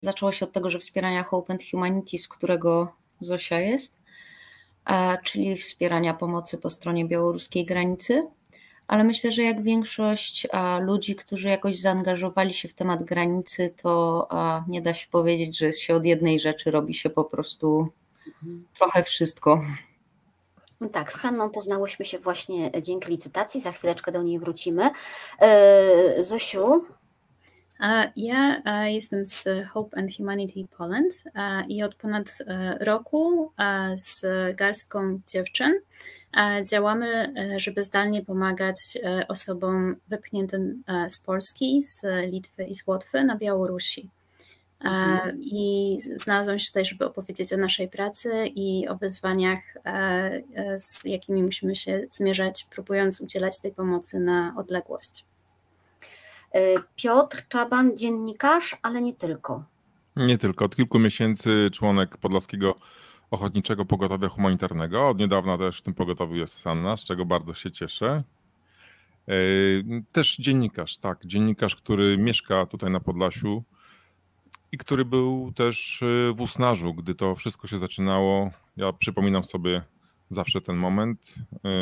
zaczęło się od tego, że wspierania Hope and Humanities, którego Zosia jest, czyli wspierania pomocy po stronie białoruskiej granicy. Ale myślę, że jak większość ludzi, którzy jakoś zaangażowali się w temat granicy, to nie da się powiedzieć, że się od jednej rzeczy robi się po prostu trochę wszystko. No tak, z Sanną poznałyśmy się właśnie dzięki licytacji, za chwileczkę do niej wrócimy. Zosiu? Ja jestem z Hope and Humanity Poland i od ponad roku z garstką dziewczyn działamy, żeby zdalnie pomagać osobom wypchniętym z Polski, z Litwy i z Łotwy na Białorusi. I znalazłam się tutaj, żeby opowiedzieć o naszej pracy i o wyzwaniach, z jakimi musimy się zmierzać, próbując udzielać tej pomocy na odległość. Piotr Czaban, dziennikarz, ale nie tylko. Nie tylko. Od kilku miesięcy członek Podlaskiego Ochotniczego Pogotowia Humanitarnego. Od niedawna też w tym pogotowiu jest Sanna, z czego bardzo się cieszę. Też dziennikarz, tak. Dziennikarz, który mieszka tutaj na Podlasiu i który był też w Usnarzu, gdy to wszystko się zaczynało. Ja przypominam sobie zawsze ten moment.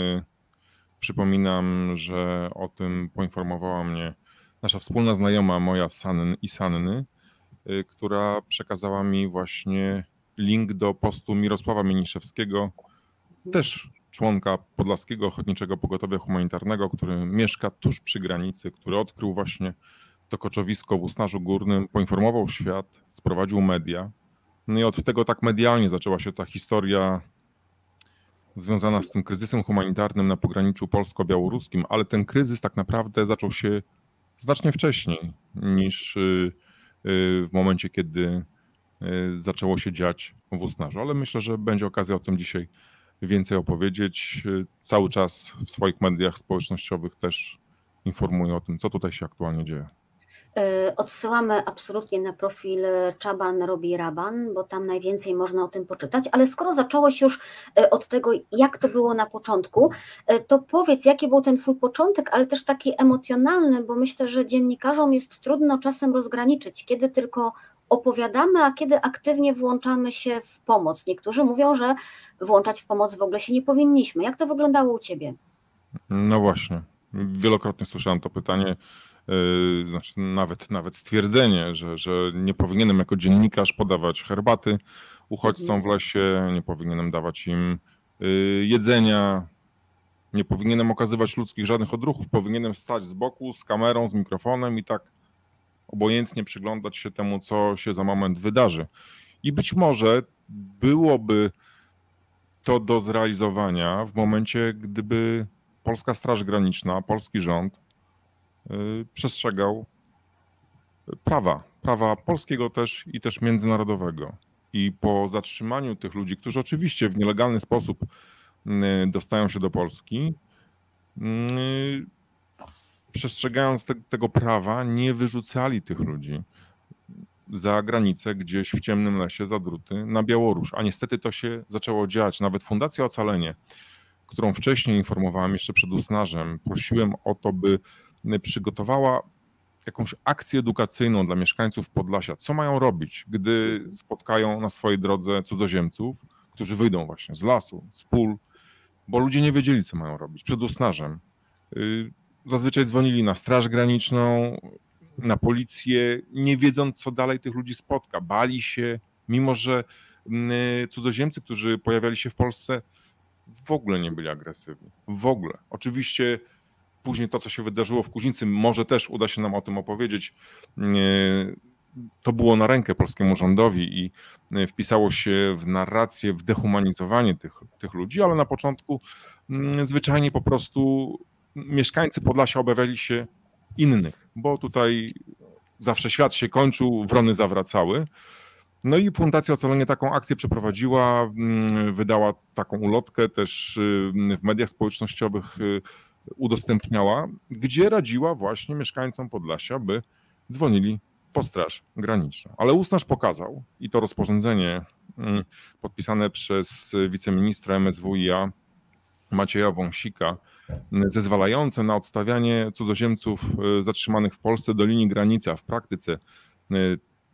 Przypominam, że o tym poinformowała mnie nasza wspólna znajoma, moja Sanny, która przekazała mi właśnie link do postu Mirosława Mieniszewskiego, też członka Podlaskiego Ochotniczego Pogotowia Humanitarnego, który mieszka tuż przy granicy, który odkrył właśnie to koczowisko w Usnarzu Górnym, poinformował świat, sprowadził media. No i od tego tak medialnie zaczęła się ta historia związana z tym kryzysem humanitarnym na pograniczu polsko-białoruskim, ale ten kryzys tak naprawdę zaczął się znacznie wcześniej niż w momencie, kiedy zaczęło się dziać w Usnarzu. Ale myślę, że będzie okazja o tym dzisiaj więcej opowiedzieć. Cały czas w swoich mediach społecznościowych też informuję o tym, co tutaj się aktualnie dzieje. Odsyłamy absolutnie na profil Czaban robi Raban, bo tam najwięcej można o tym poczytać, ale skoro zacząłeś już od tego, jak to było na początku, to powiedz, jaki był ten twój początek, ale też taki emocjonalny, bo myślę, że dziennikarzom jest trudno czasem rozgraniczyć, kiedy tylko opowiadamy, a kiedy aktywnie włączamy się w pomoc. Niektórzy mówią, że włączać w pomoc w ogóle się nie powinniśmy. Jak to wyglądało u ciebie? No właśnie, wielokrotnie słyszałem to pytanie. Znaczy nawet stwierdzenie, że nie powinienem jako dziennikarz podawać herbaty uchodźcom w lesie, nie powinienem dawać im jedzenia, nie powinienem okazywać ludzkich żadnych odruchów, powinienem stać z boku z kamerą, z mikrofonem i tak obojętnie przyglądać się temu, co się za moment wydarzy. I być może byłoby to do zrealizowania w momencie, gdyby Polska Straż Graniczna, polski rząd przestrzegał prawa polskiego też i też międzynarodowego. I po zatrzymaniu tych ludzi, którzy oczywiście w nielegalny sposób dostają się do Polski, przestrzegając tego prawa, nie wyrzucali tych ludzi za granicę, gdzieś w ciemnym lesie, za druty, na Białoruś. A niestety to się zaczęło dziać. Nawet Fundacja Ocalenie, którą wcześniej informowałem jeszcze przed Usnarzem, prosiłem o to, by przygotowała jakąś akcję edukacyjną dla mieszkańców Podlasia. Co mają robić, gdy spotkają na swojej drodze cudzoziemców, którzy wyjdą właśnie z lasu, z pól, bo ludzie nie wiedzieli, co mają robić. Przed Usnarzem zazwyczaj dzwonili na Straż Graniczną, na policję, nie wiedząc, co dalej tych ludzi spotka. Bali się, mimo że cudzoziemcy, którzy pojawiali się w Polsce, w ogóle nie byli agresywni. W ogóle. Oczywiście później to, co się wydarzyło w Kuźnicy, może też uda się nam o tym opowiedzieć. To było na rękę polskiemu rządowi i wpisało się w narrację, w dehumanizowanie tych ludzi, ale na początku zwyczajnie po prostu mieszkańcy Podlasia obawiali się innych, bo tutaj zawsze świat się kończył, wrony zawracały. No i Fundacja Ocalenie taką akcję przeprowadziła, wydała taką ulotkę też w mediach społecznościowych, udostępniała, gdzie radziła właśnie mieszkańcom Podlasia, by dzwonili po Straż Graniczną. Ale Usnarz pokazał, i to rozporządzenie podpisane przez wiceministra MSWiA Macieja Wąsika, zezwalające na odstawianie cudzoziemców zatrzymanych w Polsce do linii granicy, a w praktyce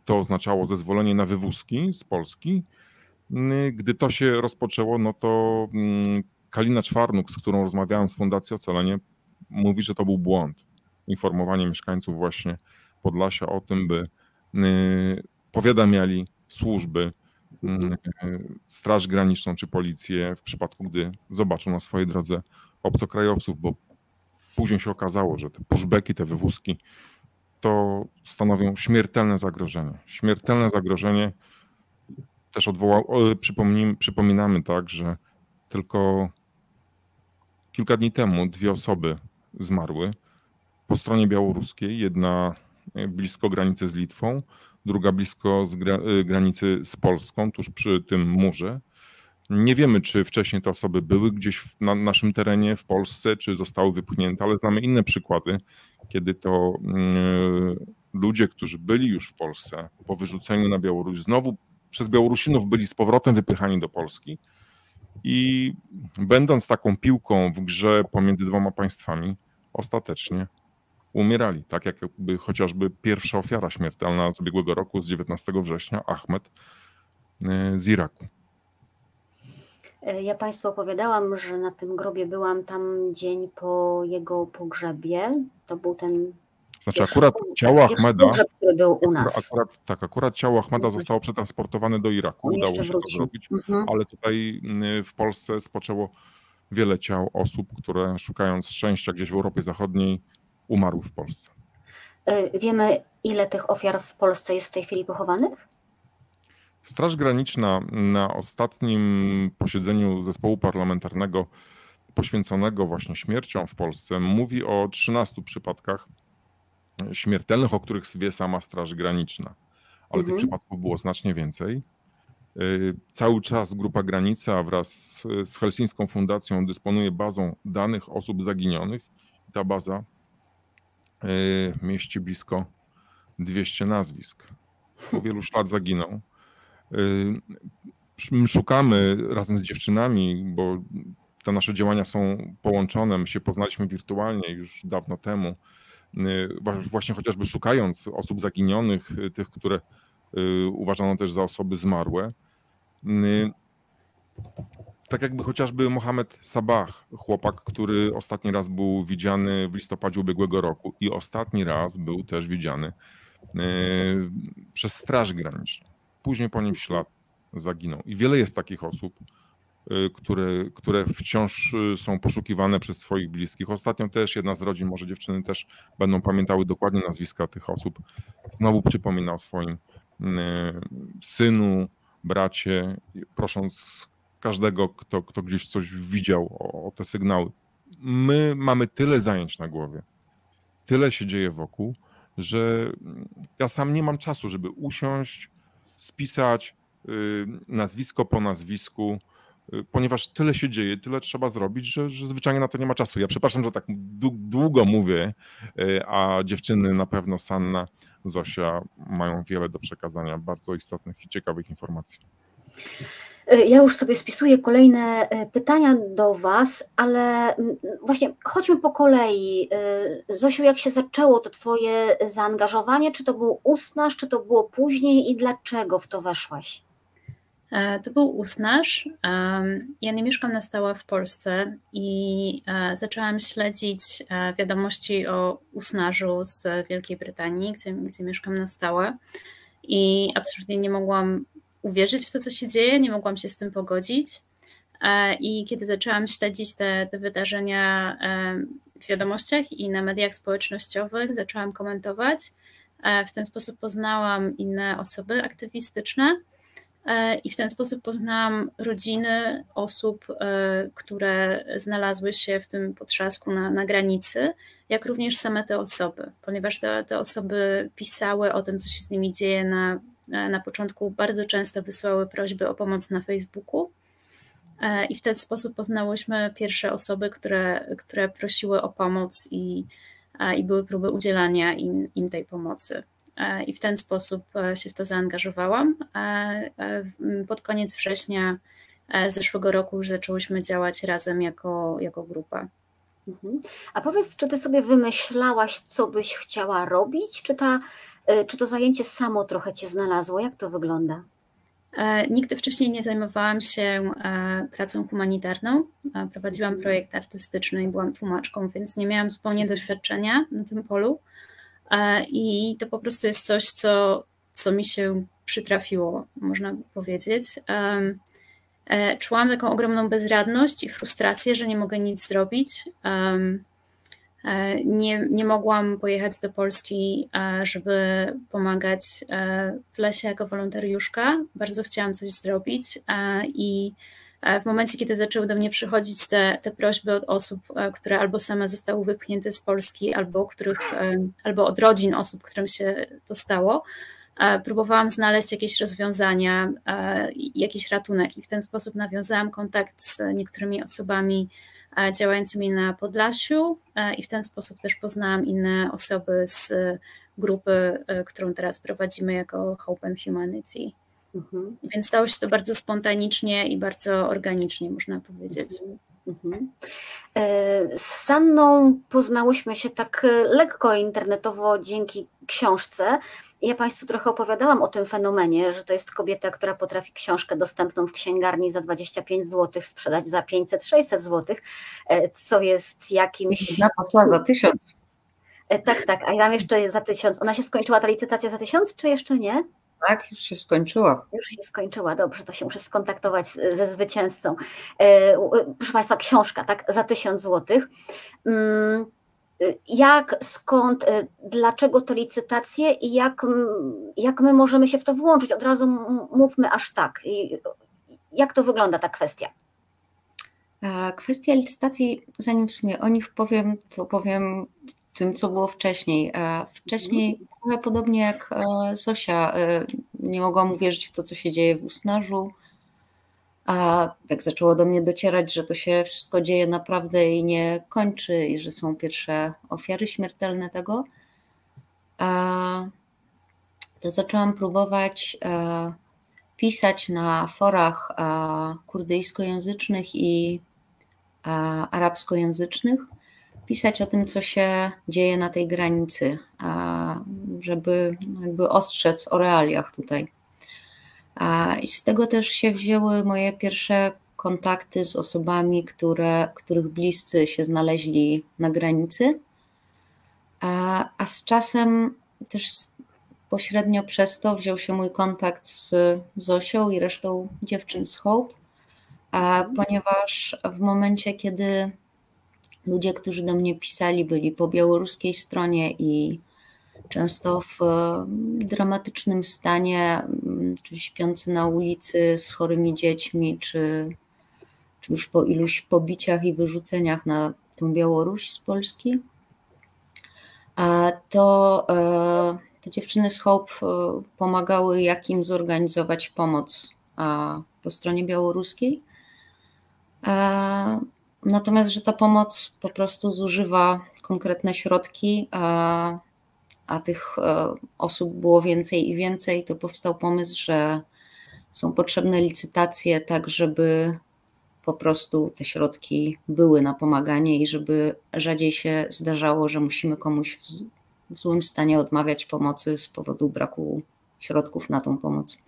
to oznaczało zezwolenie na wywózki z Polski. Gdy to się rozpoczęło, no to Kalina Czwarnuk, z którą rozmawiałem z Fundacji Ocalenie, mówi, że to był błąd. Informowanie mieszkańców właśnie Podlasia o tym, by powiadamiali służby, Straż Graniczną czy policję w przypadku, gdy zobaczą na swojej drodze obcokrajowców, bo później się okazało, że te pushbacki, te wywózki to stanowią śmiertelne zagrożenie. Śmiertelne zagrożenie. Też przypominamy, tak, że tylko kilka dni temu 2 osoby zmarły po stronie białoruskiej. Jedna blisko granicy z Litwą, druga blisko granicy z Polską, tuż przy tym murze. Nie wiemy, czy wcześniej te osoby były gdzieś na naszym terenie w Polsce, czy zostały wypchnięte, ale znamy inne przykłady, kiedy to ludzie, którzy byli już w Polsce po wyrzuceniu na Białoruś, znowu przez Białorusinów byli z powrotem wypychani do Polski i będąc taką piłką w grze pomiędzy 2 państwami, ostatecznie umierali. Tak jakby chociażby pierwsza ofiara śmiertelna z ubiegłego roku, z 19 września, Ahmed z Iraku. Ja Państwu opowiadałam, że na tym grobie byłam tam dzień po jego pogrzebie. To był ten... Znaczy akurat ciało Ahmeda, pogrzeb, który był u nas. Akurat ciało Ahmeda zostało przetransportowane do Iraku, udało się to zrobić, ale tutaj w Polsce spoczęło wiele ciał osób, które szukając szczęścia gdzieś w Europie Zachodniej umarły w Polsce. Wiemy, ile tych ofiar w Polsce jest w tej chwili pochowanych? Straż Graniczna na ostatnim posiedzeniu zespołu parlamentarnego poświęconego właśnie śmierciom w Polsce mówi o 13 przypadkach śmiertelnych, o których wie sama Straż Graniczna. Ale tych przypadków było znacznie więcej. Cały czas Grupa Granica wraz z Helsińską Fundacją dysponuje bazą danych osób zaginionych. Ta baza mieści blisko 200 nazwisk. Po wielu ślad zaginął. Szukamy razem z dziewczynami, bo te nasze działania są połączone. My się poznaliśmy wirtualnie już dawno temu. Właśnie chociażby szukając osób zaginionych, tych, które uważano też za osoby zmarłe. Tak jakby chociażby Mohamed Sabah, chłopak, który ostatni raz był widziany w listopadzie ubiegłego roku i ostatni raz był też widziany przez Straż Graniczną. Później po nim ślad zaginął. I wiele jest takich osób, które wciąż są poszukiwane przez swoich bliskich. Ostatnio też jedna z rodzin, może dziewczyny też będą pamiętały dokładnie nazwiska tych osób, znowu przypomina o swoim synu, bracie, prosząc każdego, kto gdzieś coś widział, o te sygnały. My mamy tyle zajęć na głowie, tyle się dzieje wokół, że ja sam nie mam czasu, żeby usiąść, spisać nazwisko po nazwisku, ponieważ tyle się dzieje, tyle trzeba zrobić, że zwyczajnie na to nie ma czasu. Ja przepraszam, że tak długo mówię, a dziewczyny na pewno, Sanna, Zosia, mają wiele do przekazania bardzo istotnych i ciekawych informacji. Ja już sobie spisuję kolejne pytania do Was, ale właśnie chodźmy po kolei. Zosiu, jak się zaczęło to Twoje zaangażowanie? Czy to był Usnaż, czy to było później i dlaczego w to weszłaś? To był Usnaż. Ja nie mieszkam na stałe w Polsce i zaczęłam śledzić wiadomości o Usnażu z Wielkiej Brytanii, gdzie mieszkam na stałe i absolutnie nie mogłam uwierzyć w to, co się dzieje, nie mogłam się z tym pogodzić i kiedy zaczęłam śledzić te wydarzenia w wiadomościach i na mediach społecznościowych, zaczęłam komentować. W ten sposób poznałam inne osoby aktywistyczne i w ten sposób poznałam rodziny osób, które znalazły się w tym potrzasku na granicy, jak również same te osoby, ponieważ te osoby pisały o tym, co się z nimi dzieje na początku, bardzo często wysyłały prośby o pomoc na Facebooku i w ten sposób poznałyśmy pierwsze osoby, które prosiły o pomoc i były próby udzielania im tej pomocy. I w ten sposób się w to zaangażowałam. Pod koniec września zeszłego roku już zaczęłyśmy działać razem jako grupa. A powiedz, czy ty sobie wymyślałaś, co byś chciała robić? Czy ta Czy to zajęcie samo trochę Cię znalazło? Jak to wygląda? Nigdy wcześniej nie zajmowałam się pracą humanitarną. Prowadziłam projekt artystyczny i byłam tłumaczką, więc nie miałam zupełnie doświadczenia na tym polu. I to po prostu jest coś, co mi się przytrafiło, można by powiedzieć. Czułam taką ogromną bezradność i frustrację, że nie mogę nic zrobić. Nie mogłam pojechać do Polski, żeby pomagać w lesie jako wolontariuszka. Bardzo chciałam coś zrobić i w momencie, kiedy zaczęły do mnie przychodzić te prośby od osób, które albo same zostały wypchnięte z Polski, albo od rodzin osób, którym się to stało, próbowałam znaleźć jakieś rozwiązania, jakiś ratunek i w ten sposób nawiązałam kontakt z niektórymi osobami działającymi na Podlasiu i w ten sposób też poznałam inne osoby z grupy, którą teraz prowadzimy jako Hope and Humanity. Więc stało się to bardzo spontanicznie i bardzo organicznie, można powiedzieć. Z Sanną poznałyśmy się tak lekko internetowo dzięki książce. Ja Państwu trochę opowiadałam o tym fenomenie, że to jest kobieta, która potrafi książkę dostępną w księgarni za 25 zł sprzedać za 500-600 zł, co jest jakimś... Zapłacła za 1000. Tak, a tam jeszcze jest za 1000. Ona się skończyła, ta licytacja za 1000, czy jeszcze nie? Tak, już się skończyła. Już się skończyła, dobrze, to się muszę skontaktować ze zwycięzcą. Proszę Państwa, książka, tak, za 1000 zł. Jak, skąd, dlaczego te licytacje i jak my możemy się w to włączyć? Od razu mówmy aż tak. Jak to wygląda ta kwestia? Kwestia licytacji, zanim w sumie o nich powiem, to powiem tym, co było wcześniej. Wcześniej, trochę podobnie jak Zosia, nie mogłam uwierzyć w to, co się dzieje w Usnarzu. A jak zaczęło do mnie docierać, że to się wszystko dzieje naprawdę i nie kończy i że są pierwsze ofiary śmiertelne tego, to zaczęłam próbować pisać na forach kurdyjskojęzycznych i arabskojęzycznych, pisać o tym, co się dzieje na tej granicy, żeby jakby ostrzec o realiach tutaj. I z tego też się wzięły moje pierwsze kontakty z osobami, których bliscy się znaleźli na granicy, a z czasem też pośrednio przez to wziął się mój kontakt z Zosią i resztą dziewczyn z Hope, ponieważ w momencie, kiedy ludzie, którzy do mnie pisali, byli po białoruskiej stronie i często w dramatycznym stanie, czy śpiący na ulicy z chorymi dziećmi, czy już po iluś pobiciach i wyrzuceniach na tą Białoruś z Polski, to te dziewczyny z Hope pomagały, jak im zorganizować pomoc po stronie białoruskiej. Natomiast, że ta pomoc po prostu zużywa konkretne środki, a tych osób było więcej i więcej, to powstał pomysł, że są potrzebne licytacje tak, żeby po prostu te środki były na pomaganie i żeby rzadziej się zdarzało, że musimy komuś w złym stanie odmawiać pomocy z powodu braku środków na tą pomoc.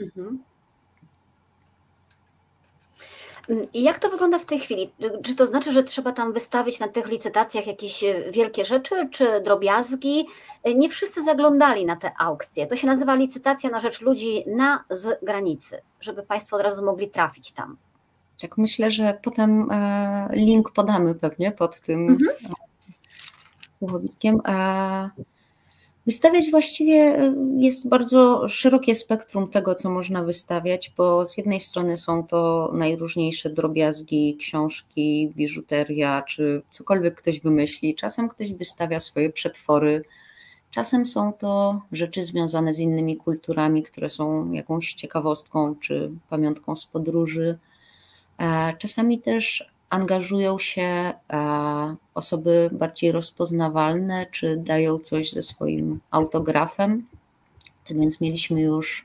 I jak to wygląda w tej chwili? Czy to znaczy, że trzeba tam wystawić na tych licytacjach jakieś wielkie rzeczy, czy drobiazgi? Nie wszyscy zaglądali na te aukcje. To się nazywa licytacja na rzecz ludzi z granicy, żeby Państwo od razu mogli trafić tam. Tak, myślę, że potem link podamy pewnie pod tym słuchowiskiem. Wystawiać właściwie jest bardzo szerokie spektrum tego, co można wystawiać, bo z jednej strony są to najróżniejsze drobiazgi, książki, biżuteria, czy cokolwiek ktoś wymyśli. Czasem ktoś wystawia swoje przetwory, czasem są to rzeczy związane z innymi kulturami, które są jakąś ciekawostką czy pamiątką z podróży. Czasami też angażują się osoby bardziej rozpoznawalne, czy dają coś ze swoim autografem. Tak więc mieliśmy już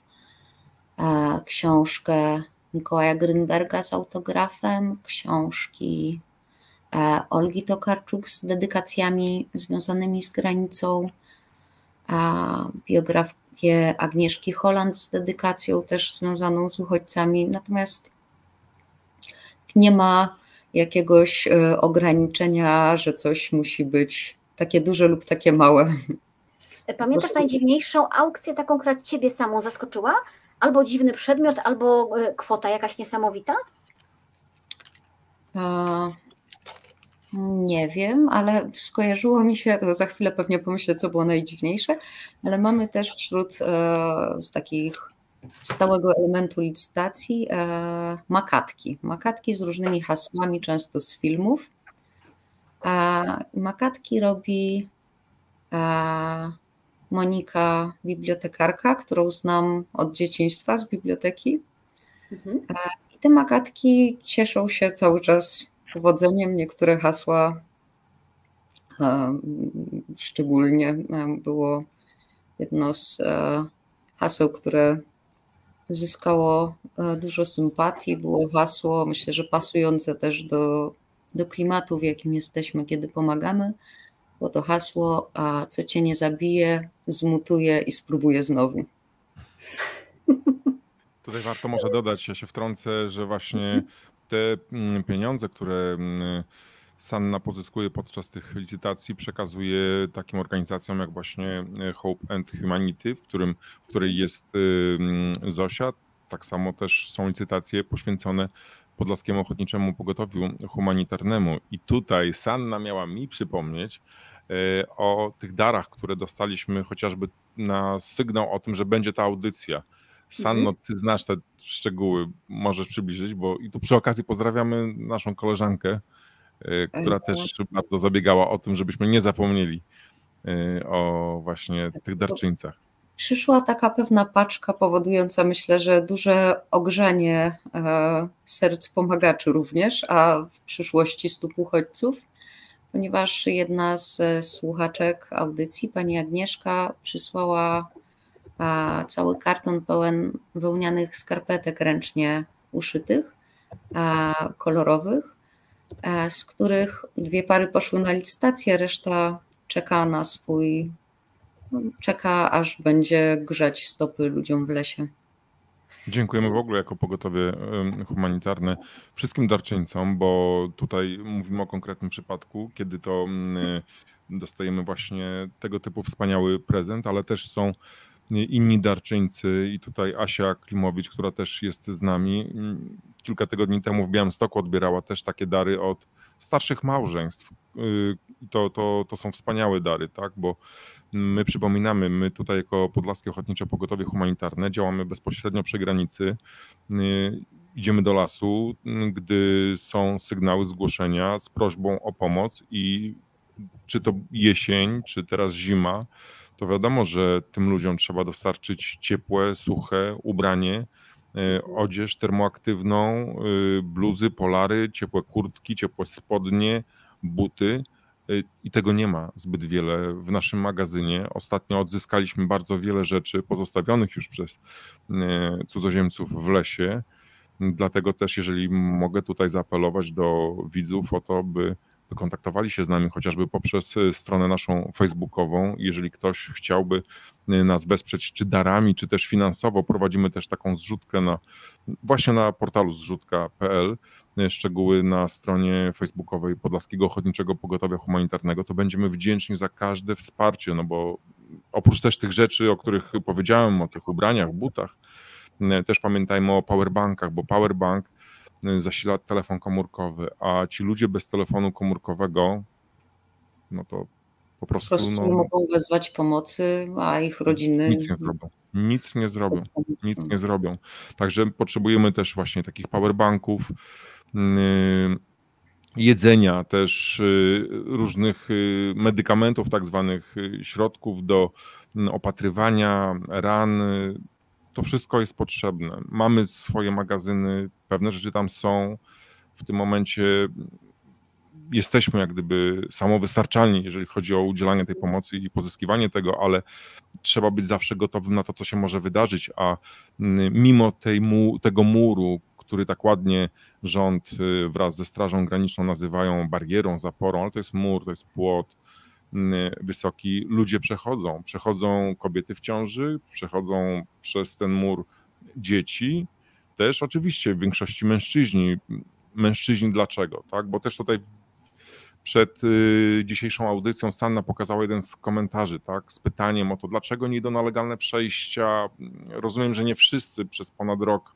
książkę Mikołaja Grynberga z autografem, książki Olgi Tokarczuk z dedykacjami związanymi z granicą, Agnieszki Holland z dedykacją też związaną z uchodźcami, natomiast nie ma jakiegoś ograniczenia, że coś musi być takie duże lub takie małe. Pamiętasz najdziwniejszą aukcję, taką, która ciebie samą zaskoczyła? Albo dziwny przedmiot, albo kwota jakaś niesamowita? Nie wiem, ale skojarzyło mi się, to za chwilę pewnie pomyślę, co było najdziwniejsze, ale mamy też wśród z takich stałego elementu licytacji makatki. Makatki z różnymi hasłami, często z filmów. Makatki robi Monika, bibliotekarka, którą znam od dzieciństwa z biblioteki. I te makatki cieszą się cały czas powodzeniem. Niektóre hasła szczególnie było jedno z haseł, które zyskało dużo sympatii. Było hasło, myślę, że pasujące też do klimatu, w jakim jesteśmy, kiedy pomagamy. Było to hasło, co cię nie zabije, zmutuje i spróbuje znowu. Tutaj warto może dodać, ja się wtrącę, że właśnie te pieniądze, które Sanna pozyskuje podczas tych licytacji, przekazuje takim organizacjom jak właśnie Hope and Humanity, w której jest Zosia. Tak samo też są licytacje poświęcone Podlaskiemu Ochotniczemu Pogotowiu Humanitarnemu. I tutaj Sanna miała mi przypomnieć o tych darach, które dostaliśmy chociażby na sygnał o tym, że będzie ta audycja. Sanno, ty znasz te szczegóły, możesz przybliżyć, bo i tu przy okazji pozdrawiamy naszą koleżankę, która też bardzo zabiegała o tym, żebyśmy nie zapomnieli o właśnie tych darczyńcach. Przyszła taka pewna paczka powodująca, myślę, że duże ogrzanie serc pomagaczy również, a w przyszłości 100 uchodźców, ponieważ jedna z słuchaczek audycji, pani Agnieszka, przysłała cały karton pełen wełnianych skarpetek ręcznie uszytych, kolorowych, z których 2 pary poszły na licytację, reszta czeka aż będzie grzać stopy ludziom w lesie. Dziękujemy w ogóle jako pogotowie humanitarne wszystkim darczyńcom, bo tutaj mówimy o konkretnym przypadku, kiedy to dostajemy właśnie tego typu wspaniały prezent, ale też są inni darczyńcy i tutaj Asia Klimowicz, która też jest z nami, kilka tygodni temu w Białymstoku odbierała też takie dary od starszych małżeństw. To są wspaniałe dary, tak, bo my przypominamy, my tutaj jako Podlaskie Ochotnicze Pogotowie Humanitarne działamy bezpośrednio przy granicy, idziemy do lasu, gdy są sygnały zgłoszenia z prośbą o pomoc i czy to jesień, czy teraz zima, to wiadomo, że tym ludziom trzeba dostarczyć ciepłe, suche ubranie, odzież termoaktywną, bluzy, polary, ciepłe kurtki, ciepłe spodnie, buty i tego nie ma zbyt wiele w naszym magazynie. Ostatnio odzyskaliśmy bardzo wiele rzeczy pozostawionych już przez cudzoziemców w lesie, dlatego też jeżeli mogę tutaj zaapelować do widzów o to, by kontaktowali się z nami chociażby poprzez stronę naszą facebookową. Jeżeli ktoś chciałby nas wesprzeć czy darami, czy też finansowo, prowadzimy też taką zrzutkę właśnie na portalu zrzutka.pl, szczegóły na stronie facebookowej Podlaskiego Ochotniczego Pogotowia Humanitarnego, to będziemy wdzięczni za każde wsparcie, no bo oprócz też tych rzeczy, o których powiedziałem, o tych ubraniach, butach, też pamiętajmy o powerbankach, bo powerbank zasila telefon komórkowy, a ci ludzie bez telefonu komórkowego, no to po prostu nie mogą wezwać pomocy, a ich rodziny nic nie zrobią. Także potrzebujemy też właśnie takich powerbanków, jedzenia, też różnych medykamentów, tak zwanych środków do opatrywania ran. To wszystko jest potrzebne. Mamy swoje magazyny, pewne rzeczy tam są. W tym momencie jesteśmy jak gdyby samowystarczalni, jeżeli chodzi o udzielanie tej pomocy i pozyskiwanie tego, ale trzeba być zawsze gotowym na to, co się może wydarzyć, a mimo tego muru, który tak ładnie rząd wraz ze Strażą Graniczną nazywają barierą, zaporą, ale to jest mur, to jest płot, wysoki, ludzie przechodzą kobiety w ciąży, przechodzą przez ten mur dzieci, też oczywiście w większości mężczyźni dlaczego, tak? Bo też tutaj przed dzisiejszą audycją Sanna pokazała jeden z komentarzy, tak, z pytaniem o to, dlaczego nie idą na legalne przejścia. Rozumiem, że nie wszyscy przez ponad rok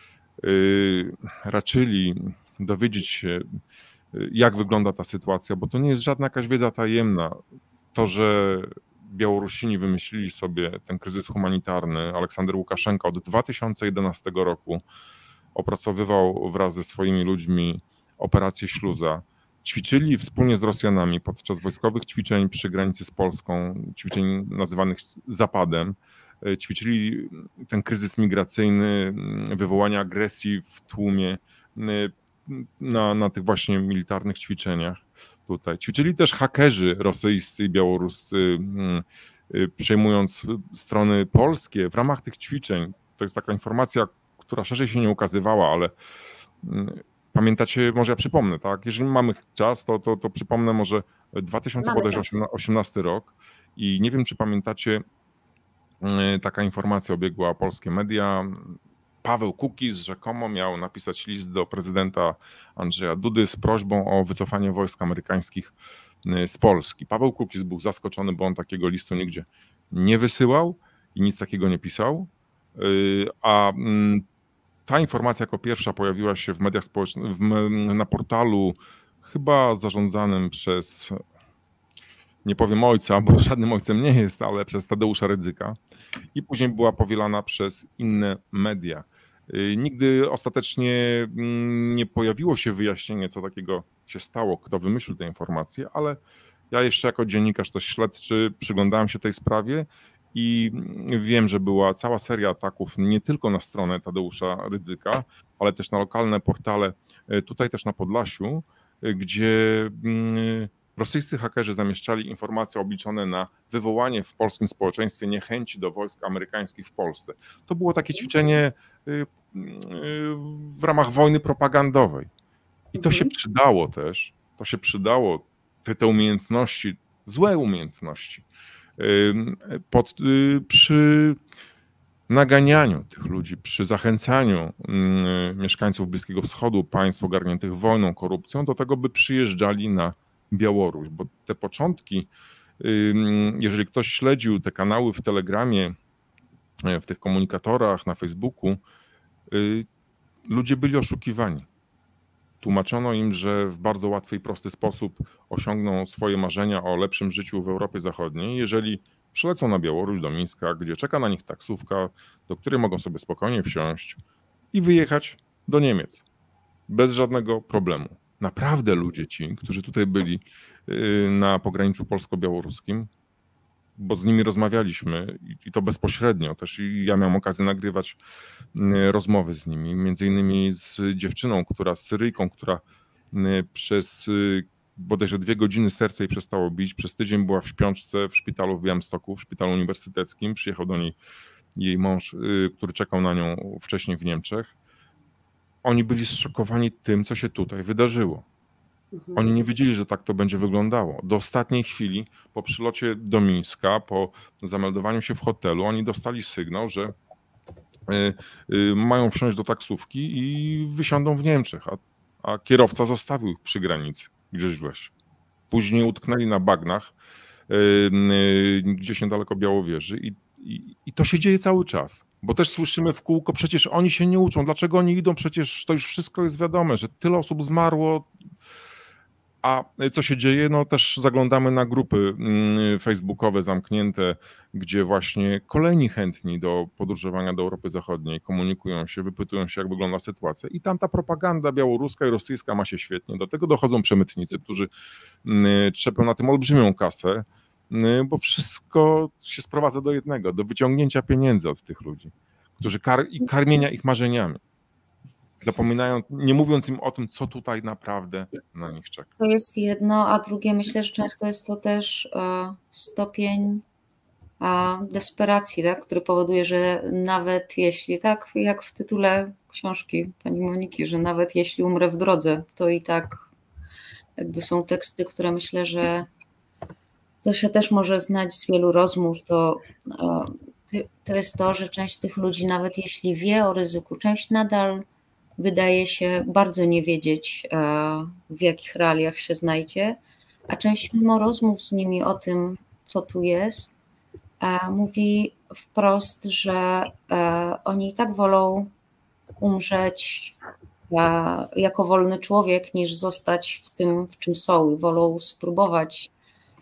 raczyli dowiedzieć się, jak wygląda ta sytuacja, bo to nie jest żadna jakaś wiedza tajemna. To, że Białorusini wymyślili sobie ten kryzys humanitarny, Aleksander Łukaszenka od 2011 roku opracowywał wraz ze swoimi ludźmi operację Śluza. Ćwiczyli wspólnie z Rosjanami podczas wojskowych ćwiczeń przy granicy z Polską, ćwiczeń nazywanych Zapadem. Ćwiczyli ten kryzys migracyjny, wywołanie agresji w tłumie na tych właśnie militarnych ćwiczeniach tutaj. Ćwiczyli też hakerzy rosyjscy i białoruscy, przejmując strony polskie w ramach tych ćwiczeń. To jest taka informacja, która szerzej się nie ukazywała, ale pamiętacie, może ja przypomnę, tak? Jeżeli mamy czas, to przypomnę może 2018 rok i nie wiem, czy pamiętacie, taka informacja obiegła polskie media. Paweł Kukiz rzekomo miał napisać list do prezydenta Andrzeja Dudy z prośbą o wycofanie wojsk amerykańskich z Polski. Paweł Kukiz był zaskoczony, bo on takiego listu nigdzie nie wysyłał i nic takiego nie pisał, a ta informacja jako pierwsza pojawiła się w mediach społecznych, na portalu chyba zarządzanym przez, nie powiem ojca, bo żadnym ojcem nie jest, ale przez Tadeusza Rydzyka i później była powielana przez inne media. Nigdy ostatecznie nie pojawiło się wyjaśnienie, co takiego się stało, kto wymyślił tę informację, ale ja jeszcze jako dziennikarz też śledczy przyglądałem się tej sprawie i wiem, że była cała seria ataków nie tylko na stronę Tadeusza Rydzyka, ale też na lokalne portale, tutaj też na Podlasiu, gdzie rosyjscy hakerzy zamieszczali informacje obliczone na wywołanie w polskim społeczeństwie niechęci do wojsk amerykańskich w Polsce. To było takie ćwiczenie w ramach wojny propagandowej. I to się przydało też, te umiejętności, złe umiejętności, przy naganianiu tych ludzi, przy zachęcaniu mieszkańców Bliskiego Wschodu, państw ogarniętych wojną, korupcją, do tego, by przyjeżdżali na Białoruś, bo te początki, jeżeli ktoś śledził te kanały w Telegramie, w tych komunikatorach, na Facebooku, ludzie byli oszukiwani. Tłumaczono im, że w bardzo łatwy i prosty sposób osiągną swoje marzenia o lepszym życiu w Europie Zachodniej, jeżeli przylecą na Białoruś, do Mińska, gdzie czeka na nich taksówka, do której mogą sobie spokojnie wsiąść i wyjechać do Niemiec bez żadnego problemu. Naprawdę ludzie ci, którzy tutaj byli na pograniczu polsko-białoruskim, bo z nimi rozmawialiśmy i to bezpośrednio też i ja miałem okazję nagrywać rozmowy z nimi, między innymi z dziewczyną, Syryjką, która przez bodajże 2 godziny serce jej przestało bić, przez tydzień była w śpiączce w szpitalu w Białymstoku, w szpitalu uniwersyteckim, przyjechał do niej jej mąż, który czekał na nią wcześniej w Niemczech. Oni byli zszokowani tym, co się tutaj wydarzyło. Oni nie wiedzieli, że tak to będzie wyglądało. Do ostatniej chwili, po przylocie do Mińska, po zameldowaniu się w hotelu, oni dostali sygnał, że mają wsiąść do taksówki i wysiądą w Niemczech, a kierowca zostawił ich przy granicy, gdzieś w lesie. Później utknęli na bagnach, gdzieś niedaleko Białowieży i to się dzieje cały czas. Bo też słyszymy w kółko, przecież oni się nie uczą, dlaczego oni idą, przecież to już wszystko jest wiadome, że tyle osób zmarło. A co się dzieje? No też zaglądamy na grupy facebookowe zamknięte, gdzie właśnie kolejni chętni do podróżowania do Europy Zachodniej komunikują się, wypytują się, jak wygląda sytuacja. I tam ta propaganda białoruska i rosyjska ma się świetnie. Do tego dochodzą przemytnicy, którzy trzepią na tym olbrzymią kasę, bo wszystko się sprowadza do jednego, do wyciągnięcia pieniędzy od tych ludzi, którzy karmienia ich marzeniami. Zapominając, nie mówiąc im o tym, co tutaj naprawdę na nich czeka. To jest jedno, a drugie, myślę, że często jest to też stopień desperacji, tak, który powoduje, że nawet jeśli, tak jak w tytule książki pani Moniki, że nawet jeśli umrę w drodze, to i tak jakby są teksty, które myślę, że Zosia też może znać z wielu rozmów, to jest to, że część z tych ludzi, nawet jeśli wie o ryzyku, część nadal wydaje się bardzo nie wiedzieć, w jakich realiach się znajdzie, a część mimo rozmów z nimi o tym, co tu jest, mówi wprost, że oni i tak wolą umrzeć jako wolny człowiek, niż zostać w tym, w czym są. Wolą spróbować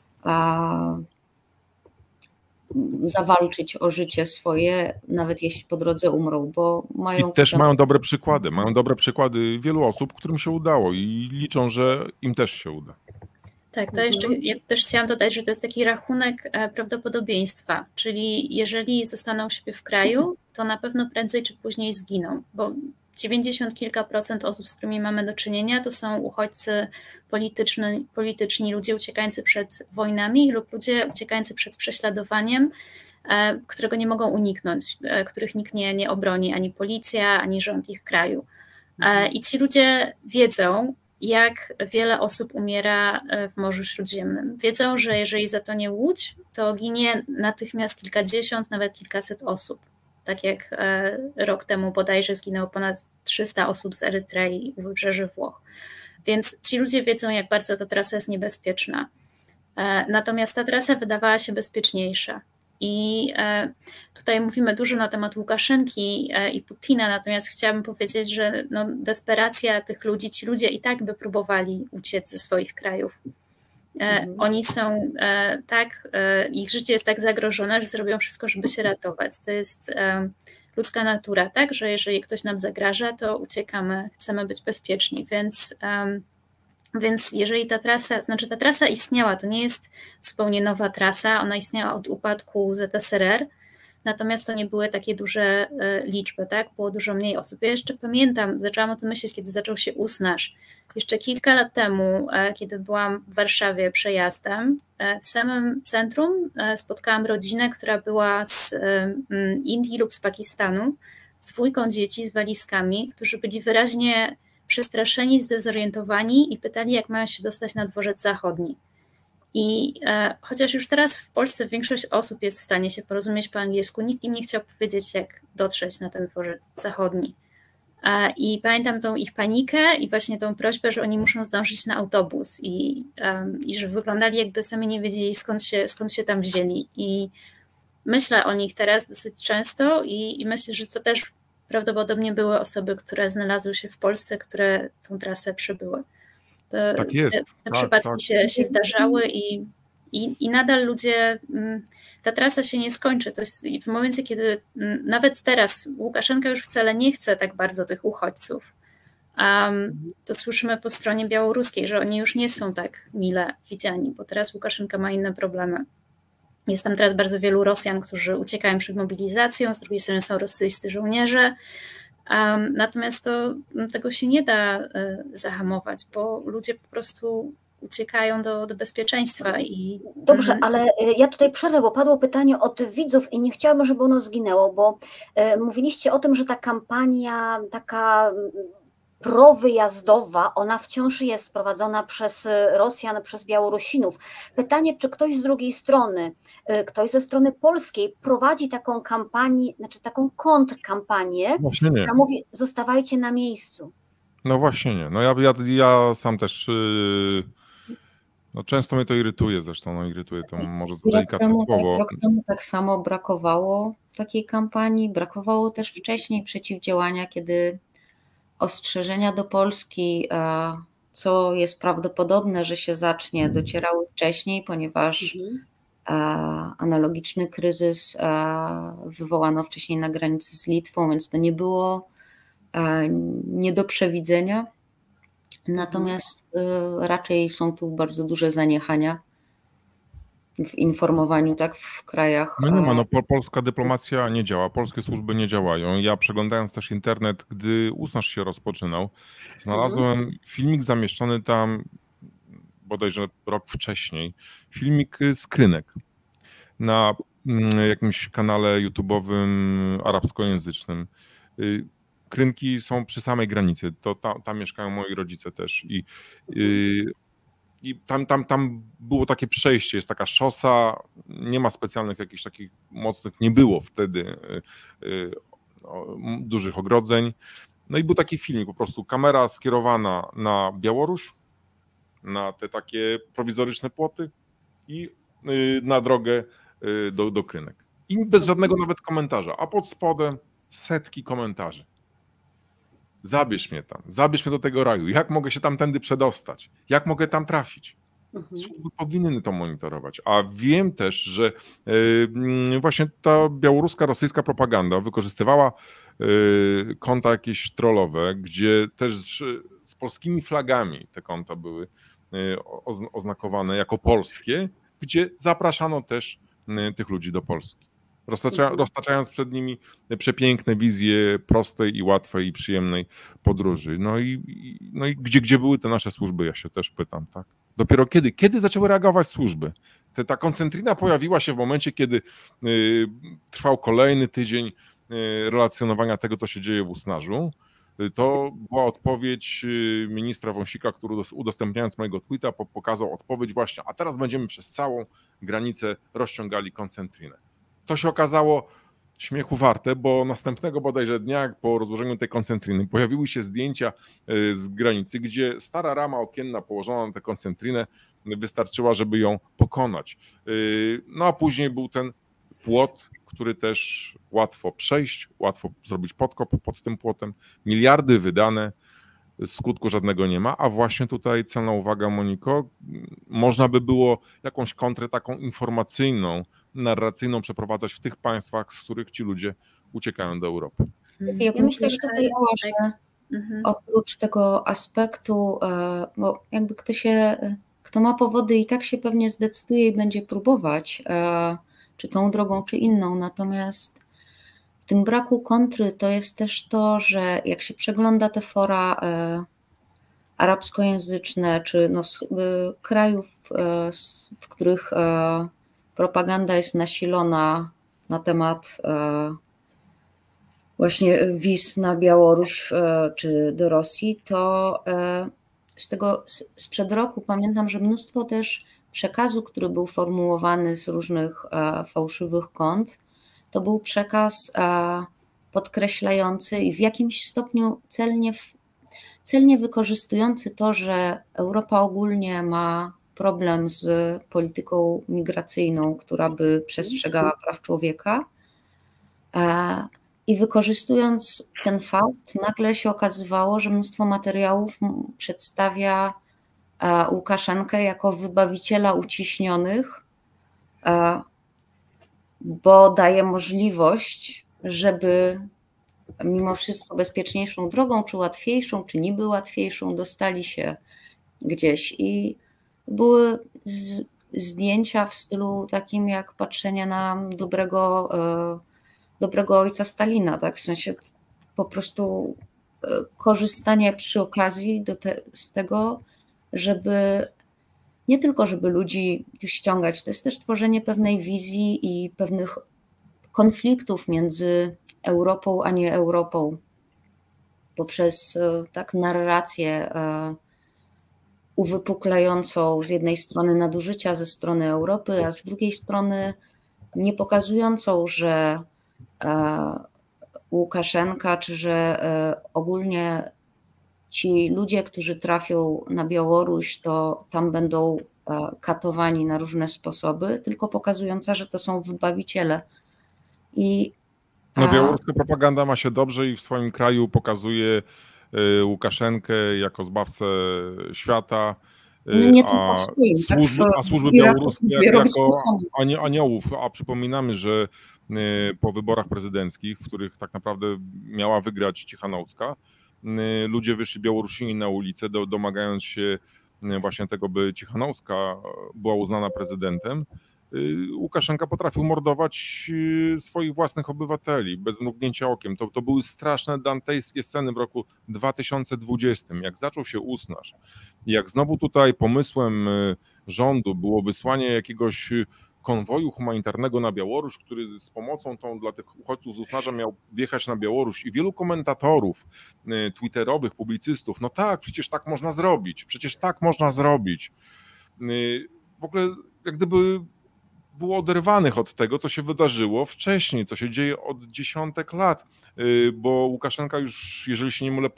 zawalczyć o życie swoje, nawet jeśli po drodze umrą, bo mają... I też mają dobre przykłady wielu osób, którym się udało i liczą, że im też się uda. Tak, to jeszcze ja też chciałam dodać, że to jest taki rachunek prawdopodobieństwa, czyli jeżeli zostaną u siebie w kraju, to na pewno prędzej czy później zginą, bo 90 kilka procent osób, z którymi mamy do czynienia, to są uchodźcy polityczni, ludzie uciekający przed wojnami lub ludzie uciekający przed prześladowaniem, którego nie mogą uniknąć, których nikt nie obroni, ani policja, ani rząd ich kraju. I ci ludzie wiedzą, jak wiele osób umiera w Morzu Śródziemnym. Wiedzą, że jeżeli zatonie łódź, to ginie natychmiast kilkadziesiąt, nawet kilkaset osób. Tak jak rok temu bodajże zginęło ponad 300 osób z Erytrei u wybrzeży Włoch. Więc ci ludzie wiedzą, jak bardzo ta trasa jest niebezpieczna. Natomiast ta trasa wydawała się bezpieczniejsza. I tutaj mówimy dużo na temat Łukaszenki i Putina, natomiast chciałabym powiedzieć, że desperacja tych ludzi, ci ludzie i tak by próbowali uciec ze swoich krajów. Oni są ich życie jest tak zagrożone, że zrobią wszystko, żeby się ratować. To jest ludzka natura, tak, że jeżeli ktoś nam zagraża, to uciekamy, chcemy być bezpieczni, więc jeżeli ta trasa istniała, to nie jest zupełnie nowa trasa, ona istniała od upadku ZSRR, natomiast to nie były takie duże liczby, tak? Było dużo mniej osób. Ja jeszcze pamiętam, zaczęłam o tym myśleć, kiedy zaczął się Usnarz. Jeszcze kilka lat temu, kiedy byłam w Warszawie przejazdem, w samym centrum spotkałam rodzinę, która była z Indii lub z Pakistanu, z 2 dzieci, z walizkami, którzy byli wyraźnie przestraszeni, zdezorientowani i pytali, jak mają się dostać na dworzec zachodni. I chociaż już teraz w Polsce większość osób jest w stanie się porozumieć po angielsku, nikt im nie chciał powiedzieć, jak dotrzeć na ten dworzec zachodni. I pamiętam tą ich panikę i właśnie tą prośbę, że oni muszą zdążyć na autobus i że wyglądali, jakby sami nie wiedzieli, skąd się tam wzięli. I myślę o nich teraz dosyć często i myślę, że to też prawdopodobnie były osoby, które znalazły się w Polsce, które tą trasę przebyły. Tak jest. Te przypadki się zdarzały i nadal ludzie, ta trasa się nie skończy. To jest w momencie, kiedy nawet teraz Łukaszenka już wcale nie chce tak bardzo tych uchodźców. To słyszymy po stronie białoruskiej, że oni już nie są tak mile widziani, bo teraz Łukaszenka ma inne problemy. Jest tam teraz bardzo wielu Rosjan, którzy uciekają przed mobilizacją, z drugiej strony są rosyjscy żołnierze. Natomiast tego się nie da zahamować, bo ludzie po prostu uciekają do bezpieczeństwa. Dobrze, ale ja tutaj przerwę, bo padło pytanie od widzów i nie chciałabym, żeby ono zginęło, bo mówiliście o tym, że ta kampania taka prowyjazdowa, ona wciąż jest prowadzona przez Rosjan, przez Białorusinów. Pytanie, czy ktoś z drugiej strony, ktoś ze strony polskiej prowadzi taką kampanię, znaczy taką kontrkampanię, która mówi, zostawajcie na miejscu. No właśnie nie. No ja sam też często mnie to irytuje zresztą, irytuje to może za delikatne słowo. Rok temu tak samo brakowało takiej kampanii, brakowało też wcześniej przeciwdziałania, kiedy ostrzeżenia do Polski, co jest prawdopodobne, że się zacznie, docierały wcześniej, ponieważ analogiczny kryzys wywołano wcześniej na granicy z Litwą, więc to nie było nie do przewidzenia. Natomiast raczej są tu bardzo duże zaniechania w informowaniu, tak, w krajach. No nie ma, polska dyplomacja nie działa, polskie służby nie działają. Ja przeglądając też internet, gdy Usnarz się rozpoczynał, znalazłem filmik zamieszczony tam bodajże rok wcześniej, filmik z Krynek na jakimś kanale YouTube'owym arabskojęzycznym. Krynki są przy samej granicy, to tam mieszkają moi rodzice też i I tam było takie przejście, jest taka szosa, nie ma specjalnych jakichś takich mocnych, nie było wtedy dużych ogrodzeń. No i był taki filmik, po prostu kamera skierowana na Białoruś, na te takie prowizoryczne płoty i na drogę do Krynek. I bez żadnego nawet komentarza, a pod spodem setki komentarzy. Zabierz mnie tam, zabierz mnie do tego raju, jak mogę się tamtędy przedostać, jak mogę tam trafić. Służby powinny to monitorować, a wiem też, że właśnie ta białoruska, rosyjska propaganda wykorzystywała konta jakieś trollowe, gdzie też z polskimi flagami te konta były oznakowane jako polskie, gdzie zapraszano też tych ludzi do Polski, roztaczając przed nimi przepiękne wizje prostej i łatwej i przyjemnej podróży. No i gdzie były te nasze służby, ja się też pytam, tak? Dopiero kiedy zaczęły reagować służby? Ta koncentryna pojawiła się w momencie, kiedy trwał kolejny tydzień relacjonowania tego, co się dzieje w Usnarzu. To była odpowiedź ministra Wąsika, który udostępniając mojego tweeta pokazał odpowiedź właśnie, a teraz będziemy przez całą granicę rozciągali koncentrynę. To się okazało śmiechu warte, bo następnego bodajże dnia po rozłożeniu tej koncentryny pojawiły się zdjęcia z granicy, gdzie stara rama okienna położona na tę koncentrynę wystarczyła, żeby ją pokonać. No a później był ten płot, który też łatwo przejść, łatwo zrobić podkop pod tym płotem. Miliardy wydane, skutku żadnego nie ma, a właśnie tutaj celna uwaga, Moniko, można by było jakąś kontrę taką informacyjną, narracyjną przeprowadzać w tych państwach, z których ci ludzie uciekają do Europy. Ja myślę, że tutaj oprócz tego aspektu, bo jakby kto ma powody i tak się pewnie zdecyduje i będzie próbować, czy tą drogą, czy inną, natomiast w tym braku kontry to jest też to, że jak się przegląda te fora arabskojęzyczne, czy krajów, w których propaganda jest nasilona na temat właśnie wiz na Białoruś czy do Rosji, to sprzed roku pamiętam, że mnóstwo też przekazu, który był formułowany z różnych fałszywych kont, to był przekaz podkreślający i w jakimś stopniu celnie wykorzystujący to, że Europa ogólnie ma problem z polityką migracyjną, która by przestrzegała praw człowieka. I wykorzystując ten fakt, nagle się okazywało, że mnóstwo materiałów przedstawia Łukaszenkę jako wybawiciela uciśnionych, bo daje możliwość, żeby mimo wszystko bezpieczniejszą drogą, czy łatwiejszą, czy niby łatwiejszą, dostali się gdzieś. I były zdjęcia w stylu takim jak patrzenie na dobrego ojca Stalina, tak? W sensie po prostu korzystanie przy okazji z tego, żeby nie tylko, żeby ludzi tu ściągać, to jest też tworzenie pewnej wizji i pewnych konfliktów między Europą a nie Europą poprzez tak narrację uwypuklającą z jednej strony nadużycia ze strony Europy, a z drugiej strony nie pokazującą, że Łukaszenka, czy że ogólnie ci ludzie, którzy trafią na Białoruś, to tam będą katowani na różne sposoby, tylko pokazująca, że to są wybawiciele. Białoruska propaganda ma się dobrze i w swoim kraju pokazuje Łukaszenkę jako zbawcę świata, nie tylko w swoim, a służby białoruskie jako aniołów. A przypominamy, że po wyborach prezydenckich, w których tak naprawdę miała wygrać Cichanouska, ludzie wyszli Białorusini na ulicę, domagając się właśnie tego, by Cichanouska była uznana prezydentem. Łukaszenka potrafił mordować swoich własnych obywateli bez mrugnięcia okiem. To były straszne dantejskie sceny w roku 2020, jak zaczął się Usnarz. Jak znowu tutaj pomysłem rządu było wysłanie jakiegoś konwoju humanitarnego na Białoruś, który z pomocą tą dla tych uchodźców z Usnarza miał wjechać na Białoruś i wielu komentatorów twitterowych, publicystów, no tak, przecież tak można zrobić, w ogóle jak gdyby było oderwanych od tego, co się wydarzyło wcześniej, co się dzieje od dziesiątek lat, bo Łukaszenka już, jeżeli się nie mylę,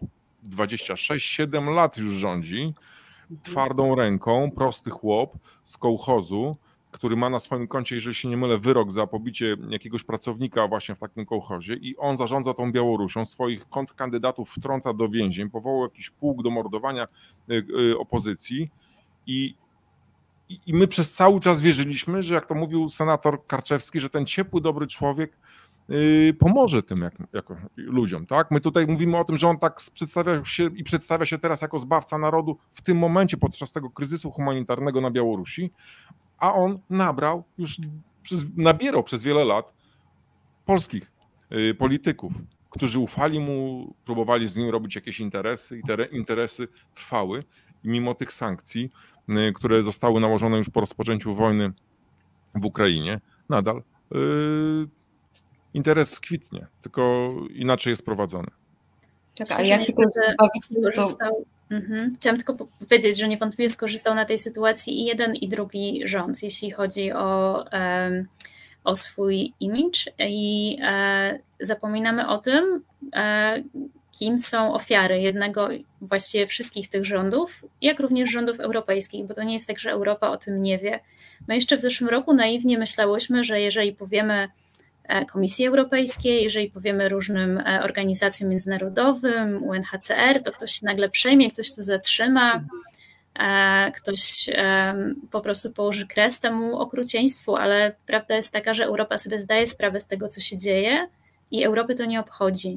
26-7 lat już rządzi, twardą ręką, prosty chłop z kołchozu, który ma na swoim koncie, jeżeli się nie mylę, wyrok za pobicie jakiegoś pracownika właśnie w takim kołchozie i on zarządza tą Białorusią, swoich kontrkandydatów wtrąca do więzień, powołał jakiś pułk do mordowania opozycji i my przez cały czas wierzyliśmy, że jak to mówił senator Karczewski, że ten ciepły, dobry człowiek pomoże tym ludziom. Tak? My tutaj mówimy o tym, że on tak przedstawia się teraz jako zbawca narodu w tym momencie podczas tego kryzysu humanitarnego na Białorusi, a on nabierał przez wiele lat polskich polityków, którzy ufali mu, próbowali z nim robić jakieś interesy i te interesy trwały i mimo tych sankcji, które zostały nałożone już po rozpoczęciu wojny w Ukrainie, nadal interes kwitnie, tylko inaczej jest prowadzony. Tak, a jaki to skorzystał? Chciałam tylko powiedzieć, że niewątpliwie skorzystał na tej sytuacji i jeden, i drugi rząd, jeśli chodzi o swój image i zapominamy o tym, kim są ofiary jednego, właściwie wszystkich tych rządów, jak również rządów europejskich, bo to nie jest tak, że Europa o tym nie wie. My jeszcze w zeszłym roku naiwnie myślałyśmy, że jeżeli powiemy Komisji Europejskiej, jeżeli powiemy różnym organizacjom międzynarodowym, UNHCR, to ktoś się nagle przejmie, ktoś to zatrzyma, ktoś po prostu położy kres temu okrucieństwu, ale prawda jest taka, że Europa sobie zdaje sprawę z tego, co się dzieje i Europy to nie obchodzi.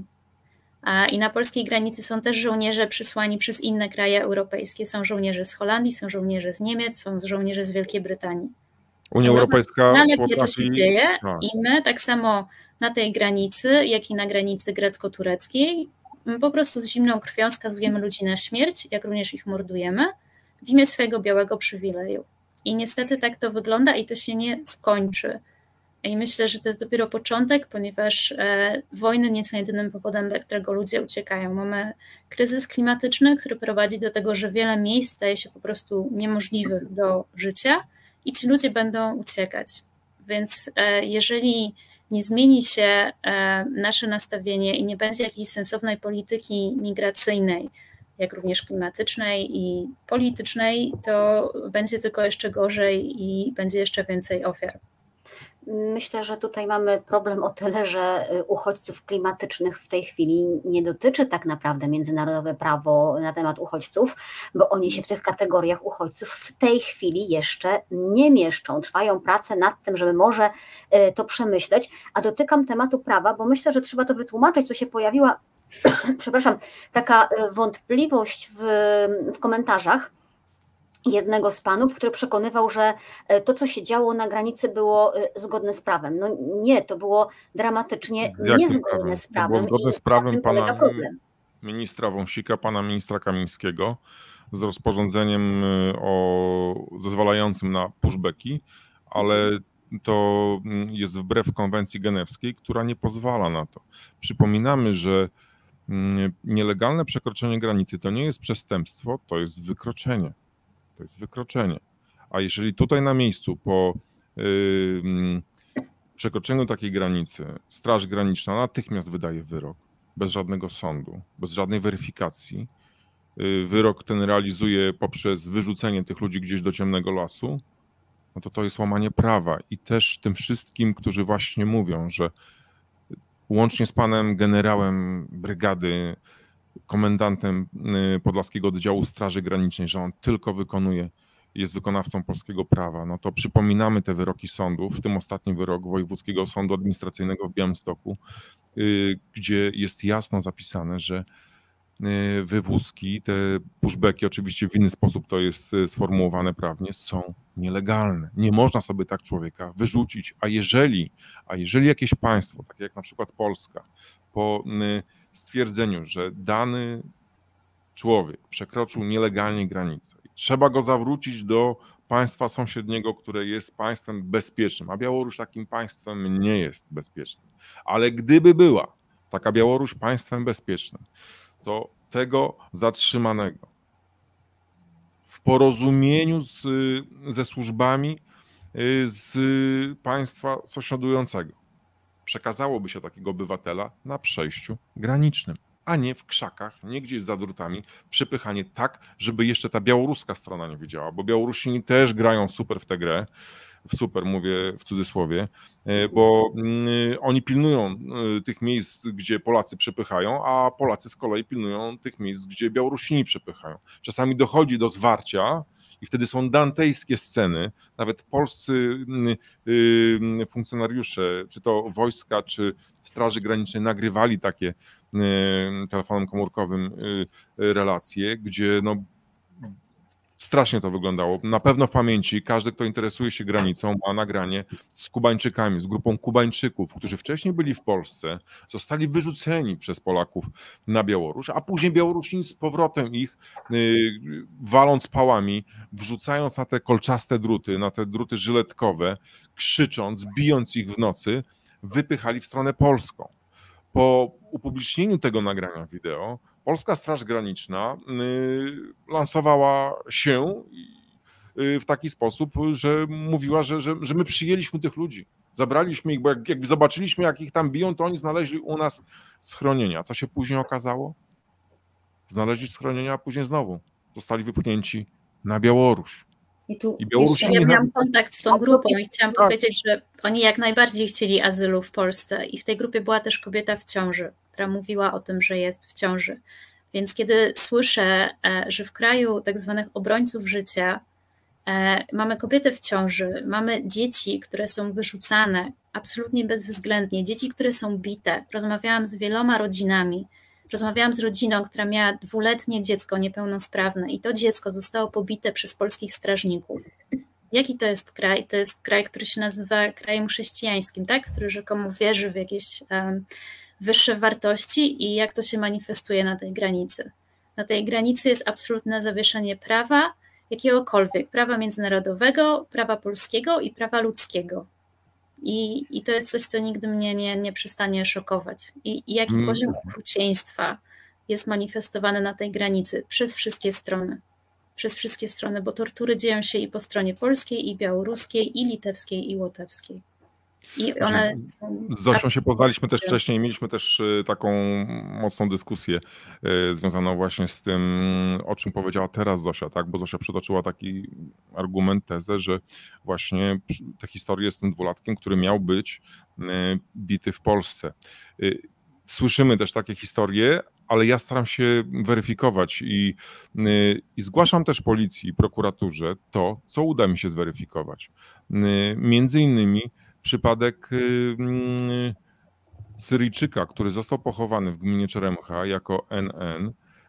I na polskiej granicy są też żołnierze przysłani przez inne kraje europejskie. Są żołnierze z Holandii, są żołnierze z Niemiec, są żołnierze z Wielkiej Brytanii. Unia Europejska wie, co się dzieje i my tak samo na tej granicy, jak i na granicy grecko-tureckiej po prostu z zimną krwią skazujemy ludzi na śmierć, jak również ich mordujemy w imię swojego białego przywileju. I niestety tak to wygląda i to się nie skończy. I myślę, że to jest dopiero początek, ponieważ wojny nie są jedynym powodem, dla którego ludzie uciekają. Mamy kryzys klimatyczny, który prowadzi do tego, że wiele miejsc staje się po prostu niemożliwych do życia i ci ludzie będą uciekać. Więc jeżeli nie zmieni się nasze nastawienie i nie będzie jakiejś sensownej polityki migracyjnej, jak również klimatycznej i politycznej, to będzie tylko jeszcze gorzej i będzie jeszcze więcej ofiar. Myślę, że tutaj mamy problem o tyle, że uchodźców klimatycznych w tej chwili nie dotyczy tak naprawdę międzynarodowe prawo na temat uchodźców, bo oni się w tych kategoriach uchodźców w tej chwili jeszcze nie mieszczą. Trwają prace nad tym, żeby może to przemyśleć, a dotykam tematu prawa, bo myślę, że trzeba to wytłumaczyć, co się pojawiła, przepraszam, taka wątpliwość w komentarzach jednego z panów, który przekonywał, że to, co się działo na granicy, było zgodne z prawem. No nie, to było dramatycznie niezgodne z prawem. To było zgodne z prawem pana ministra Wąsika, pana ministra Kamińskiego z rozporządzeniem zezwalającym na pushbacki, ale to jest wbrew konwencji genewskiej, która nie pozwala na to. Przypominamy, że nielegalne przekroczenie granicy to nie jest przestępstwo, to jest wykroczenie. To jest wykroczenie. A jeżeli tutaj na miejscu po przekroczeniu takiej granicy Straż Graniczna natychmiast wydaje wyrok, bez żadnego sądu, bez żadnej weryfikacji, wyrok ten realizuje poprzez wyrzucenie tych ludzi gdzieś do ciemnego lasu, no to jest łamanie prawa. I też tym wszystkim, którzy właśnie mówią, że łącznie z panem generałem brygady, komendantem Podlaskiego Oddziału Straży Granicznej, że on tylko jest wykonawcą polskiego prawa, no to przypominamy te wyroki sądów, w tym ostatni wyrok Wojewódzkiego Sądu Administracyjnego w Białymstoku, gdzie jest jasno zapisane, że wywózki, te pushbacki, oczywiście w inny sposób to jest sformułowane prawnie, są nielegalne. Nie można sobie tak człowieka wyrzucić, a jeżeli jakieś państwo, takie jak na przykład Polska, po stwierdzeniu, że dany człowiek przekroczył nielegalnie granicę i trzeba go zawrócić do państwa sąsiedniego, które jest państwem bezpiecznym, a Białoruś takim państwem nie jest bezpiecznym. Ale gdyby była taka Białoruś państwem bezpiecznym, to tego zatrzymanego w porozumieniu ze służbami z państwa sąsiadującego. Przekazałoby się takiego obywatela na przejściu granicznym, a nie w krzakach, nie gdzieś za drutami, przepychanie tak, żeby jeszcze ta białoruska strona nie wiedziała, bo Białorusini też grają super w tę grę, super mówię w cudzysłowie, bo oni pilnują tych miejsc, gdzie Polacy przepychają, a Polacy z kolei pilnują tych miejsc, gdzie Białorusini przepychają. Czasami dochodzi do zwarcia i wtedy są dantejskie sceny. Nawet polscy funkcjonariusze, czy to wojska, czy Straży Granicznej nagrywali takie telefonem komórkowym relacje, gdzie no strasznie to wyglądało. Na pewno w pamięci każdy, kto interesuje się granicą, ma nagranie z Kubańczykami, z grupą Kubańczyków, którzy wcześniej byli w Polsce, zostali wyrzuceni przez Polaków na Białoruś, a później Białorusini z powrotem ich, waląc pałami, wrzucając na te kolczaste druty, na te druty żyletkowe, krzycząc, bijąc ich w nocy, wypychali w stronę polską. Po upublicznieniu tego nagrania wideo Polska Straż Graniczna lansowała się w taki sposób, że mówiła, że my przyjęliśmy tych ludzi. Zabraliśmy ich, bo jak zobaczyliśmy, jak ich tam biją, to oni znaleźli u nas schronienia. Co się później okazało? Znaleźli schronienia, a później znowu zostali wypchnięci na Białoruś. Ja miałam kontakt z tą grupą i chciałam powiedzieć, że oni jak najbardziej chcieli azylu w Polsce i w tej grupie była też kobieta w ciąży, która mówiła o tym, że jest w ciąży. Więc kiedy słyszę, że w kraju tak zwanych obrońców życia mamy kobietę w ciąży, mamy dzieci, które są wyrzucane absolutnie bezwzględnie, dzieci, które są bite. Rozmawiałam z wieloma rodzinami. Rozmawiałam z rodziną, która miała 2-letnie dziecko niepełnosprawne i to dziecko zostało pobite przez polskich strażników. Jaki to jest kraj? To jest kraj, który się nazywa krajem chrześcijańskim, tak? Który rzekomo wierzy w jakieś wyższe wartości i jak to się manifestuje na tej granicy. Na tej granicy jest absolutne zawieszenie prawa, jakiegokolwiek, prawa międzynarodowego, prawa polskiego i prawa ludzkiego. I to jest coś, co nigdy mnie nie przestanie szokować. I jaki poziom okrucieństwa jest manifestowany na tej granicy przez wszystkie strony. Przez wszystkie strony, bo tortury dzieją się i po stronie polskiej, i białoruskiej, i litewskiej, i łotewskiej. I one z Zosią się poznaliśmy też wcześniej, mieliśmy też taką mocną dyskusję związaną właśnie z tym, o czym powiedziała teraz Zosia, tak? Bo Zosia przytoczyła taki argument, tezę, że właśnie tę historię z tym 2-latkiem, który miał być bity w Polsce. Słyszymy też takie historie, ale ja staram się weryfikować i zgłaszam też policji i prokuraturze to, co uda mi się zweryfikować. Między innymi przypadek Syryjczyka, który został pochowany w gminie Czeremcha jako NN.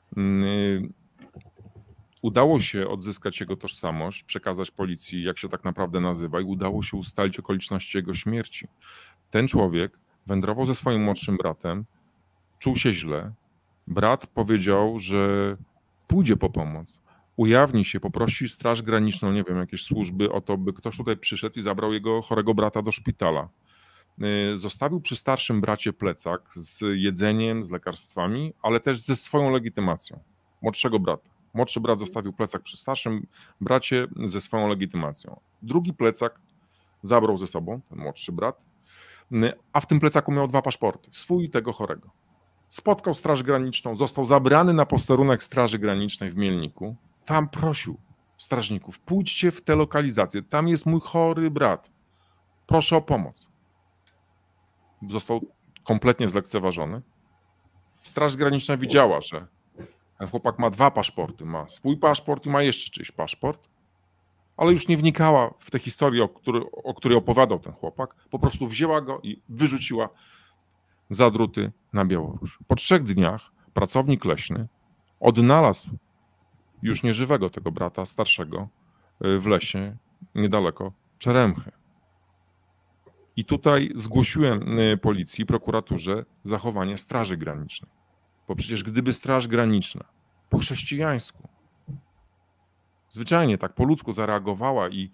Udało się odzyskać jego tożsamość, przekazać policji, jak się tak naprawdę nazywa, i udało się ustalić okoliczności jego śmierci. Ten człowiek wędrował ze swoim młodszym bratem, czuł się źle. Brat powiedział, że pójdzie po pomoc. Ujawni się, poprosi Straż Graniczną, nie wiem, jakieś służby o to, by ktoś tutaj przyszedł i zabrał jego chorego brata do szpitala. Zostawił przy starszym bracie plecak z jedzeniem, z lekarstwami, ale też ze swoją legitymacją młodszego brata. Młodszy brat zostawił plecak przy starszym bracie ze swoją legitymacją. Drugi plecak zabrał ze sobą, ten młodszy brat, a w tym plecaku miał 2 paszporty, swój i tego chorego. Spotkał Straż Graniczną, został zabrany na posterunek Straży Granicznej w Mielniku. Tam prosił strażników, pójdźcie w tę lokalizację, tam jest mój chory brat, proszę o pomoc. Został kompletnie zlekceważony. Straż Graniczna widziała, że ten chłopak ma 2 paszporty, ma swój paszport i ma jeszcze czyjś paszport, ale już nie wnikała w tę historię, o której opowiadał ten chłopak, po prostu wzięła go i wyrzuciła za druty na Białoruś. Po 3 dniach pracownik leśny odnalazł już nieżywego tego brata starszego w lesie niedaleko Czeremchy. I tutaj zgłosiłem policji, prokuraturze zachowanie Straży Granicznej. Bo przecież gdyby Straż Graniczna po chrześcijańsku, zwyczajnie tak po ludzku zareagowała i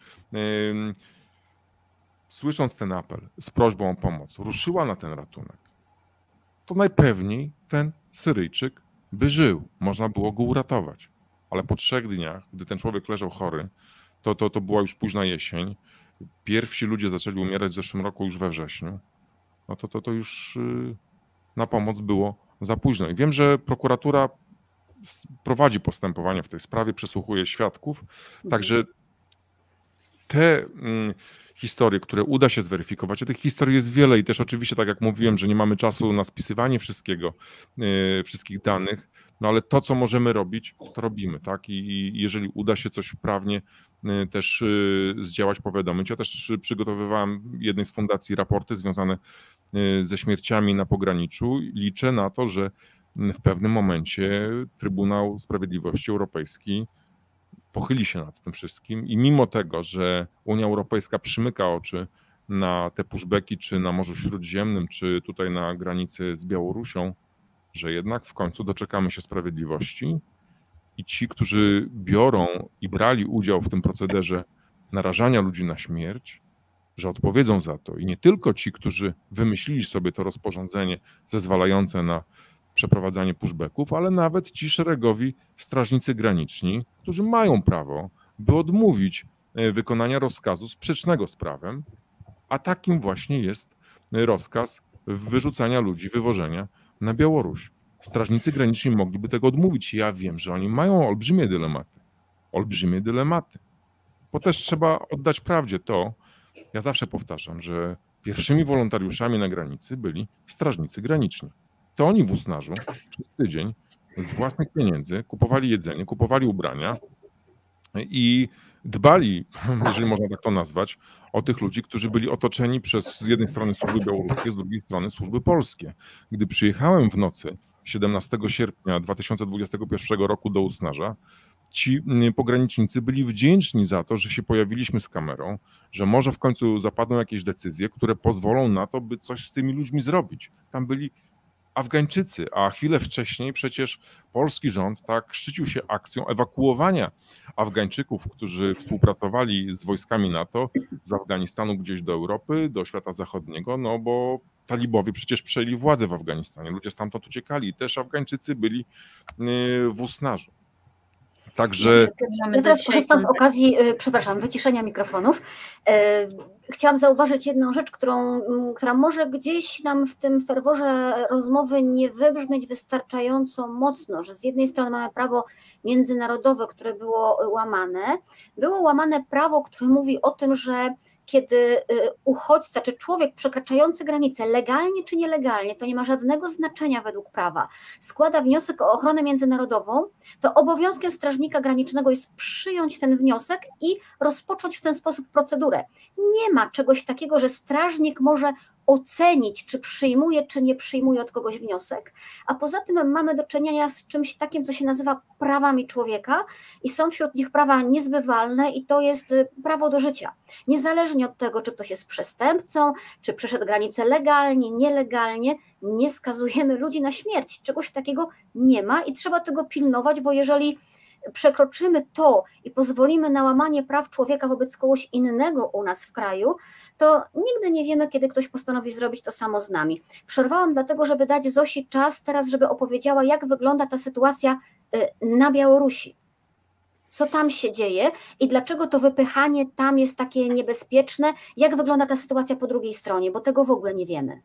słysząc ten apel z prośbą o pomoc, ruszyła na ten ratunek, to najpewniej ten Syryjczyk by żył, można było go uratować. ale po 3 dniach, gdy ten człowiek leżał chory, to była już późna jesień. Pierwsi ludzie zaczęli umierać w zeszłym roku już we wrześniu. No to już na pomoc było za późno. I wiem, że prokuratura prowadzi postępowanie w tej sprawie, przesłuchuje świadków, także te historie, które uda się zweryfikować, a tych historii jest wiele i też oczywiście, tak jak mówiłem, że nie mamy czasu na spisywanie wszystkiego, wszystkich danych, no ale to, co możemy robić, to robimy, tak? I jeżeli uda się coś prawnie też zdziałać, powiadomić. Ja też przygotowywałem jednej z fundacji raporty związane ze śmierciami na pograniczu. Liczę na to, że w pewnym momencie Trybunał Sprawiedliwości Europejski pochyli się nad tym wszystkim i mimo tego, że Unia Europejska przymyka oczy na te pushbacki, czy na Morzu Śródziemnym, czy tutaj na granicy z Białorusią, że jednak w końcu doczekamy się sprawiedliwości i ci, którzy biorą i brali udział w tym procederze narażania ludzi na śmierć, że odpowiedzą za to. I nie tylko ci, którzy wymyślili sobie to rozporządzenie zezwalające na przeprowadzanie pushbacków, ale nawet ci szeregowi strażnicy graniczni, którzy mają prawo, by odmówić wykonania rozkazu sprzecznego z prawem, a takim właśnie jest rozkaz wyrzucania ludzi, wywożenia na Białoruś. Strażnicy graniczni mogliby tego odmówić. Ja wiem, że oni mają olbrzymie dylematy, bo też trzeba oddać prawdzie to, ja zawsze powtarzam, że pierwszymi wolontariuszami na granicy byli strażnicy graniczni. To oni w Usnarzu przez tydzień z własnych pieniędzy kupowali jedzenie, kupowali ubrania i dbali, jeżeli można tak to nazwać, o tych ludzi, którzy byli otoczeni przez z jednej strony służby białoruskie, z drugiej strony służby polskie. Gdy przyjechałem w nocy 17 sierpnia 2021 roku do Usnarza, ci pogranicznicy byli wdzięczni za to, że się pojawiliśmy z kamerą, że może w końcu zapadną jakieś decyzje, które pozwolą na to, by coś z tymi ludźmi zrobić. Tam byli Afgańczycy, a chwilę wcześniej przecież polski rząd tak szczycił się akcją ewakuowania Afgańczyków, którzy współpracowali z wojskami NATO z Afganistanu gdzieś do Europy, do świata zachodniego, no bo talibowie przecież przejęli władzę w Afganistanie, ludzie stamtąd uciekali i też Afgańczycy byli w Usnarzu. Także... Ja teraz korzystam z okazji, przepraszam, wyciszenia mikrofonów. Chciałam zauważyć jedną rzecz, która może gdzieś nam w tym ferworze rozmowy nie wybrzmieć wystarczająco mocno, że z jednej strony mamy prawo międzynarodowe, które było łamane prawo, które mówi o tym, że kiedy uchodźca czy człowiek przekraczający granicę legalnie czy nielegalnie, to nie ma żadnego znaczenia według prawa, składa wniosek o ochronę międzynarodową, to obowiązkiem strażnika granicznego jest przyjąć ten wniosek i rozpocząć w ten sposób procedurę. Nie ma czegoś takiego, że strażnik może ocenić, czy przyjmuje, czy nie przyjmuje od kogoś wniosek, a poza tym mamy do czynienia z czymś takim, co się nazywa prawami człowieka i są wśród nich prawa niezbywalne i to jest prawo do życia. Niezależnie od tego, czy ktoś jest przestępcą, czy przeszedł granicę legalnie, nielegalnie, nie skazujemy ludzi na śmierć. Czegoś takiego nie ma i trzeba tego pilnować, bo jeżeli przekroczymy to i pozwolimy na łamanie praw człowieka wobec kogoś innego u nas w kraju, to nigdy nie wiemy, kiedy ktoś postanowi zrobić to samo z nami. Przerwałam dlatego, żeby dać Zosi czas teraz, żeby opowiedziała, jak wygląda ta sytuacja na Białorusi. Co tam się dzieje i dlaczego to wypychanie tam jest takie niebezpieczne, jak wygląda ta sytuacja po drugiej stronie, bo tego w ogóle nie wiemy.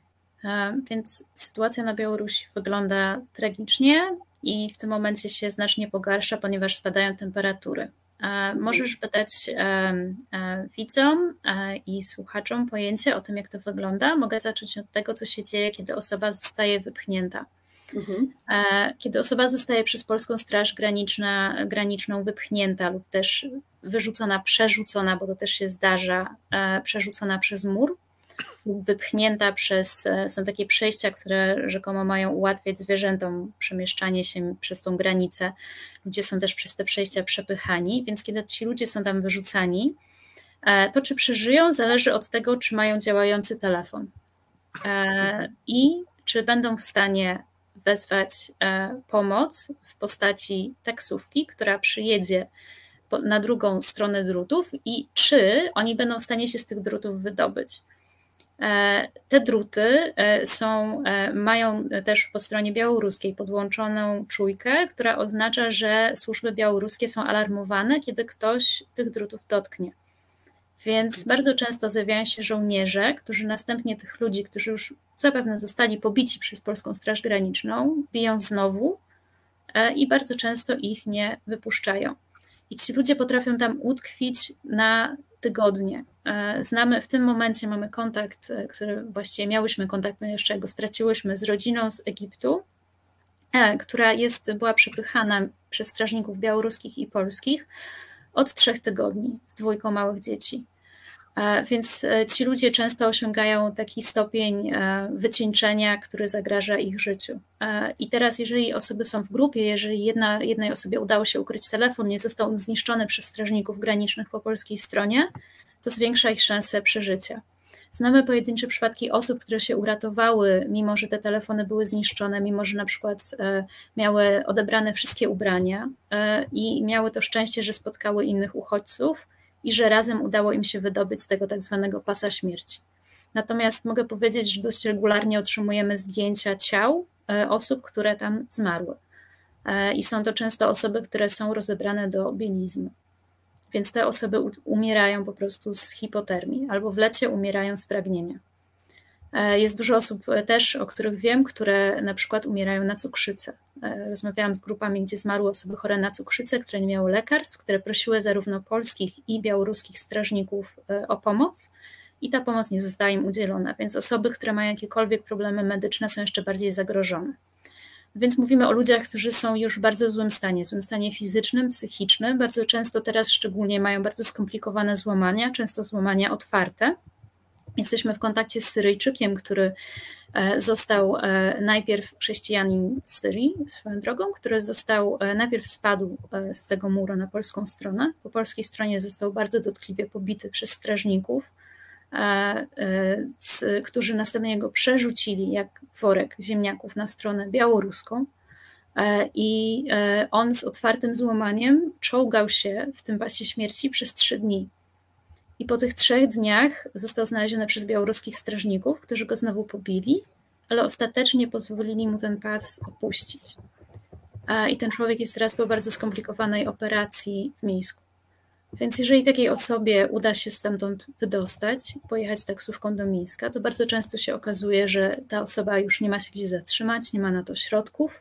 Więc sytuacja na Białorusi wygląda tragicznie i w tym momencie się znacznie pogarsza, ponieważ spadają temperatury. Możesz wydać widzom i słuchaczom pojęcie o tym, jak to wygląda. Mogę zacząć od tego, co się dzieje, kiedy osoba zostaje wypchnięta. Kiedy osoba zostaje przez Polską Straż Graniczną wypchnięta lub też wyrzucona, przerzucona, bo to też się zdarza, przerzucona przez mur, lub wypchnięta są takie przejścia, które rzekomo mają ułatwiać zwierzętom przemieszczanie się przez tą granicę. Ludzie są też przez te przejścia przepychani, więc kiedy ci ludzie są tam wyrzucani, to czy przeżyją zależy od tego, czy mają działający telefon i czy będą w stanie wezwać pomoc w postaci taksówki, która przyjedzie na drugą stronę drutów i czy oni będą w stanie się z tych drutów wydobyć. Te druty mają też po stronie białoruskiej podłączoną czujkę, która oznacza, że służby białoruskie są alarmowane, kiedy ktoś tych drutów dotknie. Więc bardzo często zjawiają się żołnierze, którzy następnie tych ludzi, którzy już zapewne zostali pobici przez Polską Straż Graniczną, biją znowu i bardzo często ich nie wypuszczają. I ci ludzie potrafią tam utkwić na tygodnie. W tym momencie mamy kontakt, właściwie miałyśmy kontakt, ponieważ go straciłyśmy, z rodziną z Egiptu, która była przepychana przez strażników białoruskich i polskich od 3 tygodni z 2 małych dzieci. Więc ci ludzie często osiągają taki stopień wycieńczenia, który zagraża ich życiu. I teraz, jeżeli osoby są w grupie, jeżeli jednej osobie udało się ukryć telefon, nie został on zniszczony przez strażników granicznych po polskiej stronie, to zwiększa ich szanse przeżycia. Znamy pojedyncze przypadki osób, które się uratowały, mimo że te telefony były zniszczone, mimo że na przykład miały odebrane wszystkie ubrania i miały to szczęście, że spotkały innych uchodźców i że razem udało im się wydobyć z tego tak zwanego pasa śmierci. Natomiast mogę powiedzieć, że dość regularnie otrzymujemy zdjęcia ciał osób, które tam zmarły. I są to często osoby, które są rozebrane do bielizny. Więc te osoby umierają po prostu z hipotermii albo w lecie umierają z pragnienia. Jest dużo osób też, o których wiem, które na przykład umierają na cukrzycę. Rozmawiałam z grupami, gdzie zmarły osoby chore na cukrzycę, które nie miały lekarstw, które prosiły zarówno polskich i białoruskich strażników o pomoc i ta pomoc nie została im udzielona, więc osoby, które mają jakiekolwiek problemy medyczne, są jeszcze bardziej zagrożone. Więc mówimy o ludziach, którzy są już w bardzo złym stanie fizycznym, psychicznym. Bardzo często teraz szczególnie mają bardzo skomplikowane złamania, często złamania otwarte. Jesteśmy w kontakcie z Syryjczykiem, który został najpierw chrześcijanin z Syrii, swoją drogą, który najpierw spadł z tego muru na polską stronę. Po polskiej stronie został bardzo dotkliwie pobity przez strażników, którzy następnie go przerzucili jak worek ziemniaków na stronę białoruską i on z otwartym złamaniem czołgał się w tym pasie śmierci przez 3 dni. I po tych 3 dniach został znaleziony przez białoruskich strażników, którzy go znowu pobili, ale ostatecznie pozwolili mu ten pas opuścić. I ten człowiek jest teraz po bardzo skomplikowanej operacji w Mińsku. Więc jeżeli takiej osobie uda się stamtąd wydostać, pojechać taksówką do Mińska, to bardzo często się okazuje, że ta osoba już nie ma się gdzie zatrzymać, nie ma na to środków.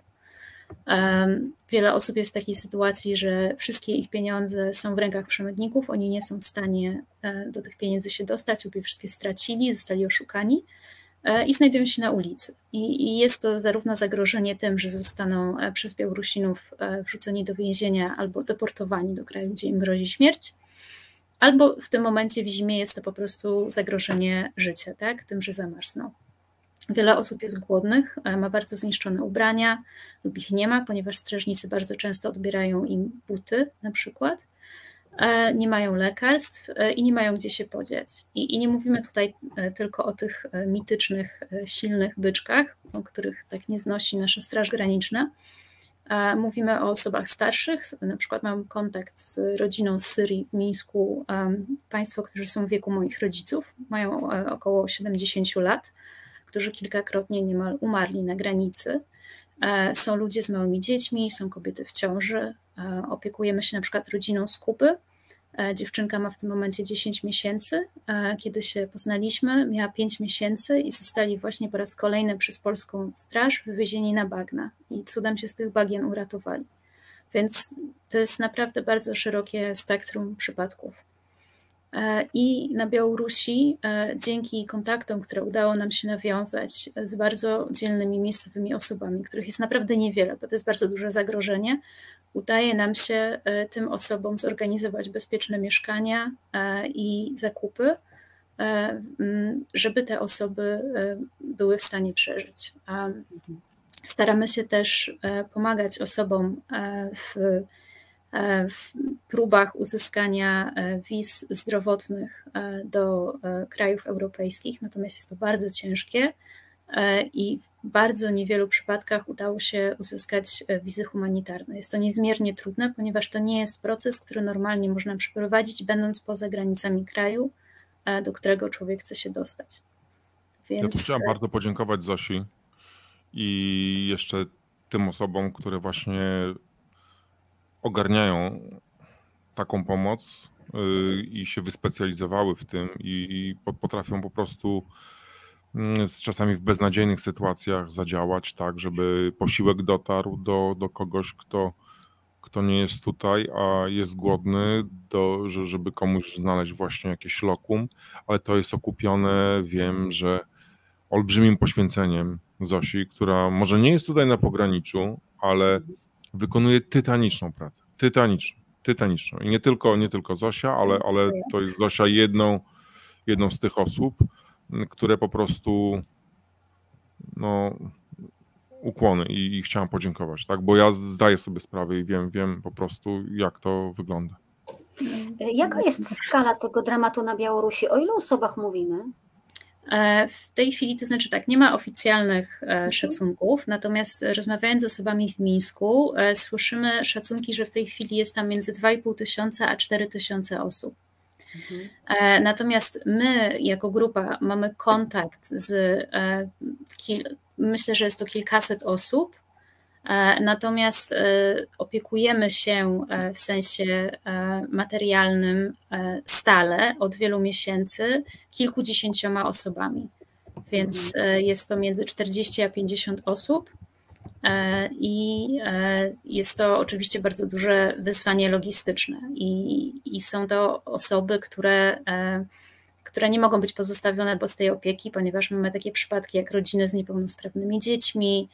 Wiele osób jest w takiej sytuacji, że wszystkie ich pieniądze są w rękach przemytników, oni nie są w stanie do tych pieniędzy się dostać, lub je wszystkie stracili, zostali oszukani i znajdują się na ulicy. I jest to zarówno zagrożenie tym, że zostaną przez Białorusinów wrzuceni do więzienia albo deportowani do kraju, gdzie im grozi śmierć, albo w tym momencie w zimie jest to po prostu zagrożenie życia, tak? Tym, że zamarzną. Wiele osób jest głodnych, ma bardzo zniszczone ubrania lub ich nie ma, ponieważ strażnicy bardzo często odbierają im buty na przykład. Nie mają lekarstw i nie mają gdzie się podziać. I nie mówimy tutaj tylko o tych mitycznych, silnych byczkach, o których tak nie znosi nasza Straż Graniczna. Mówimy o osobach starszych. Na przykład mam kontakt z rodziną z Syrii w Mińsku. Państwo, którzy są w wieku moich rodziców, mają około 70 lat, którzy kilkakrotnie niemal umarli na granicy. Są ludzie z małymi dziećmi, są kobiety w ciąży. Opiekujemy się na przykład rodziną z Kuby. Dziewczynka ma w tym momencie 10 miesięcy. Kiedy się poznaliśmy, miała 5 miesięcy i zostali właśnie po raz kolejny przez polską straż wywiezieni na bagna i cudem się z tych bagien uratowali. Więc to jest naprawdę bardzo szerokie spektrum przypadków. I na Białorusi dzięki kontaktom, które udało nam się nawiązać z bardzo dzielnymi miejscowymi osobami, których jest naprawdę niewiele, bo to jest bardzo duże zagrożenie, udaje nam się tym osobom zorganizować bezpieczne mieszkania i zakupy, żeby te osoby były w stanie przeżyć. Staramy się też pomagać osobom w próbach uzyskania wiz zdrowotnych do krajów europejskich, natomiast jest to bardzo ciężkie i w bardzo niewielu przypadkach udało się uzyskać wizy humanitarne. Jest to niezmiernie trudne, ponieważ to nie jest proces, który normalnie można przeprowadzić, będąc poza granicami kraju, do którego człowiek chce się dostać. Ja tu Więc chciałem bardzo podziękować Zosi i jeszcze tym osobom, które właśnie ogarniają taką pomoc i się wyspecjalizowały w tym i potrafią po prostu czasami w beznadziejnych sytuacjach zadziałać tak, żeby posiłek dotarł do kogoś, kto nie jest tutaj, a jest głodny, żeby komuś znaleźć właśnie jakieś lokum, ale to jest okupione, wiem, że olbrzymim poświęceniem Zosi, która może nie jest tutaj na pograniczu, ale wykonuje tytaniczną pracę. Tytaniczną. I nie tylko Zosia, ale to jest Zosia jedną z tych osób, które po prostu ukłony i chciałem podziękować, tak? Bo ja zdaję sobie sprawę i wiem po prostu, jak to wygląda. Jaka jest skala tego dramatu na Białorusi? O ilu osobach mówimy? W tej chwili, to znaczy tak, nie ma oficjalnych szacunków, natomiast rozmawiając z osobami w Mińsku, słyszymy szacunki, że w tej chwili jest tam między 2,5 tysiąca a 4 tysiące osób. Natomiast my jako grupa mamy kontakt z, myślę, że jest to kilkaset osób, natomiast opiekujemy się w sensie materialnym stale od wielu miesięcy kilkudziesięcioma osobami, więc jest to między 40 a 50 osób i jest to oczywiście bardzo duże wyzwanie logistyczne i są to osoby, które nie mogą być pozostawione bez tej opieki, ponieważ mamy takie przypadki jak rodziny z niepełnosprawnymi dziećmi,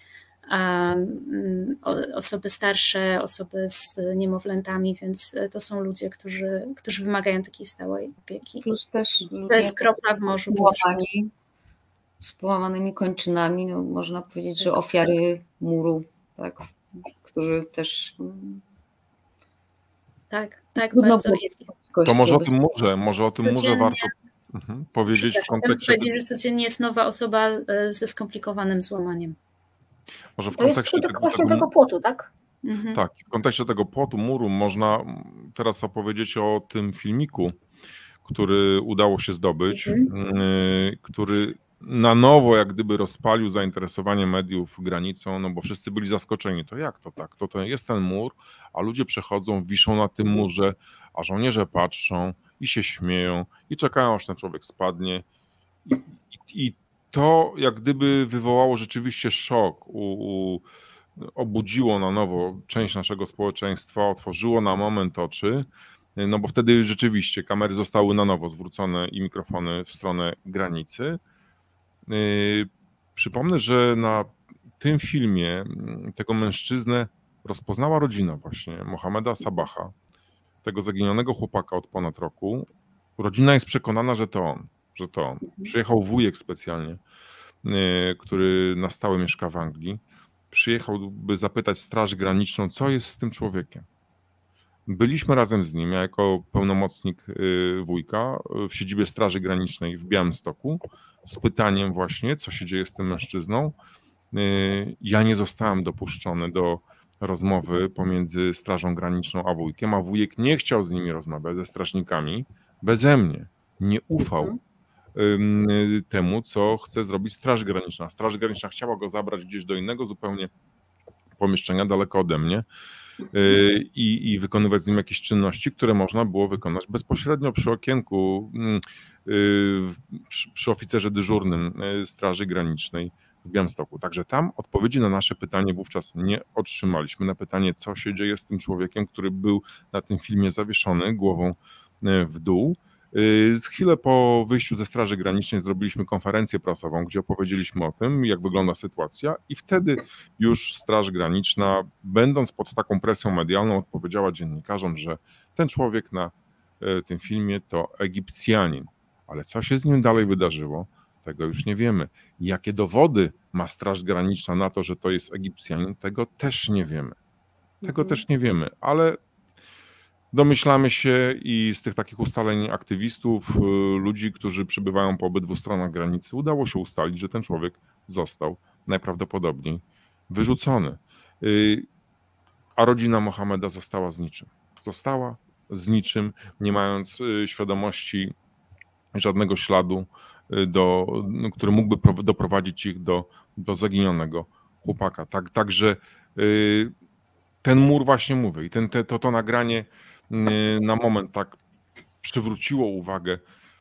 osoby starsze, osoby z niemowlętami, więc to są ludzie, którzy wymagają takiej stałej opieki. Plus też to jest kropla w morzu. Z połamanymi kończynami, można powiedzieć, że ofiary muru, tak, którzy też... Tak, bardzo jest. To może o tym murze warto powiedzieć w kontekście... Chcę powiedzieć, że codziennie jest nowa osoba ze skomplikowanym złamaniem. Może w to jest skutek właśnie tego płotu, tak? Tak, w kontekście tego płotu, muru można teraz opowiedzieć o tym filmiku, który udało się zdobyć, który na nowo jak gdyby rozpalił zainteresowanie mediów granicą, bo wszyscy byli zaskoczeni. To jak to tak? To jest ten mur, a ludzie przechodzą, wiszą na tym murze, a żołnierze patrzą i się śmieją i czekają, aż ten człowiek spadnie. I to jak gdyby wywołało rzeczywiście szok, obudziło na nowo część naszego społeczeństwa, otworzyło na moment oczy, bo wtedy rzeczywiście kamery zostały na nowo zwrócone i mikrofony w stronę granicy. Przypomnę, że na tym filmie tego mężczyznę rozpoznała rodzina właśnie Mohameda Sabaha, tego zaginionego chłopaka od ponad roku. Rodzina jest przekonana, że to on. Przyjechał wujek specjalnie, który na stałe mieszka w Anglii. Przyjechał, by zapytać Straż Graniczną, co jest z tym człowiekiem. Byliśmy razem z nim, ja jako pełnomocnik wujka w siedzibie Straży Granicznej w Białymstoku z pytaniem właśnie, co się dzieje z tym mężczyzną. Ja nie zostałem dopuszczony do rozmowy pomiędzy Strażą Graniczną a wujkiem, a wujek nie chciał z nimi rozmawiać, ze strażnikami, beze mnie. Nie ufał temu, co chce zrobić Straż Graniczna. Straż Graniczna chciała go zabrać gdzieś do innego zupełnie pomieszczenia, daleko ode mnie i wykonywać z nim jakieś czynności, które można było wykonać bezpośrednio przy okienku, przy oficerze dyżurnym Straży Granicznej w Białymstoku. Także tam odpowiedzi na nasze pytanie wówczas nie otrzymaliśmy. Na pytanie, co się dzieje z tym człowiekiem, który był na tym filmie zawieszony głową w dół. Chwilę po wyjściu ze Straży Granicznej zrobiliśmy konferencję prasową, gdzie opowiedzieliśmy o tym, jak wygląda sytuacja i wtedy już Straż Graniczna, będąc pod taką presją medialną, odpowiedziała dziennikarzom, że ten człowiek na tym filmie to Egipcjanin. Ale co się z nim dalej wydarzyło, tego już nie wiemy. Jakie dowody ma Straż Graniczna na to, że to jest Egipcjanin, tego też nie wiemy. Ale domyślamy się i z tych takich ustaleń aktywistów, ludzi, którzy przebywają po obydwu stronach granicy, udało się ustalić, że ten człowiek został najprawdopodobniej wyrzucony. A rodzina Mohameda została z niczym. Nie mając świadomości żadnego śladu który mógłby doprowadzić ich do zaginionego chłopaka. Także ten mur właśnie mówię i to nagranie na moment tak przywróciło uwagę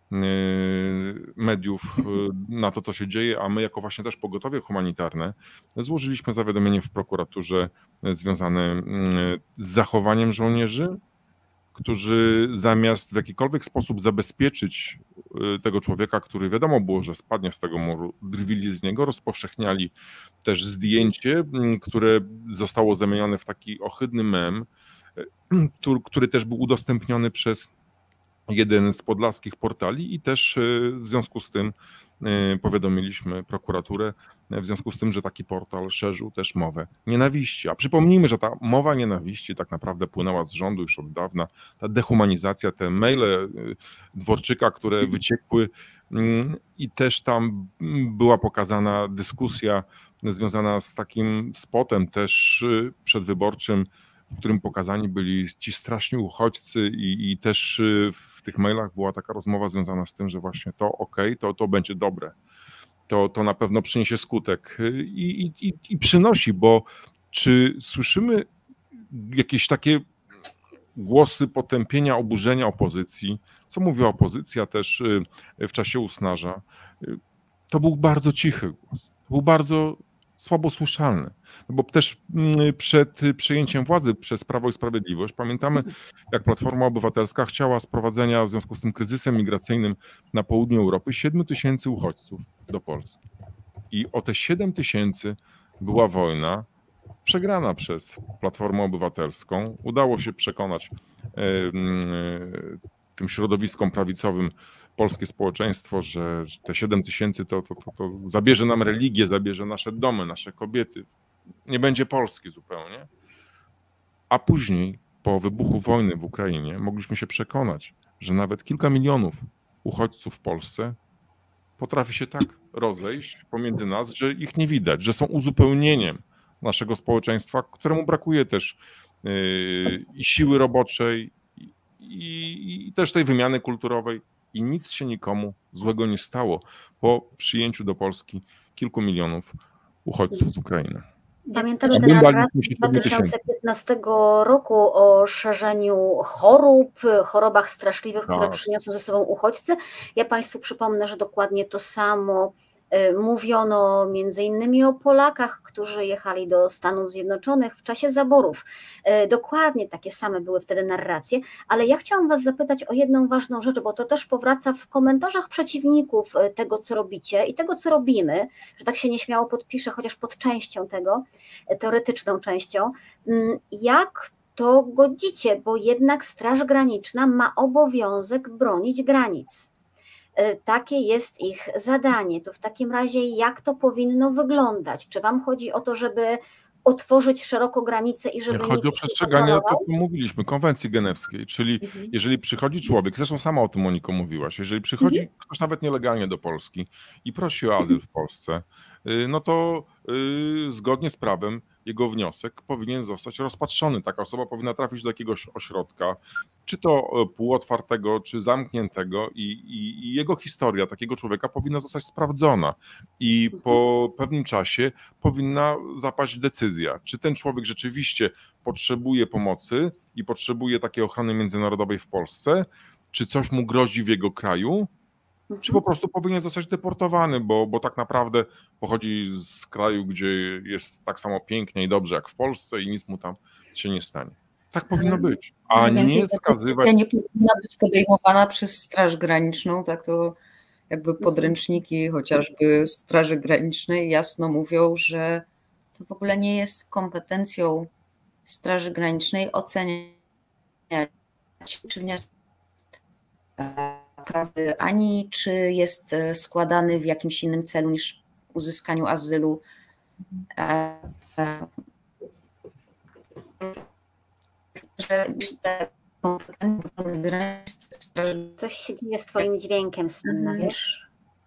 mediów na to, co się dzieje, a my jako właśnie też pogotowie humanitarne złożyliśmy zawiadomienie w prokuraturze związane z zachowaniem żołnierzy, którzy zamiast w jakikolwiek sposób zabezpieczyć tego człowieka, który wiadomo było, że spadnie z tego muru, drwili z niego, rozpowszechniali też zdjęcie, które zostało zamienione w taki ohydny mem, który też był udostępniony przez jeden z podlaskich portali i też w związku z tym powiadomiliśmy prokuraturę, w związku z tym, że taki portal szerzył też mowę nienawiści. A przypomnijmy, że ta mowa nienawiści tak naprawdę płynęła z rządu już od dawna. Ta dehumanizacja, te maile Dworczyka, które wyciekły i też tam była pokazana dyskusja związana z takim spotem też przedwyborczym, w którym pokazani byli ci straszni uchodźcy i też w tych mailach była taka rozmowa związana z tym, że właśnie to będzie dobre, to na pewno przyniesie skutek i przynosi, bo czy słyszymy jakieś takie głosy potępienia, oburzenia opozycji, co mówiła opozycja też w czasie Usnarza, to był bardzo cichy głos, był bardzo słabo słyszalny, bo też przed przejęciem władzy przez Prawo i Sprawiedliwość pamiętamy, jak Platforma Obywatelska chciała sprowadzenia w związku z tym kryzysem migracyjnym na południu Europy 7 000 uchodźców do Polski. I o te 7 000 była wojna przegrana przez Platformę Obywatelską. Udało się przekonać tym środowiskom prawicowym polskie społeczeństwo, że te 7 000 to zabierze nam religię, zabierze nasze domy, nasze kobiety. Nie będzie Polski zupełnie. A później, po wybuchu wojny w Ukrainie, mogliśmy się przekonać, że nawet kilka milionów uchodźców w Polsce potrafi się tak rozejść pomiędzy nas, że ich nie widać, że są uzupełnieniem naszego społeczeństwa, któremu brakuje też i siły roboczej, i też tej wymiany kulturowej. I nic się nikomu złego nie stało po przyjęciu do Polski kilku milionów uchodźców z Ukrainy. Pamiętam ten narracji z 2015 roku o szerzeniu chorobach straszliwych, które przyniosą ze sobą uchodźcy. Ja Państwu przypomnę, że dokładnie to samo mówiono między innymi o Polakach, którzy jechali do Stanów Zjednoczonych w czasie zaborów. Dokładnie takie same były wtedy narracje, ale ja chciałam Was zapytać o jedną ważną rzecz, bo to też powraca w komentarzach przeciwników tego, co robicie i tego, co robimy, że tak się nieśmiało podpiszę, chociaż pod częścią tego, teoretyczną częścią. Jak to godzicie, bo jednak Straż Graniczna ma obowiązek bronić granic. Takie jest ich zadanie. To w takim razie jak to powinno wyglądać? Czy Wam chodzi o to, żeby otworzyć szeroko granice i żeby chodzi o przestrzeganie, to mówiliśmy, konwencji genewskiej, czyli jeżeli przychodzi człowiek, zresztą sama o tym, Moniko, mówiłaś, jeżeli przychodzi ktoś nawet nielegalnie do Polski i prosi o azyl w Polsce, no to zgodnie z prawem jego wniosek powinien zostać rozpatrzony. Taka osoba powinna trafić do jakiegoś ośrodka, czy to półotwartego, czy zamkniętego i jego historia takiego człowieka powinna zostać sprawdzona i po pewnym czasie powinna zapaść decyzja, czy ten człowiek rzeczywiście potrzebuje pomocy i potrzebuje takiej ochrony międzynarodowej w Polsce, czy coś mu grozi w jego kraju, czy po prostu powinien zostać deportowany, bo tak naprawdę pochodzi z kraju, gdzie jest tak samo pięknie i dobrze jak w Polsce i nic mu tam się nie stanie. Tak powinno być, a nie skazywać... Nie powinna być podejmowana przez Straż Graniczną, tak to jakby podręczniki chociażby Straży Granicznej jasno mówią, że to w ogóle nie jest kompetencją Straży Granicznej oceniać, czy wniosek prawy, ani czy jest składany w jakimś innym celu niż uzyskaniu azylu. Coś się dzieje z Twoim dźwiękiem, Słynna, wiesz?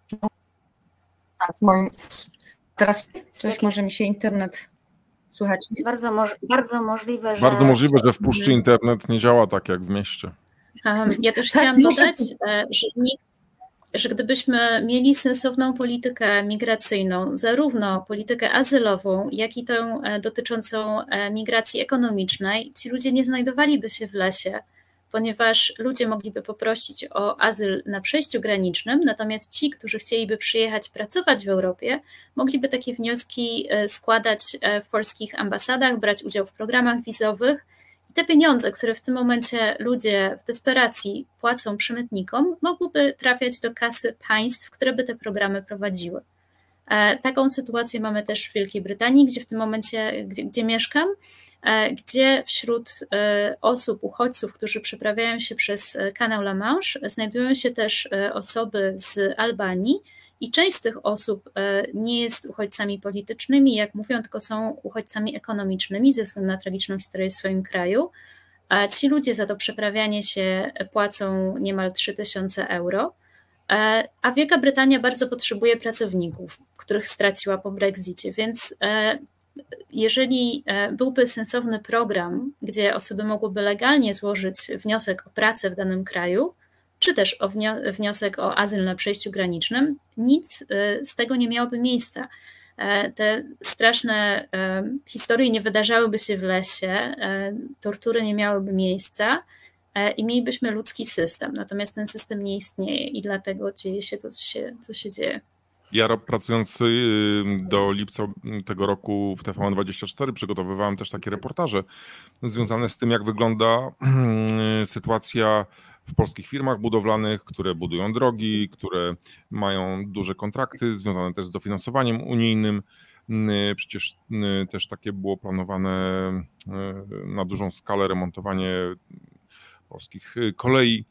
Teraz coś może mi się internet słychać. Bardzo możliwe, że... Bardzo możliwe, że w puszczy internet nie działa tak jak w mieście. Ja też chciałam dodać, że że gdybyśmy mieli sensowną politykę migracyjną, zarówno politykę azylową, jak i tę dotyczącą migracji ekonomicznej, ci ludzie nie znajdowaliby się w lesie, ponieważ ludzie mogliby poprosić o azyl na przejściu granicznym, natomiast ci, którzy chcieliby przyjechać pracować w Europie, mogliby takie wnioski składać w polskich ambasadach, brać udział w programach wizowych. I te pieniądze, które w tym momencie ludzie w desperacji płacą przemytnikom, mogłyby trafiać do kasy państw, które by te programy prowadziły. Taką sytuację mamy też w Wielkiej Brytanii, gdzie w tym momencie, gdzie mieszkam, gdzie wśród osób, uchodźców, którzy przeprawiają się przez kanał La Manche, znajdują się też osoby z Albanii i część z tych osób nie jest uchodźcami politycznymi, jak mówią, tylko są uchodźcami ekonomicznymi ze względu na tragiczną historię w swoim kraju. A ci ludzie za to przeprawianie się płacą niemal 3000 euro. A Wielka Brytania bardzo potrzebuje pracowników, których straciła po Brexicie, więc jeżeli byłby sensowny program, gdzie osoby mogłyby legalnie złożyć wniosek o pracę w danym kraju, czy też o wniosek o azyl na przejściu granicznym, nic z tego nie miałoby miejsca. Te straszne historie nie wydarzałyby się w lesie, tortury nie miałyby miejsca i mielibyśmy ludzki system. Natomiast ten system nie istnieje i dlatego dzieje się to, co się dzieje. Ja pracując do lipca tego roku w TVN24 przygotowywałem też takie reportaże związane z tym, jak wygląda sytuacja w polskich firmach budowlanych, które budują drogi, które mają duże kontrakty związane też z dofinansowaniem unijnym. Przecież też takie było planowane na dużą skalę remontowanie polskich kolei.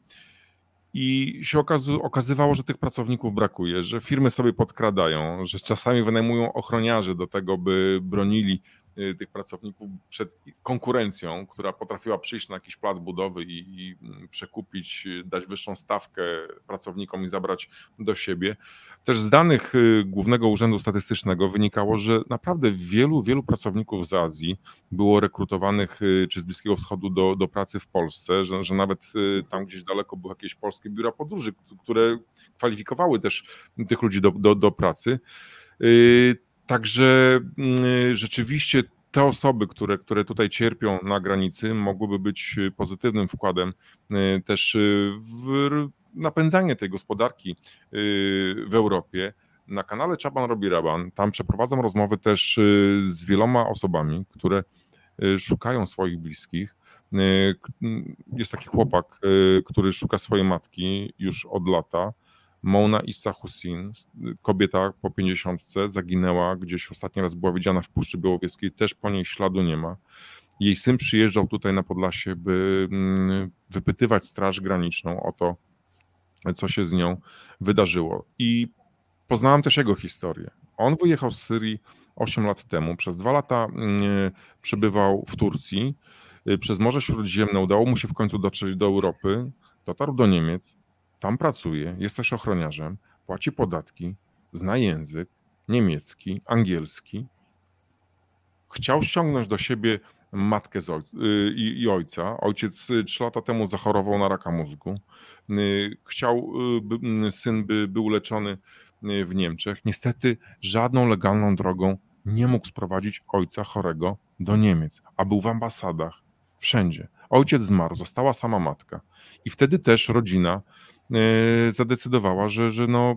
I się okazywało, że tych pracowników brakuje, że firmy sobie podkradają, że czasami wynajmują ochroniarzy do tego, by bronili tych pracowników przed konkurencją, która potrafiła przyjść na jakiś plac budowy i przekupić, dać wyższą stawkę pracownikom i zabrać do siebie. Też z danych Głównego Urzędu Statystycznego wynikało, że naprawdę wielu pracowników z Azji było rekrutowanych czy z Bliskiego Wschodu do pracy w Polsce, że nawet tam gdzieś daleko były jakieś polskie biura podróży, które kwalifikowały też tych ludzi do pracy. Także rzeczywiście te osoby, które tutaj cierpią na granicy, mogłyby być pozytywnym wkładem też w napędzanie tej gospodarki w Europie. Na kanale Czaban robi Raban, tam przeprowadzam rozmowy też z wieloma osobami, które szukają swoich bliskich. Jest taki chłopak, który szuka swojej matki już od lata. Mona Issa Hussein, kobieta po 50, zaginęła gdzieś, ostatni raz była widziana w Puszczy Białowieskiej, też po niej śladu nie ma. Jej syn przyjeżdżał tutaj na Podlasie, by wypytywać Straż Graniczną o to, co się z nią wydarzyło. I poznałem też jego historię. On wyjechał z Syrii 8 lat temu, przez 2 lata przebywał w Turcji, przez Morze Śródziemne udało mu się w końcu dotrzeć do Europy, dotarł do Niemiec, tam pracuje, jest też ochroniarzem, płaci podatki, zna język niemiecki, angielski. Chciał ściągnąć do siebie matkę i ojca. Ojciec 3 lata temu zachorował na raka mózgu. Chciał, syn by był leczony w Niemczech. Niestety żadną legalną drogą nie mógł sprowadzić ojca chorego do Niemiec, a był w ambasadach, wszędzie. Ojciec zmarł, została sama matka. I wtedy też rodzina zadecydowała, że no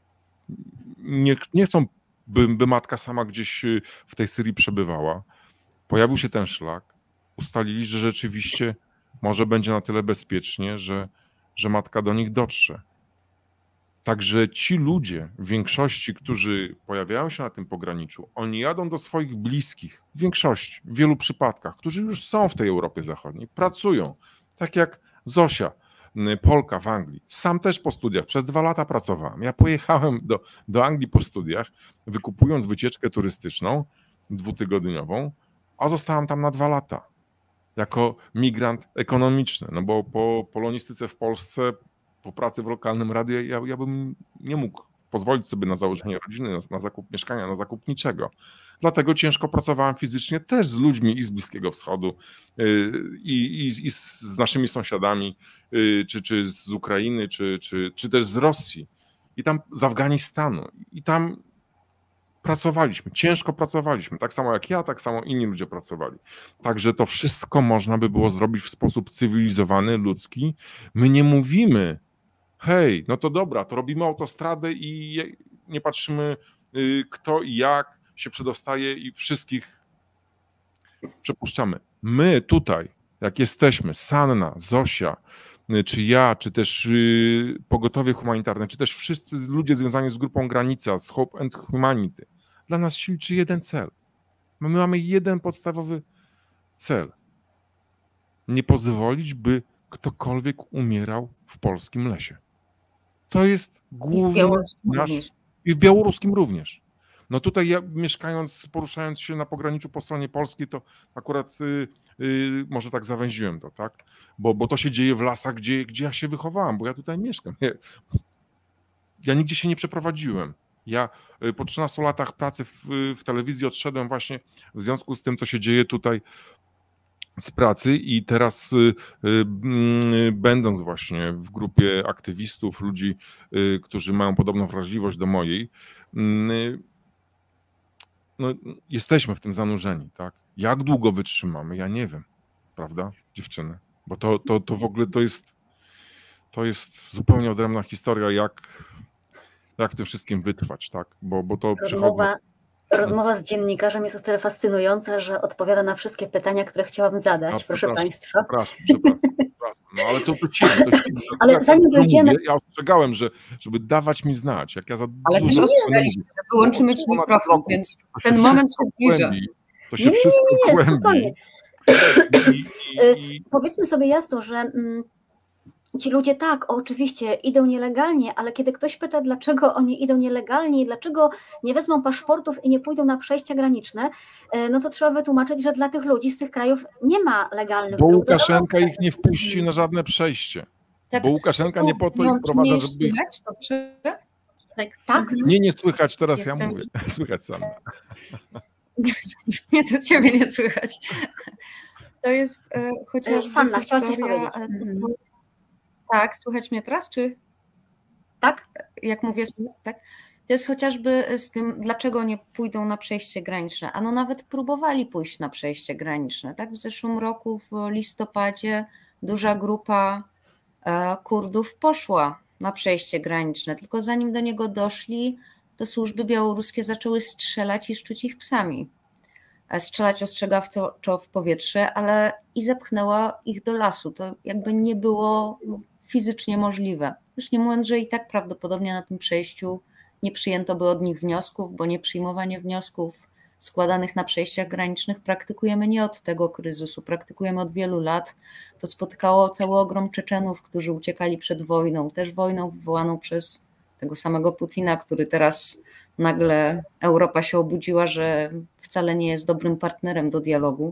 nie chcą, by matka sama gdzieś w tej Syrii przebywała. Pojawił się ten szlak, ustalili, że rzeczywiście może będzie na tyle bezpiecznie, że matka do nich dotrze. Także ci ludzie, w większości, którzy pojawiają się na tym pograniczu, oni jadą do swoich bliskich, w większości, w wielu przypadkach, którzy już są w tej Europie Zachodniej, pracują, tak jak Zosia, Polka w Anglii. Sam też po studiach, przez 2 lata pracowałem. Ja pojechałem do Anglii po studiach, wykupując wycieczkę turystyczną 2-tygodniową, a zostałem tam na 2 lata jako migrant ekonomiczny, no bo po polonistyce w Polsce, po pracy w lokalnym radiu, ja bym nie mógł pozwolić sobie na założenie rodziny, na zakup mieszkania, na zakup niczego. Dlatego ciężko pracowałem fizycznie też z ludźmi i z Bliskiego Wschodu, i z naszymi sąsiadami, czy z Ukrainy, czy też z Rosji. i tam z Afganistanu i tam pracowaliśmy, ciężko pracowaliśmy, tak samo jak ja, tak samo inni ludzie pracowali. Także to wszystko można by było zrobić w sposób cywilizowany, ludzki. My nie mówimy, hej, no to dobra, to robimy autostradę i nie patrzymy kto i jak się przedostaje i wszystkich przepuszczamy. My tutaj, jak jesteśmy, Sanna, Zosia, czy ja, czy też pogotowie humanitarne, czy też wszyscy ludzie związani z grupą Granica, z Hope and Humanity, dla nas się liczy jeden cel. My mamy jeden podstawowy cel. Nie pozwolić, by ktokolwiek umierał w polskim lesie. To jest główny nasz... I w białoruskim również. No tutaj ja mieszkając, poruszając się na pograniczu po stronie polskiej, to akurat może tak zawęziłem to, tak? Bo to się dzieje w lasach, gdzie ja się wychowałem, bo ja tutaj mieszkam. Ja nigdzie się nie przeprowadziłem. Ja po 13 latach pracy w telewizji odszedłem właśnie w związku z tym, co się dzieje tutaj z pracy i teraz będąc właśnie w grupie aktywistów, ludzi, którzy mają podobną wrażliwość do mojej, no, jesteśmy w tym zanurzeni, tak? Jak długo wytrzymamy? Ja nie wiem, prawda, dziewczyny? Bo to w ogóle to jest zupełnie odrębna historia, jak w tym wszystkim wytrwać, tak? Bo to Rozmowa z dziennikarzem jest o tyle fascynująca, że odpowiada na wszystkie pytania, które chciałabym zadać, proszę Państwa. Przepraszam. No ale to ciebie. Ale zanim dojdziemy... Ja ostrzegałem, żeby dawać mi znać, jak ja za ale też ostrzegaliśmy, że wyłączymy ci mikrofon, więc ten moment się zbliża. To się wszystko kłębi. Powiedzmy sobie jasno, że ci ludzie tak, oczywiście idą nielegalnie, ale kiedy ktoś pyta, dlaczego oni idą nielegalnie i dlaczego nie wezmą paszportów i nie pójdą na przejścia graniczne, no to trzeba wytłumaczyć, że dla tych ludzi z tych krajów nie ma legalnych dróg. Bo Łukaszenka ich nie wpuści na żadne przejście. Tak, bo Łukaszenka nie po to ich wprowadza, żeby... Słychać? Dobrze? Tak? Nie słychać, teraz ja mówię. Słychać sam. Nie, to ciebie nie słychać. To jest chociażby Sanna, chciałaś coś historia... Tak, słychać mnie teraz, czy? Tak? Jak mówię, tak? To jest chociażby z tym, dlaczego nie pójdą na przejście graniczne. Ano nawet próbowali pójść na przejście graniczne. Tak? W zeszłym roku w listopadzie duża grupa Kurdów poszła na przejście graniczne, tylko zanim do niego doszli, to służby białoruskie zaczęły strzelać i szczuć ich psami. Strzelać ostrzegawczo w powietrze, ale i zepchnęła ich do lasu. To jakby nie było fizycznie możliwe. Już nie mówiąc, że i tak prawdopodobnie na tym przejściu nie przyjęto by od nich wniosków, bo nieprzyjmowanie wniosków składanych na przejściach granicznych praktykujemy nie od tego kryzysu, praktykujemy od wielu lat. To spotkało cały ogrom Czeczenów, którzy uciekali przed wojną, też wojną wywołaną przez tego samego Putina, który teraz nagle Europa się obudziła, że wcale nie jest dobrym partnerem do dialogu.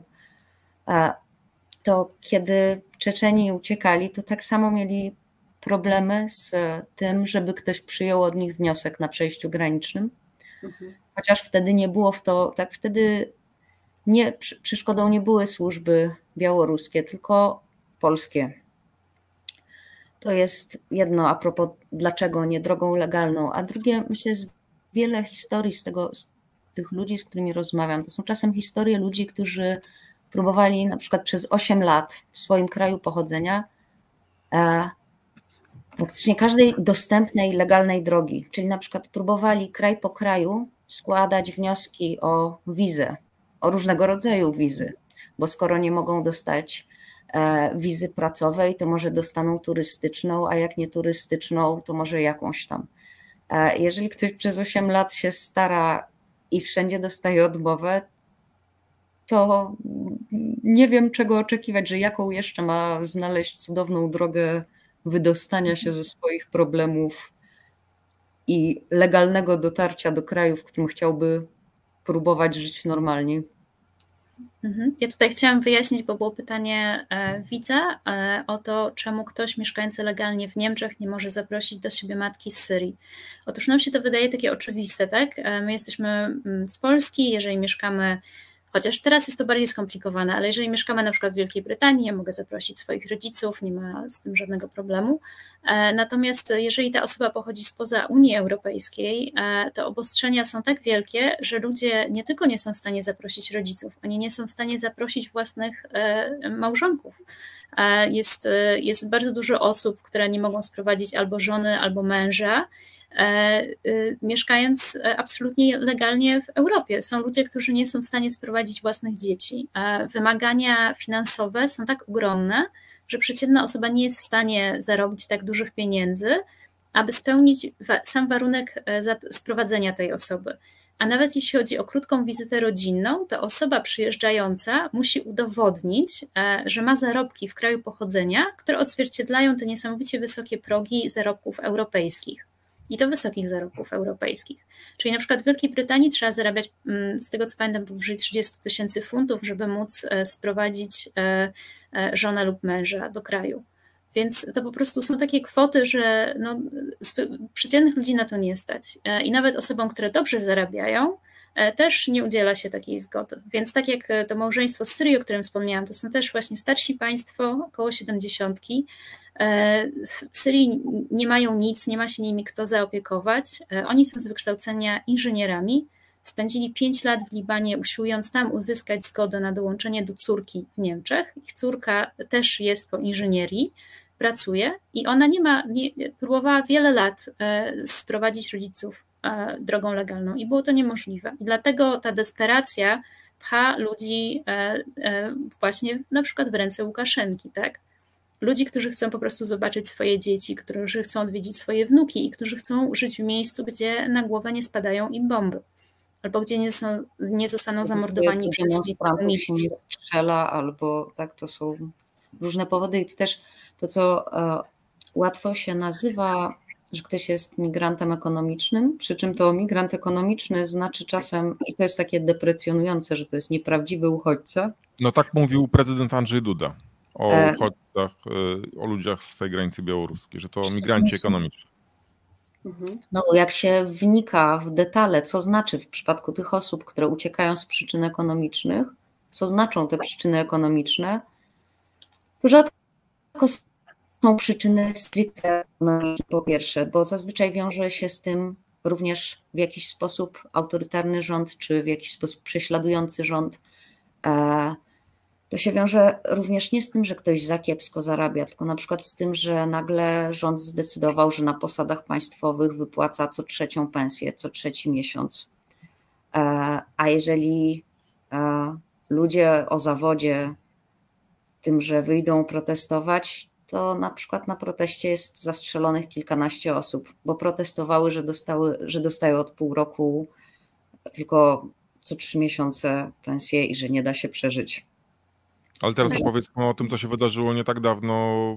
To kiedy Czeczeni uciekali, to tak samo mieli problemy z tym, żeby ktoś przyjął od nich wniosek na przejściu granicznym. Chociaż wtedy nie było w to, tak wtedy przeszkodą nie były służby białoruskie, tylko polskie. To jest jedno a propos dlaczego nie drogą legalną, a drugie myślę jest wiele historii z tych ludzi, z którymi rozmawiam. To są czasem historie ludzi, którzy próbowali na przykład przez 8 lat w swoim kraju pochodzenia praktycznie każdej dostępnej, legalnej drogi. Czyli na przykład próbowali kraj po kraju składać wnioski o wizę, o różnego rodzaju wizy, bo skoro nie mogą dostać wizy pracowej, to może dostaną turystyczną, a jak nie turystyczną, to może jakąś tam. Jeżeli ktoś przez 8 lat się stara i wszędzie dostaje odmowę, to nie wiem, czego oczekiwać, że jaką jeszcze ma znaleźć cudowną drogę wydostania się ze swoich problemów i legalnego dotarcia do kraju, w którym chciałby próbować żyć normalnie. Ja tutaj chciałam wyjaśnić, bo było pytanie widza o to, czemu ktoś mieszkający legalnie w Niemczech nie może zaprosić do siebie matki z Syrii. Otóż nam się to wydaje takie oczywiste, tak? My jesteśmy z Polski, jeżeli mieszkamy chociaż teraz jest to bardziej skomplikowane, ale jeżeli mieszkamy na przykład w Wielkiej Brytanii, ja mogę zaprosić swoich rodziców, nie ma z tym żadnego problemu. Natomiast jeżeli ta osoba pochodzi spoza Unii Europejskiej, to obostrzenia są tak wielkie, że ludzie nie tylko nie są w stanie zaprosić rodziców, oni nie są w stanie zaprosić własnych małżonków. Jest bardzo dużo osób, które nie mogą sprowadzić albo żony, albo męża, mieszkając absolutnie legalnie w Europie. Są ludzie, którzy nie są w stanie sprowadzić własnych dzieci. Wymagania finansowe są tak ogromne, że przeciętna osoba nie jest w stanie zarobić tak dużych pieniędzy, aby spełnić sam warunek sprowadzenia tej osoby. A nawet jeśli chodzi o krótką wizytę rodzinną, to osoba przyjeżdżająca musi udowodnić, że ma zarobki w kraju pochodzenia, które odzwierciedlają te niesamowicie wysokie progi zarobków europejskich. I to wysokich zarobków europejskich. Czyli na przykład w Wielkiej Brytanii trzeba zarabiać, z tego co pamiętam, powyżej 30 000 funtów, żeby móc sprowadzić żonę lub męża do kraju. Więc to po prostu są takie kwoty, że no, przeciętnych ludzi na to nie stać. I nawet osobom, które dobrze zarabiają, też nie udziela się takiej zgody. Więc tak jak to małżeństwo z Syrii, o którym wspomniałam, to są też właśnie starsi państwo, około 70. W Syrii nie mają nic, nie ma się nimi kto zaopiekować. Oni są z wykształcenia inżynierami. Spędzili 5 lat w Libanie, usiłując tam uzyskać zgodę na dołączenie do córki w Niemczech. Ich córka też jest po inżynierii, pracuje i ona próbowała wiele lat sprowadzić rodziców drogą legalną i było to niemożliwe. I dlatego ta desperacja pcha ludzi właśnie na przykład w ręce Łukaszenki, tak? Ludzi, którzy chcą po prostu zobaczyć swoje dzieci, którzy chcą odwiedzić swoje wnuki i którzy chcą żyć w miejscu, gdzie na głowę nie spadają im bomby. Albo gdzie nie zostaną zamordowani przez demonstrantów się nie strzela, albo tak, to są różne powody. I to też to, co łatwo się nazywa, że ktoś jest migrantem ekonomicznym, przy czym to migrant ekonomiczny znaczy czasem, i to jest takie deprecjonujące, że to jest nieprawdziwy uchodźca. No tak mówił prezydent Andrzej Duda o uchodźcach, o ludziach z tej granicy białoruskiej, że to migranci ekonomiczni. No, jak się wnika w detale, co znaczy w przypadku tych osób, które uciekają z przyczyn ekonomicznych, co znaczą te przyczyny ekonomiczne, to rzadko są przyczyny stricte ekonomiczne, po pierwsze, bo zazwyczaj wiąże się z tym również w jakiś sposób autorytarny rząd, czy w jakiś sposób prześladujący rząd. To się wiąże również nie z tym, że ktoś za kiepsko zarabia, tylko na przykład z tym, że nagle rząd zdecydował, że na posadach państwowych wypłaca co 3. pensję, co 3. miesiąc. A jeżeli ludzie o zawodzie tym, że wyjdą protestować, to na przykład na proteście jest zastrzelonych kilkanaście osób, bo protestowały, że dostają od pół roku tylko co 3 miesiące pensję i że nie da się przeżyć. Ale teraz opowiedzmy o tym, co się wydarzyło nie tak dawno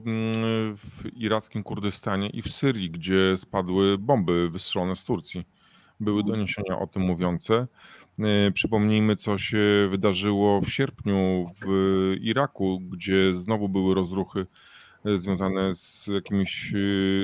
w irackim Kurdystanie i w Syrii, gdzie spadły bomby wystrzelone z Turcji. Były doniesienia o tym mówiące. Przypomnijmy, co się wydarzyło w sierpniu w Iraku, gdzie znowu były rozruchy związane z jakimiś,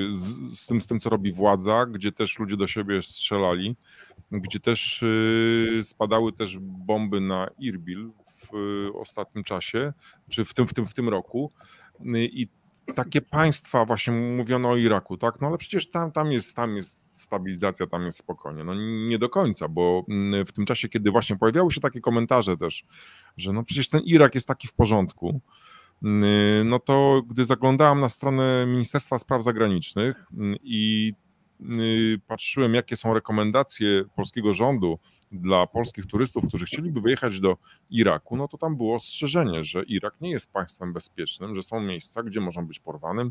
z tym, co robi władza, gdzie też ludzie do siebie strzelali, gdzie też spadały też bomby na Irbil w ostatnim czasie, czy w tym roku. I takie państwa, właśnie mówiono o Iraku, tak? No ale przecież tam jest stabilizacja, tam jest spokojnie. No nie do końca, bo w tym czasie, kiedy właśnie pojawiały się takie komentarze też, że no przecież ten Irak jest taki w porządku, no to gdy zaglądałem na stronę Ministerstwa Spraw Zagranicznych i patrzyłem, jakie są rekomendacje polskiego rządu dla polskich turystów, którzy chcieliby wyjechać do Iraku, no to tam było ostrzeżenie, że Irak nie jest państwem bezpiecznym, że są miejsca, gdzie można być porwanym.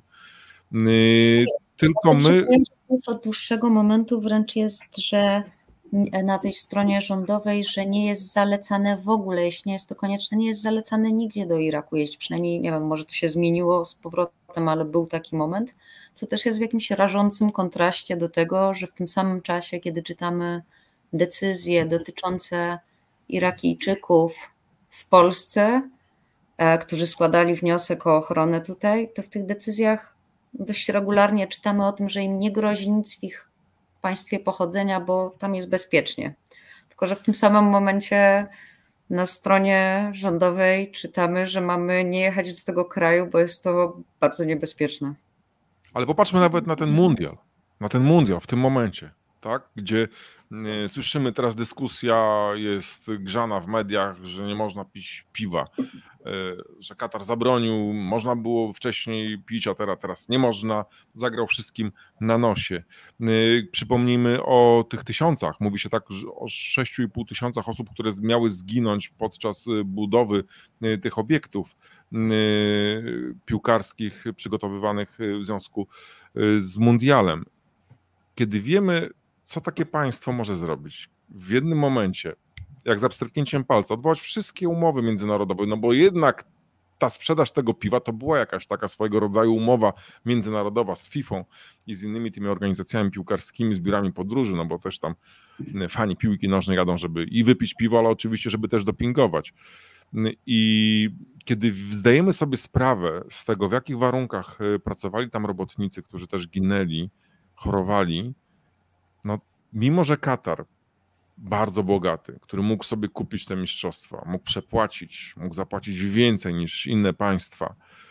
Tylko my... Od dłuższego momentu wręcz jest, że na tej stronie rządowej, że nie jest zalecane w ogóle, jeśli nie jest to konieczne, nie jest zalecane nigdzie do Iraku jeździć. Przynajmniej, nie wiem, może to się zmieniło z powrotem, ale był taki moment, co też jest w jakimś rażącym kontraście do tego, że w tym samym czasie, kiedy czytamy decyzje dotyczące Irakijczyków w Polsce, którzy składali wniosek o ochronę tutaj, to w tych decyzjach dość regularnie czytamy o tym, że im nie grozi nic w ich państwie pochodzenia, bo tam jest bezpiecznie. Tylko że w tym samym momencie na stronie rządowej czytamy, że mamy nie jechać do tego kraju, bo jest to bardzo niebezpieczne. Ale popatrzmy nawet na ten mundial w tym momencie, tak? Gdzie słyszymy teraz dyskusja jest grzana w mediach, że nie można pić piwa, że Katar zabronił, można było wcześniej pić, a teraz nie można, zagrał wszystkim na nosie. Przypomnijmy o tych tysiącach, mówi się tak o 6,5 tysiącach osób, które miały zginąć podczas budowy tych obiektów piłkarskich przygotowywanych w związku z mundialem. Kiedy wiemy, co takie państwo może zrobić w jednym momencie, jak za pstryknięciem palca, odwołać wszystkie umowy międzynarodowe, no bo jednak ta sprzedaż tego piwa to była jakaś taka swojego rodzaju umowa międzynarodowa z FIFA i z innymi tymi organizacjami piłkarskimi, z biurami podróży, no bo też tam fani piłki nożnej jadą, żeby i wypić piwo, ale oczywiście, żeby też dopingować. I kiedy zdajemy sobie sprawę z tego, w jakich warunkach pracowali tam robotnicy, którzy też ginęli, chorowali, no mimo że Katar, bardzo bogaty, który mógł sobie kupić te mistrzostwa, mógł przepłacić, mógł zapłacić więcej niż inne państwa,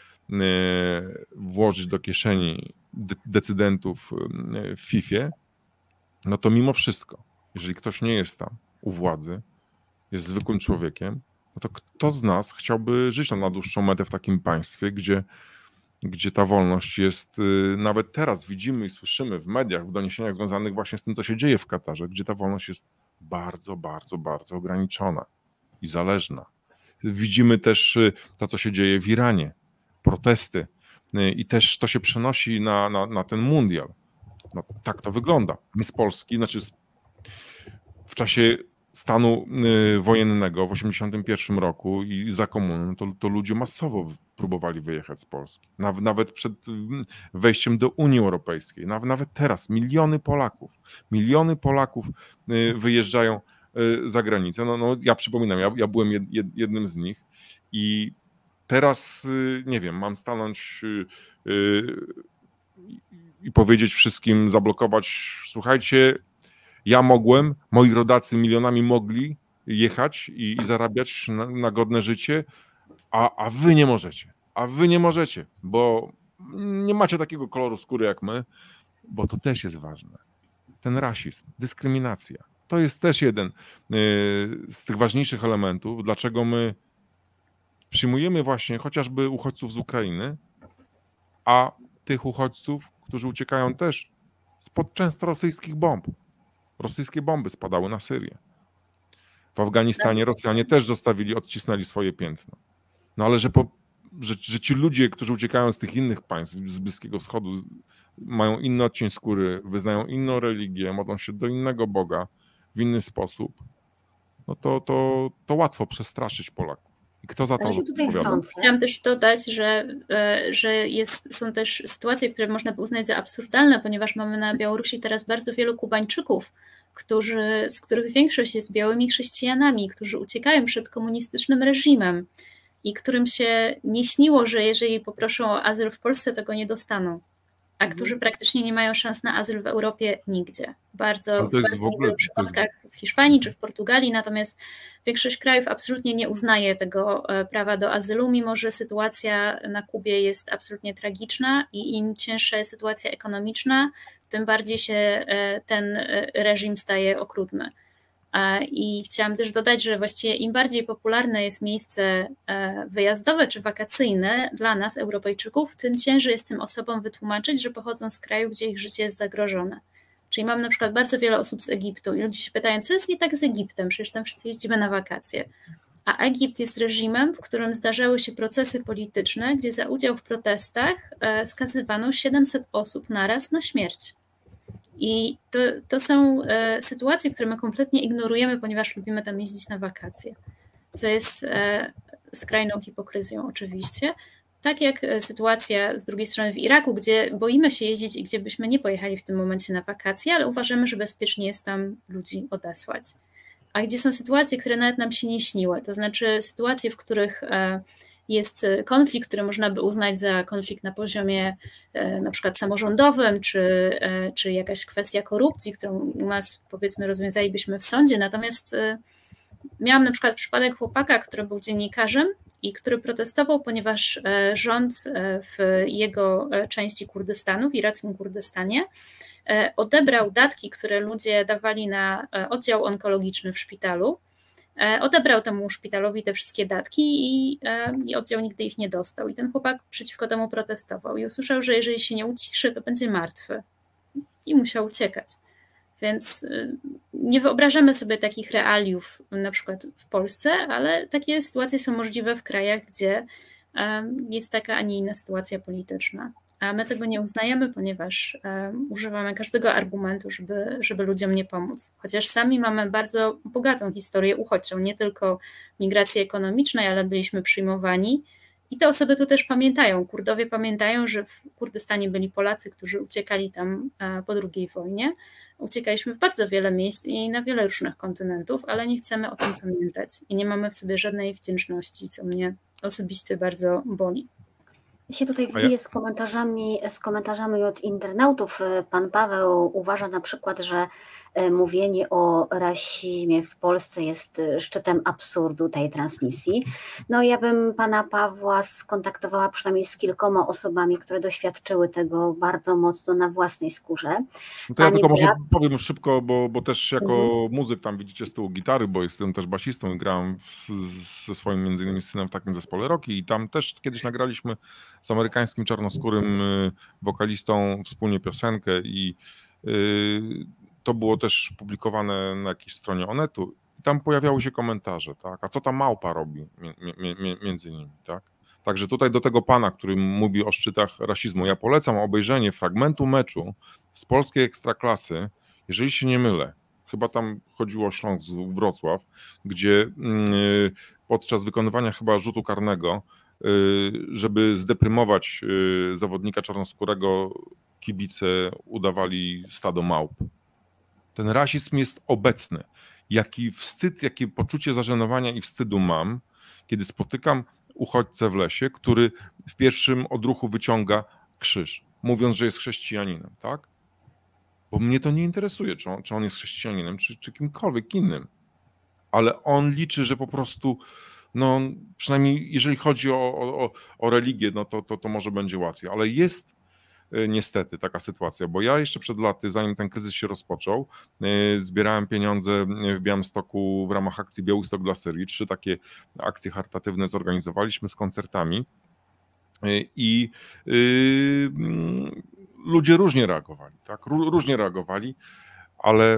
włożyć do kieszeni decydentów w FIFA, no to mimo wszystko, jeżeli ktoś nie jest tam u władzy, jest zwykłym człowiekiem, no to kto z nas chciałby żyć na dłuższą metę w takim państwie, gdzie ta wolność jest, nawet teraz widzimy i słyszymy w mediach, w doniesieniach związanych właśnie z tym, co się dzieje w Katarze, gdzie ta wolność jest bardzo, bardzo, bardzo ograniczona i zależna. Widzimy też to, co się dzieje w Iranie, protesty i też to się przenosi na ten mundial. No, tak to wygląda. My z Polski, znaczy w czasie stanu wojennego w 1981 roku i za komuny, to ludzie masowo próbowali wyjechać z Polski. Nawet przed wejściem do Unii Europejskiej. Nawet teraz miliony Polaków wyjeżdżają za granicę. No, ja przypominam, ja byłem jednym z nich i teraz, nie wiem, mam stanąć i powiedzieć wszystkim, zablokować, słuchajcie, ja mogłem, moi rodacy milionami mogli jechać i zarabiać na godne życie, a wy nie możecie. A wy nie możecie, bo nie macie takiego koloru skóry jak my, bo to też jest ważne. Ten rasizm, dyskryminacja, to jest też jeden z tych ważniejszych elementów, dlaczego my przyjmujemy właśnie chociażby uchodźców z Ukrainy, a tych uchodźców, którzy uciekają też spod często rosyjskich bomb. Rosyjskie bomby spadały na Syrię. W Afganistanie Rosjanie też odcisnęli swoje piętno. No ale że ci ludzie, którzy uciekają z tych innych państw, z Bliskiego Wschodu, mają inny odcień skóry, wyznają inną religię, modlą się do innego Boga w inny sposób, no to łatwo przestraszyć Polaków. I kto za to odpowiada? Chciałam też dodać, że są też sytuacje, które można by uznać za absurdalne, ponieważ mamy na Białorusi teraz bardzo wielu Kubańczyków, z których większość jest białymi chrześcijanami, którzy uciekają przed komunistycznym reżimem i którym się nie śniło, że jeżeli poproszą o azyl w Polsce, to go nie dostaną, a którzy praktycznie nie mają szans na azyl w Europie nigdzie. W bardzo wielu przypadkach w Hiszpanii czy w Portugalii, natomiast większość krajów absolutnie nie uznaje tego prawa do azylu, mimo że sytuacja na Kubie jest absolutnie tragiczna i im cięższa jest sytuacja ekonomiczna, tym bardziej się ten reżim staje okrutny. I chciałam też dodać, że właściwie im bardziej popularne jest miejsce wyjazdowe czy wakacyjne dla nas, Europejczyków, tym ciężej jest tym osobom wytłumaczyć, że pochodzą z kraju, gdzie ich życie jest zagrożone. Czyli mam na przykład bardzo wiele osób z Egiptu i ludzie się pytają, co jest nie tak z Egiptem, przecież tam wszyscy jeździmy na wakacje. A Egipt jest reżimem, w którym zdarzały się procesy polityczne, gdzie za udział w protestach skazywano 700 osób naraz na śmierć. I to są sytuacje, które my kompletnie ignorujemy, ponieważ lubimy tam jeździć na wakacje, co jest skrajną hipokryzją oczywiście. Tak jak sytuacja z drugiej strony w Iraku, gdzie boimy się jeździć i gdzie byśmy nie pojechali w tym momencie na wakacje, ale uważamy, że bezpiecznie jest tam ludzi odesłać. A gdzie są sytuacje, które nawet nam się nie śniły, to znaczy sytuacje, w których jest konflikt, który można by uznać za konflikt na poziomie na przykład samorządowym, czy jakaś kwestia korupcji, którą u nas powiedzmy rozwiązalibyśmy w sądzie, natomiast Miałam na przykład przypadek chłopaka, który był dziennikarzem i który protestował, ponieważ rząd w jego części Kurdystanu, w irackim Kurdystanie, odebrał datki, które ludzie dawali na oddział onkologiczny w szpitalu. Odebrał temu szpitalowi te wszystkie datki i oddział nigdy ich nie dostał. I ten chłopak przeciwko temu protestował i usłyszał, że jeżeli się nie uciszy, to będzie martwy. I musiał uciekać. Więc nie wyobrażamy sobie takich realiów na przykład w Polsce, ale takie sytuacje są możliwe w krajach, gdzie jest taka, a nie inna sytuacja polityczna. A my tego nie uznajemy, ponieważ używamy każdego argumentu, żeby ludziom nie pomóc. Chociaż sami mamy bardzo bogatą historię uchodźczą, nie tylko migracji ekonomicznej, ale byliśmy przyjmowani. I te osoby to też pamiętają. Kurdowie pamiętają, że w Kurdystanie byli Polacy, którzy uciekali tam po II wojnie. Uciekaliśmy w bardzo wiele miejsc i na wiele różnych kontynentów, ale nie chcemy o tym pamiętać i nie mamy w sobie żadnej wdzięczności, co mnie osobiście bardzo boli. Ja się tutaj wbiję z komentarzami od internautów. Pan Paweł uważa na przykład, że mówienie o rasizmie w Polsce jest szczytem absurdu tej transmisji. No ja bym pana Pawła skontaktowała przynajmniej z kilkoma osobami, które doświadczyły tego bardzo mocno na własnej skórze. No to ja tylko może powiem szybko, bo też jako muzyk tam widzicie z tyłu gitary, bo jestem też basistą i grałem ze swoim między innymi synem w takim zespole Rocky i tam też kiedyś nagraliśmy z amerykańskim czarnoskórym wokalistą wspólnie piosenkę i to było też publikowane na jakiejś stronie Onetu i tam pojawiały się komentarze, tak? A co ta małpa robi między nimi, tak? Także tutaj do tego pana, który mówi o szczytach rasizmu, ja polecam obejrzenie fragmentu meczu z polskiej Ekstraklasy, jeżeli się nie mylę, chyba tam chodziło o Śląsk Wrocław, gdzie podczas wykonywania chyba rzutu karnego, żeby zdeprymować zawodnika czarnoskórego, kibice udawali stado małp. Ten rasizm jest obecny. Jaki wstyd, jakie poczucie zażenowania i wstydu mam, kiedy spotykam uchodźcę w lesie, który w pierwszym odruchu wyciąga krzyż, mówiąc, że jest chrześcijaninem, tak? Bo mnie to nie interesuje, czy on jest chrześcijaninem, czy kimkolwiek innym. Ale on liczy, że po prostu, no przynajmniej jeżeli chodzi o religię, no to może będzie łatwiej. Ale jest niestety taka sytuacja, bo ja jeszcze przed laty, zanim ten kryzys się rozpoczął, zbierałem pieniądze w Białymstoku w ramach akcji Białystok dla Syrii. 3 takie akcje charytatywne zorganizowaliśmy z koncertami i ludzie różnie reagowali, tak? Różnie reagowali, ale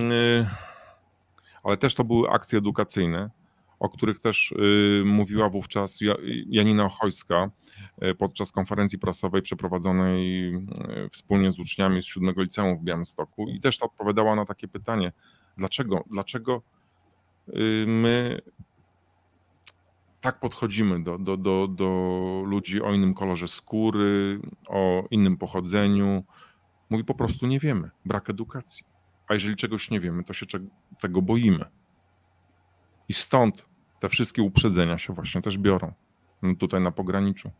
też to były akcje edukacyjne, o których też mówiła wówczas Janina Ochojska podczas konferencji prasowej przeprowadzonej wspólnie z uczniami z 7 liceum w Białymstoku i też odpowiadała na takie pytanie, dlaczego my tak podchodzimy do ludzi o innym kolorze skóry, o innym pochodzeniu. Mówi, po prostu nie wiemy, brak edukacji. A jeżeli czegoś nie wiemy, to się tego boimy. I stąd te wszystkie uprzedzenia się właśnie też biorą tutaj na pograniczu.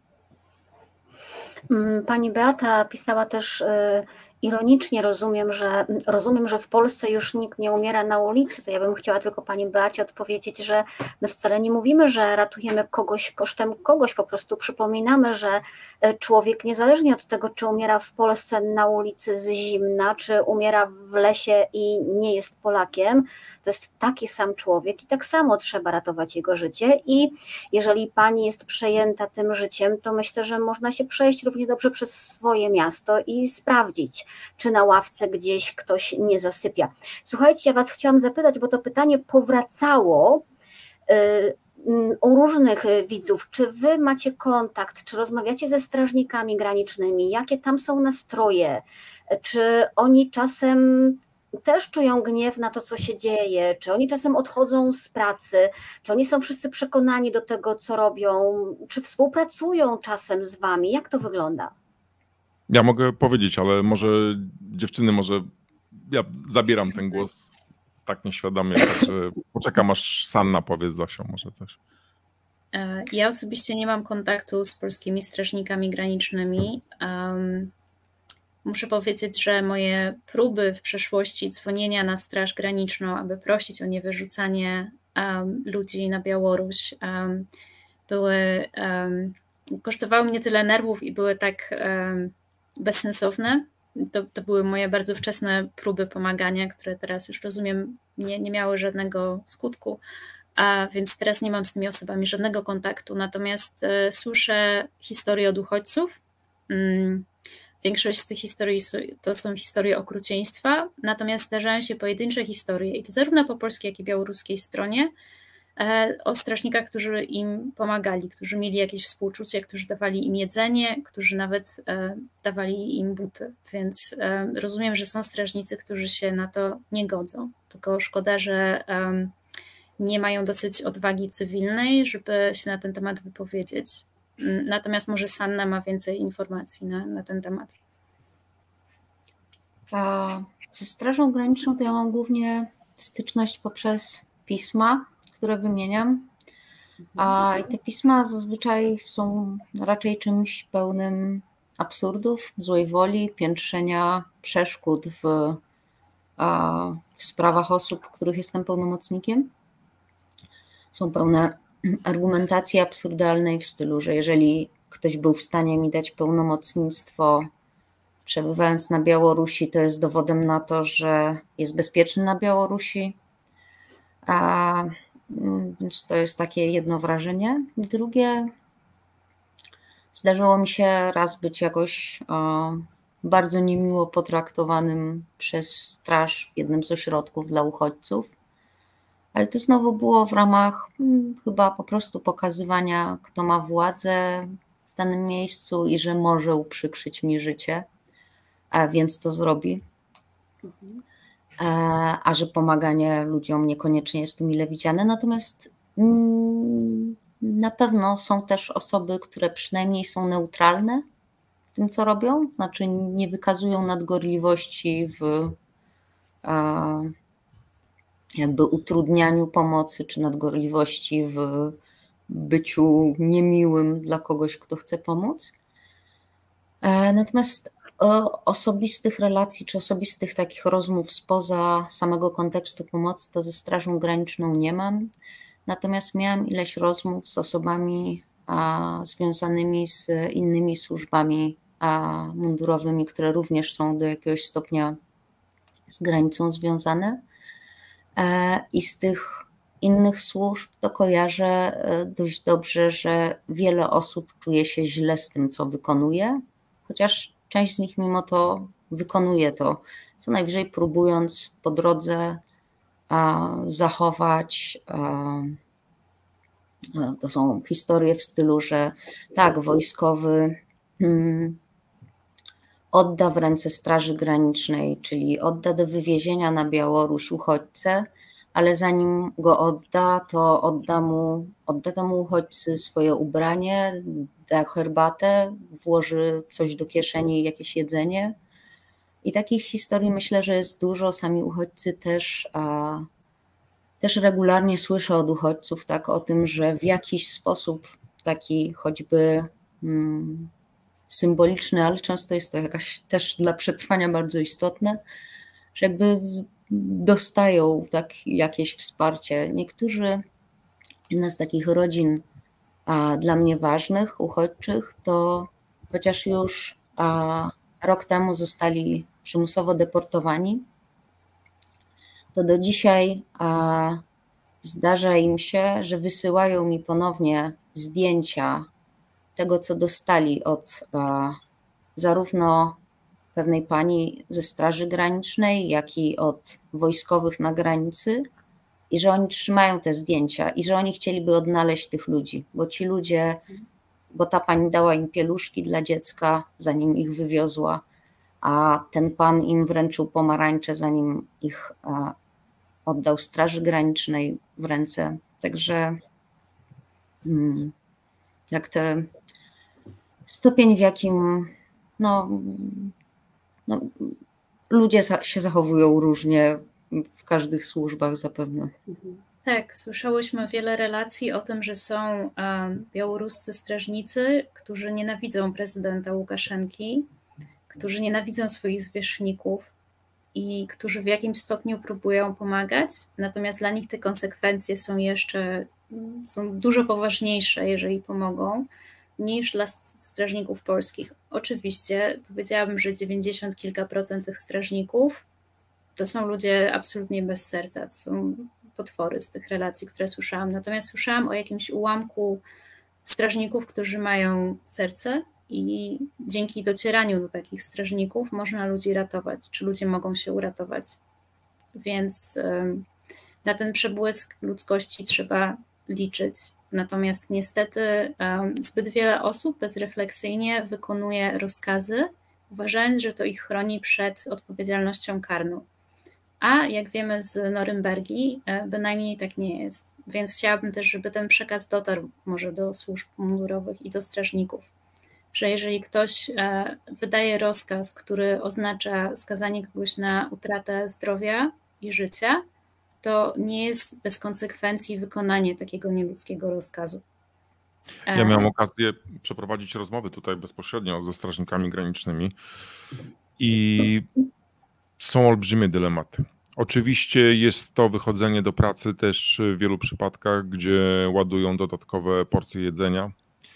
Pani Beata pisała też ironicznie, rozumiem, że w Polsce już nikt nie umiera na ulicy, to ja bym chciała tylko pani Beacie odpowiedzieć, że my wcale nie mówimy, że ratujemy kogoś kosztem kogoś, po prostu przypominamy, że człowiek niezależnie od tego, czy umiera w Polsce na ulicy z zimna, czy umiera w lesie i nie jest Polakiem, to jest taki sam człowiek i tak samo trzeba ratować jego życie i jeżeli pani jest przejęta tym życiem, to myślę, że można się przejść równie dobrze przez swoje miasto i sprawdzić, czy na ławce gdzieś ktoś nie zasypia. Słuchajcie, ja was chciałam zapytać, bo to pytanie powracało u różnych widzów. Czy wy macie kontakt, czy rozmawiacie ze strażnikami granicznymi? Jakie tam są nastroje? Czy oni czasem też czują gniew na to, co się dzieje? Czy oni czasem odchodzą z pracy? Czy oni są wszyscy przekonani do tego, co robią? Czy współpracują czasem z wami? Jak to wygląda? Ja mogę powiedzieć, ale może dziewczyny, ja zabieram ten głos tak nieświadomie, także poczekam, aż Sanna powie z Zosią może coś. Ja osobiście nie mam kontaktu z polskimi strażnikami granicznymi. Muszę powiedzieć, że moje próby w przeszłości dzwonienia na Straż Graniczną, aby prosić o niewyrzucanie ludzi na Białoruś kosztowały mnie tyle nerwów i były tak bezsensowne. To były moje bardzo wczesne próby pomagania, które teraz już rozumiem nie miały żadnego skutku, więc teraz nie mam z tymi osobami żadnego kontaktu. Natomiast słyszę historie od uchodźców. Większość z tych historii to są historie okrucieństwa, natomiast zdarzają się pojedyncze historie i to zarówno po polskiej, jak i białoruskiej stronie o strażnikach, którzy im pomagali, którzy mieli jakieś współczucie, którzy dawali im jedzenie, którzy nawet dawali im buty. Więc rozumiem, że są strażnicy, którzy się na to nie godzą. Tylko szkoda, że nie mają dosyć odwagi cywilnej, żeby się na ten temat wypowiedzieć. Natomiast może Sanna ma więcej informacji na ten temat. Ze Strażą Graniczną to ja mam głównie styczność poprzez pisma, które wymieniam. I te pisma zazwyczaj są raczej czymś pełnym absurdów, złej woli, piętrzenia przeszkód w sprawach osób, w których jestem pełnomocnikiem. Są pełne argumentacji absurdalnej w stylu, że jeżeli ktoś był w stanie mi dać pełnomocnictwo przebywając na Białorusi, to jest dowodem na to, że jest bezpieczny na Białorusi. Więc to jest takie jedno wrażenie. Drugie, zdarzyło mi się raz być jakoś bardzo niemiło potraktowanym przez straż w jednym z ośrodków dla uchodźców. Ale to znowu było w ramach chyba po prostu pokazywania, kto ma władzę w danym miejscu i że może uprzykrzyć mi życie, więc to zrobi. A że pomaganie ludziom niekoniecznie jest tu mile widziane. Natomiast na pewno są też osoby, które przynajmniej są neutralne w tym, co robią, znaczy nie wykazują nadgorliwości w jakby utrudnianiu pomocy, czy nadgorliwości w byciu niemiłym dla kogoś, kto chce pomóc. Natomiast osobistych relacji, czy osobistych takich rozmów spoza samego kontekstu pomocy, to ze Strażą Graniczną nie mam. Natomiast miałam ileś rozmów z osobami związanymi z innymi służbami mundurowymi, które również są do jakiegoś stopnia z granicą związane. I z tych innych służb to kojarzę dość dobrze, że wiele osób czuje się źle z tym, co wykonuje, chociaż część z nich mimo to wykonuje to, co najwyżej próbując po drodze zachować. To są historie w stylu, że tak, wojskowy odda w ręce Straży Granicznej, czyli odda do wywiezienia na Białoruś uchodźcę, ale zanim go odda, to odda temu uchodźcy swoje ubranie, da herbatę, włoży coś do kieszeni, jakieś jedzenie. I takich historii myślę, że jest dużo. Sami uchodźcy też regularnie słyszę od uchodźców tak o tym, że w jakiś sposób taki choćby symboliczny, ale często jest to jakaś też dla przetrwania bardzo istotne, że jakby dostają tak jakieś wsparcie. Jedna z takich rodzin dla mnie ważnych, uchodźczych, to chociaż już rok temu zostali przymusowo deportowani, to do dzisiaj zdarza im się, że wysyłają mi ponownie zdjęcia tego, co dostali od zarówno pewnej pani ze Straży Granicznej, jak i od wojskowych na granicy, i że oni trzymają te zdjęcia i że oni chcieliby odnaleźć tych ludzi, bo ci ludzie, bo ta pani dała im pieluszki dla dziecka, zanim ich wywiozła, a ten pan im wręczył pomarańcze, zanim ich oddał Straży Granicznej w ręce. Także jak ten stopień, w jakim ludzie się zachowują różnie w każdych służbach zapewne. Tak, słyszałyśmy wiele relacji o tym, że są białoruscy strażnicy, którzy nienawidzą prezydenta Łukaszenki, którzy nienawidzą swoich zwierzchników, i którzy w jakimś stopniu próbują pomagać, natomiast dla nich te konsekwencje są dużo poważniejsze, jeżeli pomogą, niż dla strażników polskich. Oczywiście powiedziałabym, że 90 kilka procent tych strażników to są ludzie absolutnie bez serca, to są potwory z tych relacji, które słyszałam. Natomiast słyszałam o jakimś ułamku strażników, którzy mają serce i dzięki docieraniu do takich strażników można ludzi ratować, czy ludzie mogą się uratować. Więc na ten przebłysk ludzkości trzeba liczyć. Natomiast niestety zbyt wiele osób bezrefleksyjnie wykonuje rozkazy, uważając, że to ich chroni przed odpowiedzialnością karną. A jak wiemy z Norymbergi, bynajmniej tak nie jest. Więc chciałabym też, żeby ten przekaz dotarł może do służb mundurowych i do strażników, że jeżeli ktoś wydaje rozkaz, który oznacza skazanie kogoś na utratę zdrowia i życia, to nie jest bez konsekwencji wykonanie takiego nieludzkiego rozkazu. Ja miałem okazję przeprowadzić rozmowy tutaj bezpośrednio ze strażnikami granicznymi i są olbrzymie dylematy. Oczywiście jest to wychodzenie do pracy też w wielu przypadkach, gdzie ładują dodatkowe porcje jedzenia,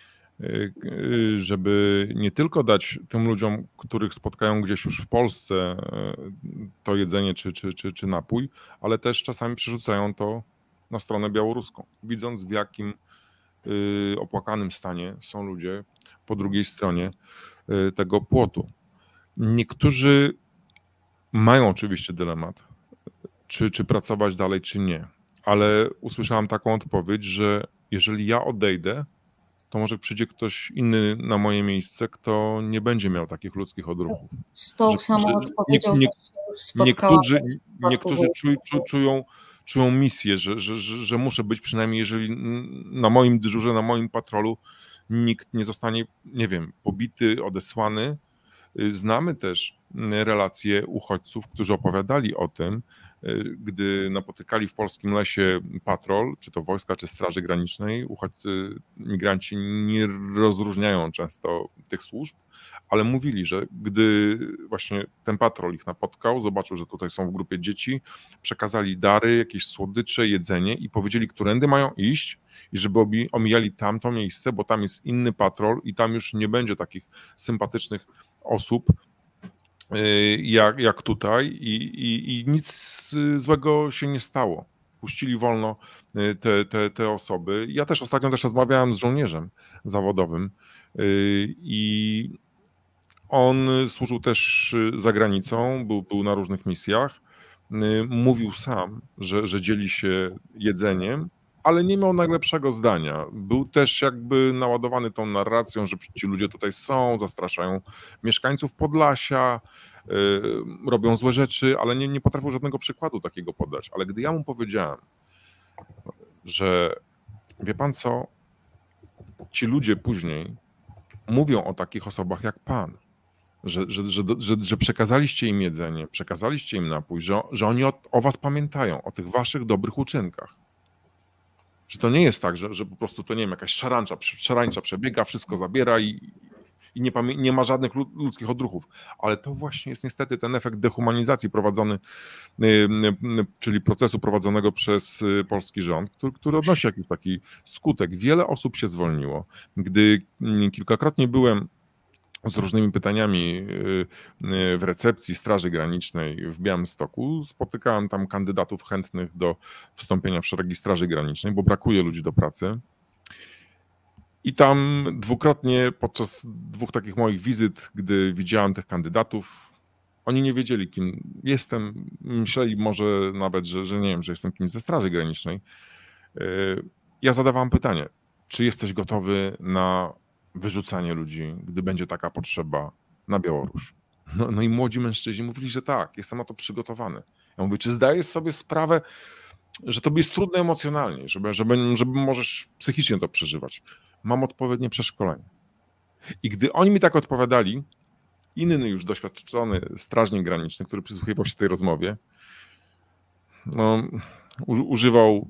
żeby nie tylko dać tym ludziom, których spotkają gdzieś już w Polsce to jedzenie czy napój, ale też czasami przerzucają to na stronę białoruską, widząc w jakim opłakanym stanie są ludzie po drugiej stronie tego płotu. Niektórzy mają oczywiście dylemat, czy pracować dalej, czy nie, ale usłyszałam taką odpowiedź, że jeżeli ja odejdę, to może przyjdzie ktoś inny na moje miejsce, kto nie będzie miał takich ludzkich odruchów. Z tą samą odpowiedzią też się już spotkałam. Niektórzy czują misję, że muszę być, przynajmniej jeżeli na moim dyżurze, na moim patrolu nikt nie zostanie, nie wiem, pobity, odesłany. Znamy też relacje uchodźców, którzy opowiadali o tym, gdy napotykali w polskim lesie patrol, czy to wojska, czy Straży Granicznej, uchodźcy, migranci nie rozróżniają często tych służb, ale mówili, że gdy właśnie ten patrol ich napotkał, zobaczył, że tutaj są w grupie dzieci, przekazali dary, jakieś słodycze, jedzenie i powiedzieli, którędy mają iść i żeby omijali tamto miejsce, bo tam jest inny patrol i tam już nie będzie takich sympatycznych osób jak tutaj i nic złego się nie stało. Puścili wolno te osoby. Ja też ostatnio rozmawiałem z żołnierzem zawodowym i on służył też za granicą, był na różnych misjach. Mówił sam, że dzieli się jedzeniem, ale nie miał najlepszego zdania. Był też jakby naładowany tą narracją, że ci ludzie tutaj są, zastraszają mieszkańców Podlasia, robią złe rzeczy, ale nie potrafił żadnego przykładu takiego podać. Ale gdy ja mu powiedziałem, że wie pan co, ci ludzie później mówią o takich osobach jak pan, że przekazaliście im jedzenie, przekazaliście im napój, że oni o was pamiętają, o tych waszych dobrych uczynkach. Że to nie jest tak, że po prostu to nie wiem, jakaś szarańcza przebiega, wszystko zabiera i nie ma żadnych ludzkich odruchów. Ale to właśnie jest niestety ten efekt dehumanizacji prowadzony, czyli procesu prowadzonego przez polski rząd, który odnosi jakiś taki skutek. Wiele osób się zwolniło. Gdy kilkakrotnie byłem z różnymi pytaniami w recepcji Straży Granicznej w Białymstoku, spotykałem tam kandydatów chętnych do wstąpienia w szeregi Straży Granicznej, bo brakuje ludzi do pracy. I tam dwukrotnie podczas dwóch takich moich wizyt, gdy widziałem tych kandydatów, oni nie wiedzieli, kim jestem. Myśleli może nawet, że nie wiem, że jestem kimś ze Straży Granicznej. Ja zadawałem pytanie, czy jesteś gotowy na wyrzucanie ludzi, gdy będzie taka potrzeba na Białoruś? No i młodzi mężczyźni mówili, że tak, jestem na to przygotowany. Ja mówię, czy zdajesz sobie sprawę, że tobie jest trudno emocjonalnie, żeby możesz psychicznie to przeżywać? Mam odpowiednie przeszkolenie. I gdy oni mi tak odpowiadali, inny już doświadczony strażnik graniczny, który przysłuchiwał się tej rozmowie, używał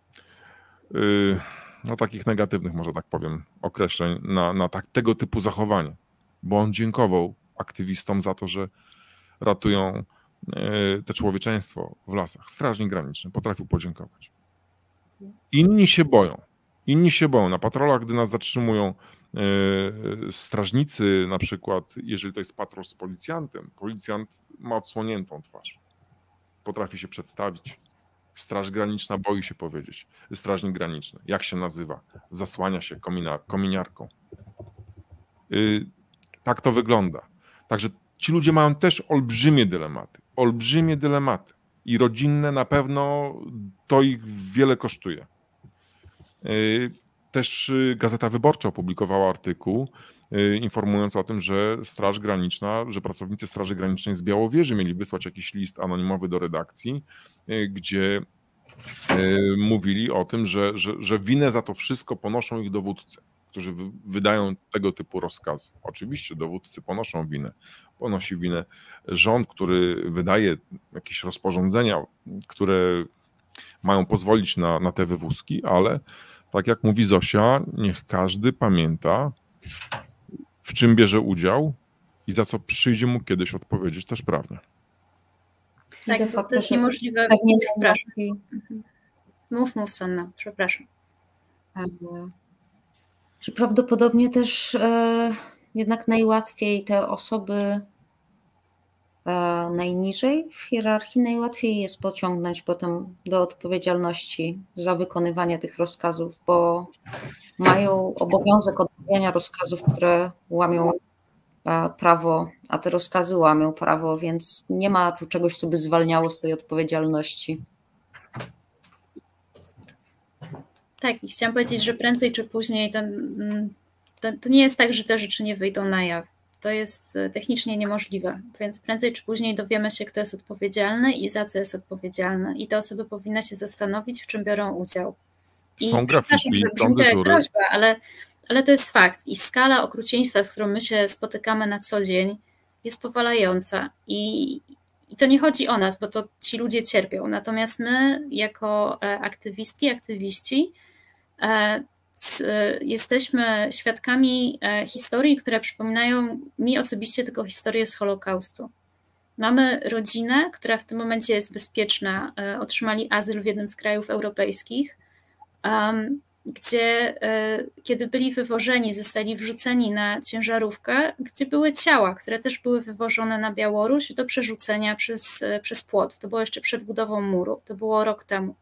takich negatywnych, może tak powiem, określeń na tego typu zachowanie, bo on dziękował aktywistom za to, że ratują te człowieczeństwo w lasach, strażnik graniczny potrafił podziękować. Inni się boją. Na patrolach, gdy nas zatrzymują strażnicy, na przykład, jeżeli to jest patrol z policjantem, policjant ma odsłoniętą twarz. Potrafi się przedstawić. Straż graniczna boi się powiedzieć. Strażnik graniczny. Jak się nazywa? Zasłania się kominiarką. Tak to wygląda. Także ci ludzie mają też olbrzymie dylematy. I rodzinne na pewno to ich wiele kosztuje. Też Gazeta Wyborcza opublikowała artykuł informując o tym, że Straż Graniczna, że pracownicy Straży Granicznej z Białowieży mieli wysłać jakiś list anonimowy do redakcji, gdzie mówili o tym, że winę za to wszystko ponoszą ich dowódcy, którzy wydają tego typu rozkazy. Oczywiście dowódcy ponoszą winę. Ponosi winę rząd, który wydaje jakieś rozporządzenia, które mają pozwolić na te wywózki, ale tak jak mówi Zosia, niech każdy pamięta, w czym bierze udział i za co przyjdzie mu kiedyś odpowiedzieć też prawnie. Tak, bo to jest niemożliwe. Przepraszam. Mów, Sanna, przepraszam. Że prawdopodobnie też jednak najłatwiej te osoby najniżej w hierarchii, najłatwiej jest pociągnąć potem do odpowiedzialności za wykonywanie tych rozkazów, bo mają obowiązek odmawiania rozkazów, które łamią prawo, a te rozkazy łamią prawo, więc nie ma tu czegoś, co by zwalniało z tej odpowiedzialności. Tak, i chciałam powiedzieć, że prędzej czy później to nie jest tak, że te rzeczy nie wyjdą na jaw. To jest technicznie niemożliwe, więc prędzej czy później dowiemy się, kto jest odpowiedzialny i za co jest odpowiedzialny. I te osoby powinny się zastanowić, w czym biorą udział. I są grafiki, że brzmi to jak groźba, ale to jest fakt. I skala okrucieństwa, z którą my się spotykamy na co dzień, jest powalająca. I to nie chodzi o nas, bo to ci ludzie cierpią. Natomiast my, jako aktywistki, aktywiści, jesteśmy świadkami historii, które przypominają mi osobiście tylko historię z Holokaustu. Mamy rodzinę, która w tym momencie jest bezpieczna, otrzymali azyl w jednym z krajów europejskich, gdzie kiedy byli wywożeni, zostali wrzuceni na ciężarówkę, gdzie były ciała, które też były wywożone na Białoruś do przerzucenia przez płot. To było jeszcze przed budową muru, to było rok temu.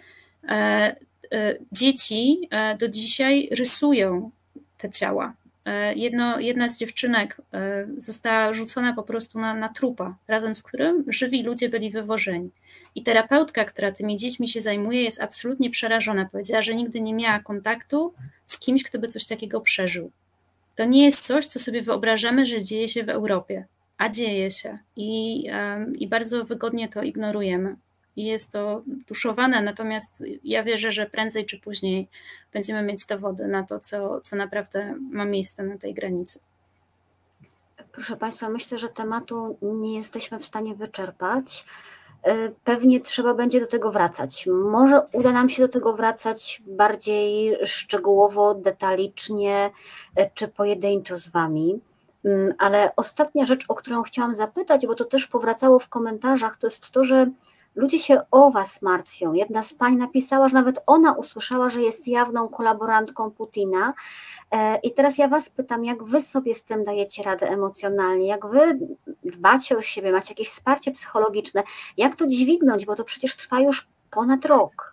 Dzieci do dzisiaj rysują te ciała. Jedna z dziewczynek została rzucona po prostu na trupa, razem z którym żywi ludzie byli wywożeni. I terapeutka, która tymi dziećmi się zajmuje, jest absolutnie przerażona. Powiedziała, że nigdy nie miała kontaktu z kimś, kto by coś takiego przeżył. To nie jest coś, co sobie wyobrażamy, że dzieje się w Europie, a dzieje się. I bardzo wygodnie to ignorujemy. I jest to tuszowane, natomiast ja wierzę, że prędzej czy później będziemy mieć dowody na to, co naprawdę ma miejsce na tej granicy. Proszę Państwa, myślę, że tematu nie jesteśmy w stanie wyczerpać. Pewnie trzeba będzie do tego wracać. Może uda nam się do tego wracać bardziej szczegółowo, detalicznie czy pojedynczo z Wami. Ale ostatnia rzecz, o którą chciałam zapytać, bo to też powracało w komentarzach, to jest to, że ludzie się o Was martwią. Jedna z pań napisała, że nawet ona usłyszała, że jest jawną kolaborantką Putina. I teraz ja Was pytam, jak Wy sobie z tym dajecie radę emocjonalnie, jak Wy dbacie o siebie, macie jakieś wsparcie psychologiczne, jak to dźwignąć, bo to przecież trwa już ponad rok.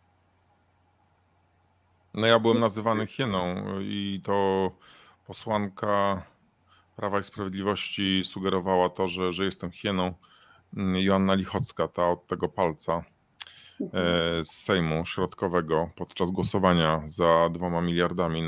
No ja byłem nazywany hieną i to posłanka Prawa i Sprawiedliwości sugerowała to, że jestem hieną. Joanna Lichocka, ta od tego palca z Sejmu Środkowego podczas głosowania za 2 miliardami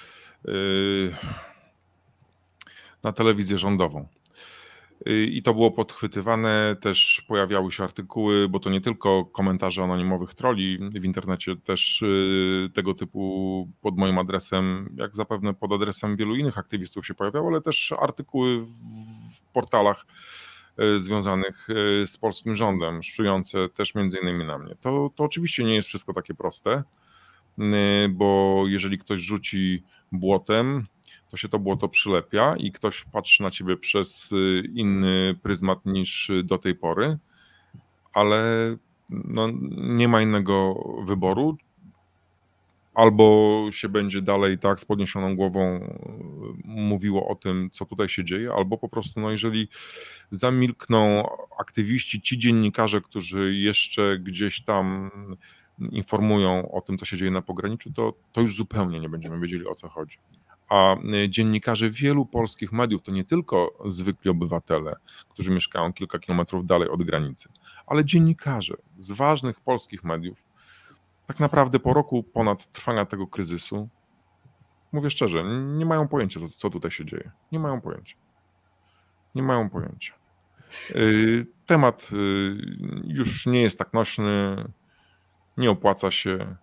na telewizję rządową. I to było podchwytywane, też pojawiały się artykuły, bo to nie tylko komentarze anonimowych trolli w internecie, też tego typu pod moim adresem, jak zapewne pod adresem wielu innych aktywistów się pojawiały, ale też artykuły w portalach związanych z polskim rządem, szczujące też między innymi na mnie. To oczywiście nie jest wszystko takie proste, bo jeżeli ktoś rzuci błotem, to się to błoto przylepia i ktoś patrzy na ciebie przez inny pryzmat niż do tej pory, ale no, nie ma innego wyboru. Albo się będzie dalej tak z podniesioną głową mówiło o tym, co tutaj się dzieje, albo po prostu, no jeżeli zamilkną aktywiści, ci dziennikarze, którzy jeszcze gdzieś tam informują o tym, co się dzieje na pograniczu, to już zupełnie nie będziemy wiedzieli, o co chodzi. A dziennikarze wielu polskich mediów to nie tylko zwykli obywatele, którzy mieszkają kilka kilometrów dalej od granicy, ale dziennikarze z ważnych polskich mediów, tak naprawdę po roku ponad trwania tego kryzysu, mówię szczerze, nie mają pojęcia, co tutaj się dzieje. Nie mają pojęcia. Nie mają pojęcia. Temat już nie jest tak nośny, nie opłaca się.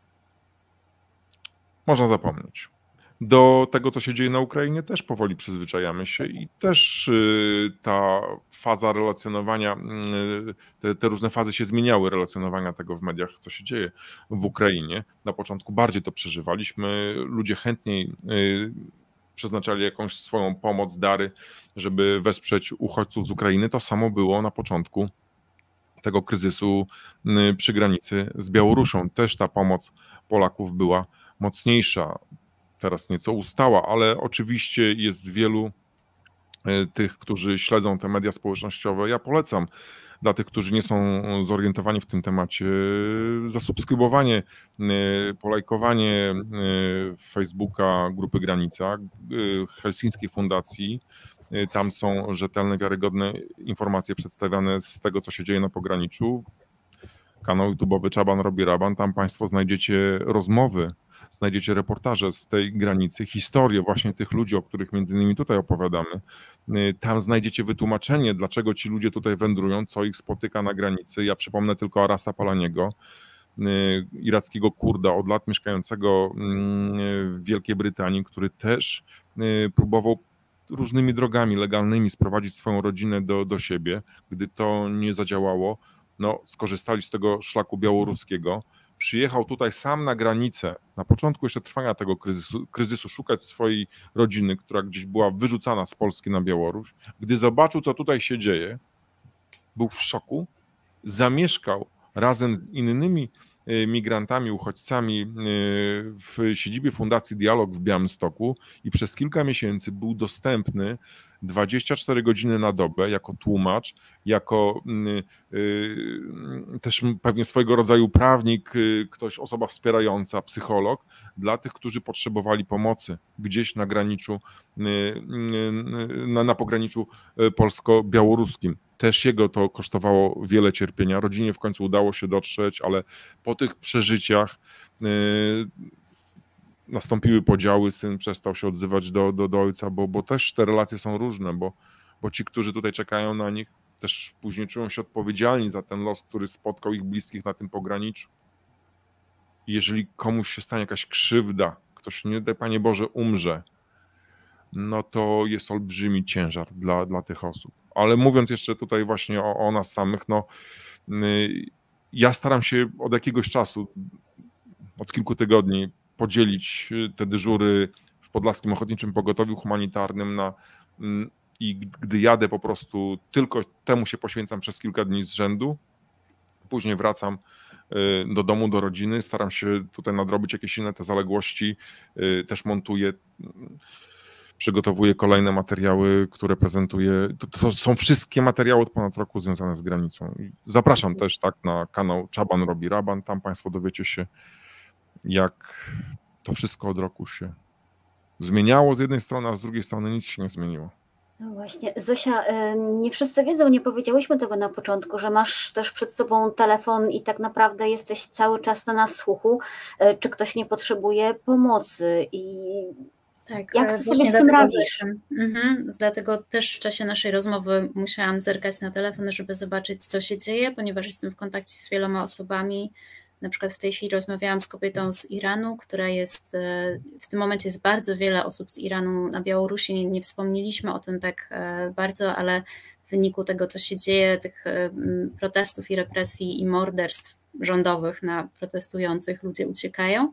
Można zapomnieć. Do tego, co się dzieje na Ukrainie, też powoli przyzwyczajamy się i też ta faza relacjonowania, te różne fazy się zmieniały, relacjonowania tego w mediach, co się dzieje w Ukrainie. Na początku bardziej to przeżywaliśmy, ludzie chętniej przeznaczali jakąś swoją pomoc, dary, żeby wesprzeć uchodźców z Ukrainy. To samo było na początku tego kryzysu przy granicy z Białorusią. Też ta pomoc Polaków była mocniejsza. Teraz nieco ustała, ale oczywiście jest wielu tych, którzy śledzą te media społecznościowe. Ja polecam dla tych, którzy nie są zorientowani w tym temacie, zasubskrybowanie, polajkowanie Facebooka Grupy Granica, Helsińskiej Fundacji. Tam są rzetelne, wiarygodne informacje przedstawiane z tego, co się dzieje na pograniczu. Kanał YouTube'owy Czaban robi raban. Tam Państwo znajdziecie rozmowy, znajdziecie reportaże z tej granicy, historię właśnie tych ludzi, o których między innymi tutaj opowiadamy. Tam znajdziecie wytłumaczenie, dlaczego ci ludzie tutaj wędrują, co ich spotyka na granicy. Ja przypomnę tylko Arasa Palaniego, irackiego Kurda, od lat mieszkającego w Wielkiej Brytanii, który też próbował różnymi drogami legalnymi sprowadzić swoją rodzinę do siebie. Gdy to nie zadziałało, no, skorzystali z tego szlaku białoruskiego. Przyjechał tutaj sam na granicę, na początku jeszcze trwania tego kryzysu szukać swojej rodziny, która gdzieś była wyrzucana z Polski na Białoruś. Gdy zobaczył, co tutaj się dzieje, był w szoku, zamieszkał razem z innymi migrantami, uchodźcami w siedzibie Fundacji Dialog w Białymstoku i przez kilka miesięcy był dostępny 24 godziny na dobę jako tłumacz, jako też pewnie swojego rodzaju prawnik, ktoś, osoba wspierająca, psycholog dla tych, którzy potrzebowali pomocy gdzieś na graniczu, na pograniczu polsko-białoruskim. Też jego to kosztowało wiele cierpienia. Rodzinie w końcu udało się dotrzeć, ale po tych przeżyciach nastąpiły podziały, syn przestał się odzywać do ojca, bo też te relacje są różne, bo ci, którzy tutaj czekają na nich, też później czują się odpowiedzialni za ten los, który spotkał ich bliskich na tym pograniczu. Jeżeli komuś się stanie jakaś krzywda, ktoś, nie daj Panie Boże, umrze, no to jest olbrzymi ciężar dla tych osób. Ale mówiąc jeszcze tutaj właśnie o nas samych, no ja staram się od jakiegoś czasu, od kilku tygodni podzielić te dyżury w Podlaskim Ochotniczym Pogotowiu Humanitarnym i gdy jadę po prostu tylko temu się poświęcam przez kilka dni z rzędu, później wracam do domu, do rodziny, staram się tutaj nadrobić jakieś inne te zaległości, też montuję, przygotowuję kolejne materiały, które prezentuję. To są wszystkie materiały od ponad roku związane z granicą. Zapraszam też tak na kanał Czaban robi raban, tam Państwo dowiecie się, jak to wszystko od roku się zmieniało z jednej strony, a z drugiej strony nic się nie zmieniło. No właśnie, Zosia, nie wszyscy wiedzą, nie powiedziałyśmy tego na początku, że masz też przed sobą telefon i tak naprawdę jesteś cały czas na nasłuchu, czy ktoś nie potrzebuje pomocy i tak, jak ty sobie z tym radzisz? Dlatego też w czasie naszej rozmowy musiałam zerkać na telefon, żeby zobaczyć, co się dzieje, ponieważ jestem w kontakcie z wieloma osobami. Na przykład w tej chwili rozmawiałam z kobietą z Iranu, która jest, w tym momencie jest bardzo wiele osób z Iranu na Białorusi, nie wspomnieliśmy o tym tak bardzo, ale w wyniku tego, co się dzieje, tych protestów i represji i morderstw rządowych na protestujących, ludzie uciekają.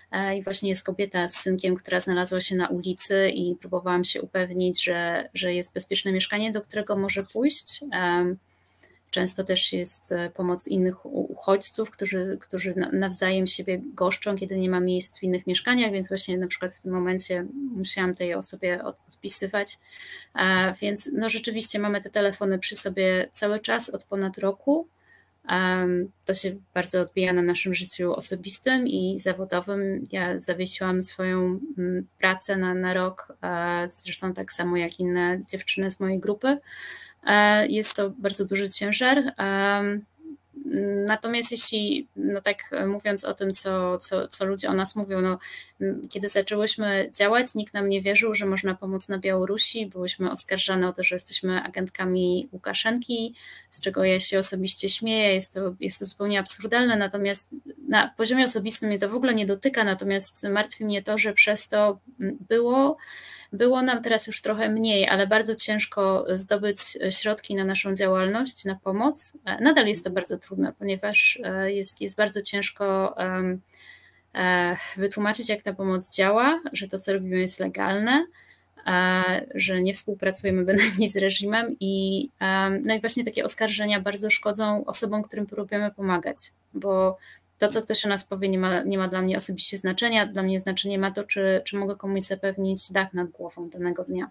i właśnie jest kobieta z synkiem, która znalazła się na ulicy i próbowałam się upewnić, że jest bezpieczne mieszkanie, do którego może pójść. Często też jest pomoc innych uchodźców, którzy nawzajem siebie goszczą, kiedy nie ma miejsc w innych mieszkaniach, więc właśnie na przykład w tym momencie musiałam tej osobie odpisywać. Więc no rzeczywiście mamy te telefony przy sobie cały czas od ponad roku. To się bardzo odbija na naszym życiu osobistym i zawodowym. Ja zawiesiłam swoją pracę na rok, zresztą tak samo jak inne dziewczyny z mojej grupy. Jest to bardzo duży ciężar. Natomiast jeśli, no tak mówiąc o tym, co ludzie o nas mówią, no, kiedy zaczęłyśmy działać, nikt nam nie wierzył, że można pomóc na Białorusi. Byłyśmy oskarżane o to, że jesteśmy agentkami Łukaszenki, z czego ja się osobiście śmieję. Jest to zupełnie absurdalne, natomiast na poziomie osobistym mnie to w ogóle nie dotyka, natomiast martwi mnie to, że przez to było nam teraz już trochę mniej, ale bardzo ciężko zdobyć środki na naszą działalność, na pomoc. Nadal jest to bardzo trudne, ponieważ jest bardzo ciężko wytłumaczyć, jak ta pomoc działa, że to, co robimy, jest legalne, że nie współpracujemy bynajmniej z reżimem no i właśnie takie oskarżenia bardzo szkodzą osobom, którym próbujemy pomagać, bo to, co ktoś o nas powie, nie ma dla mnie osobiście znaczenia. Dla mnie znaczenie ma to, czy mogę komuś zapewnić dach nad głową danego dnia.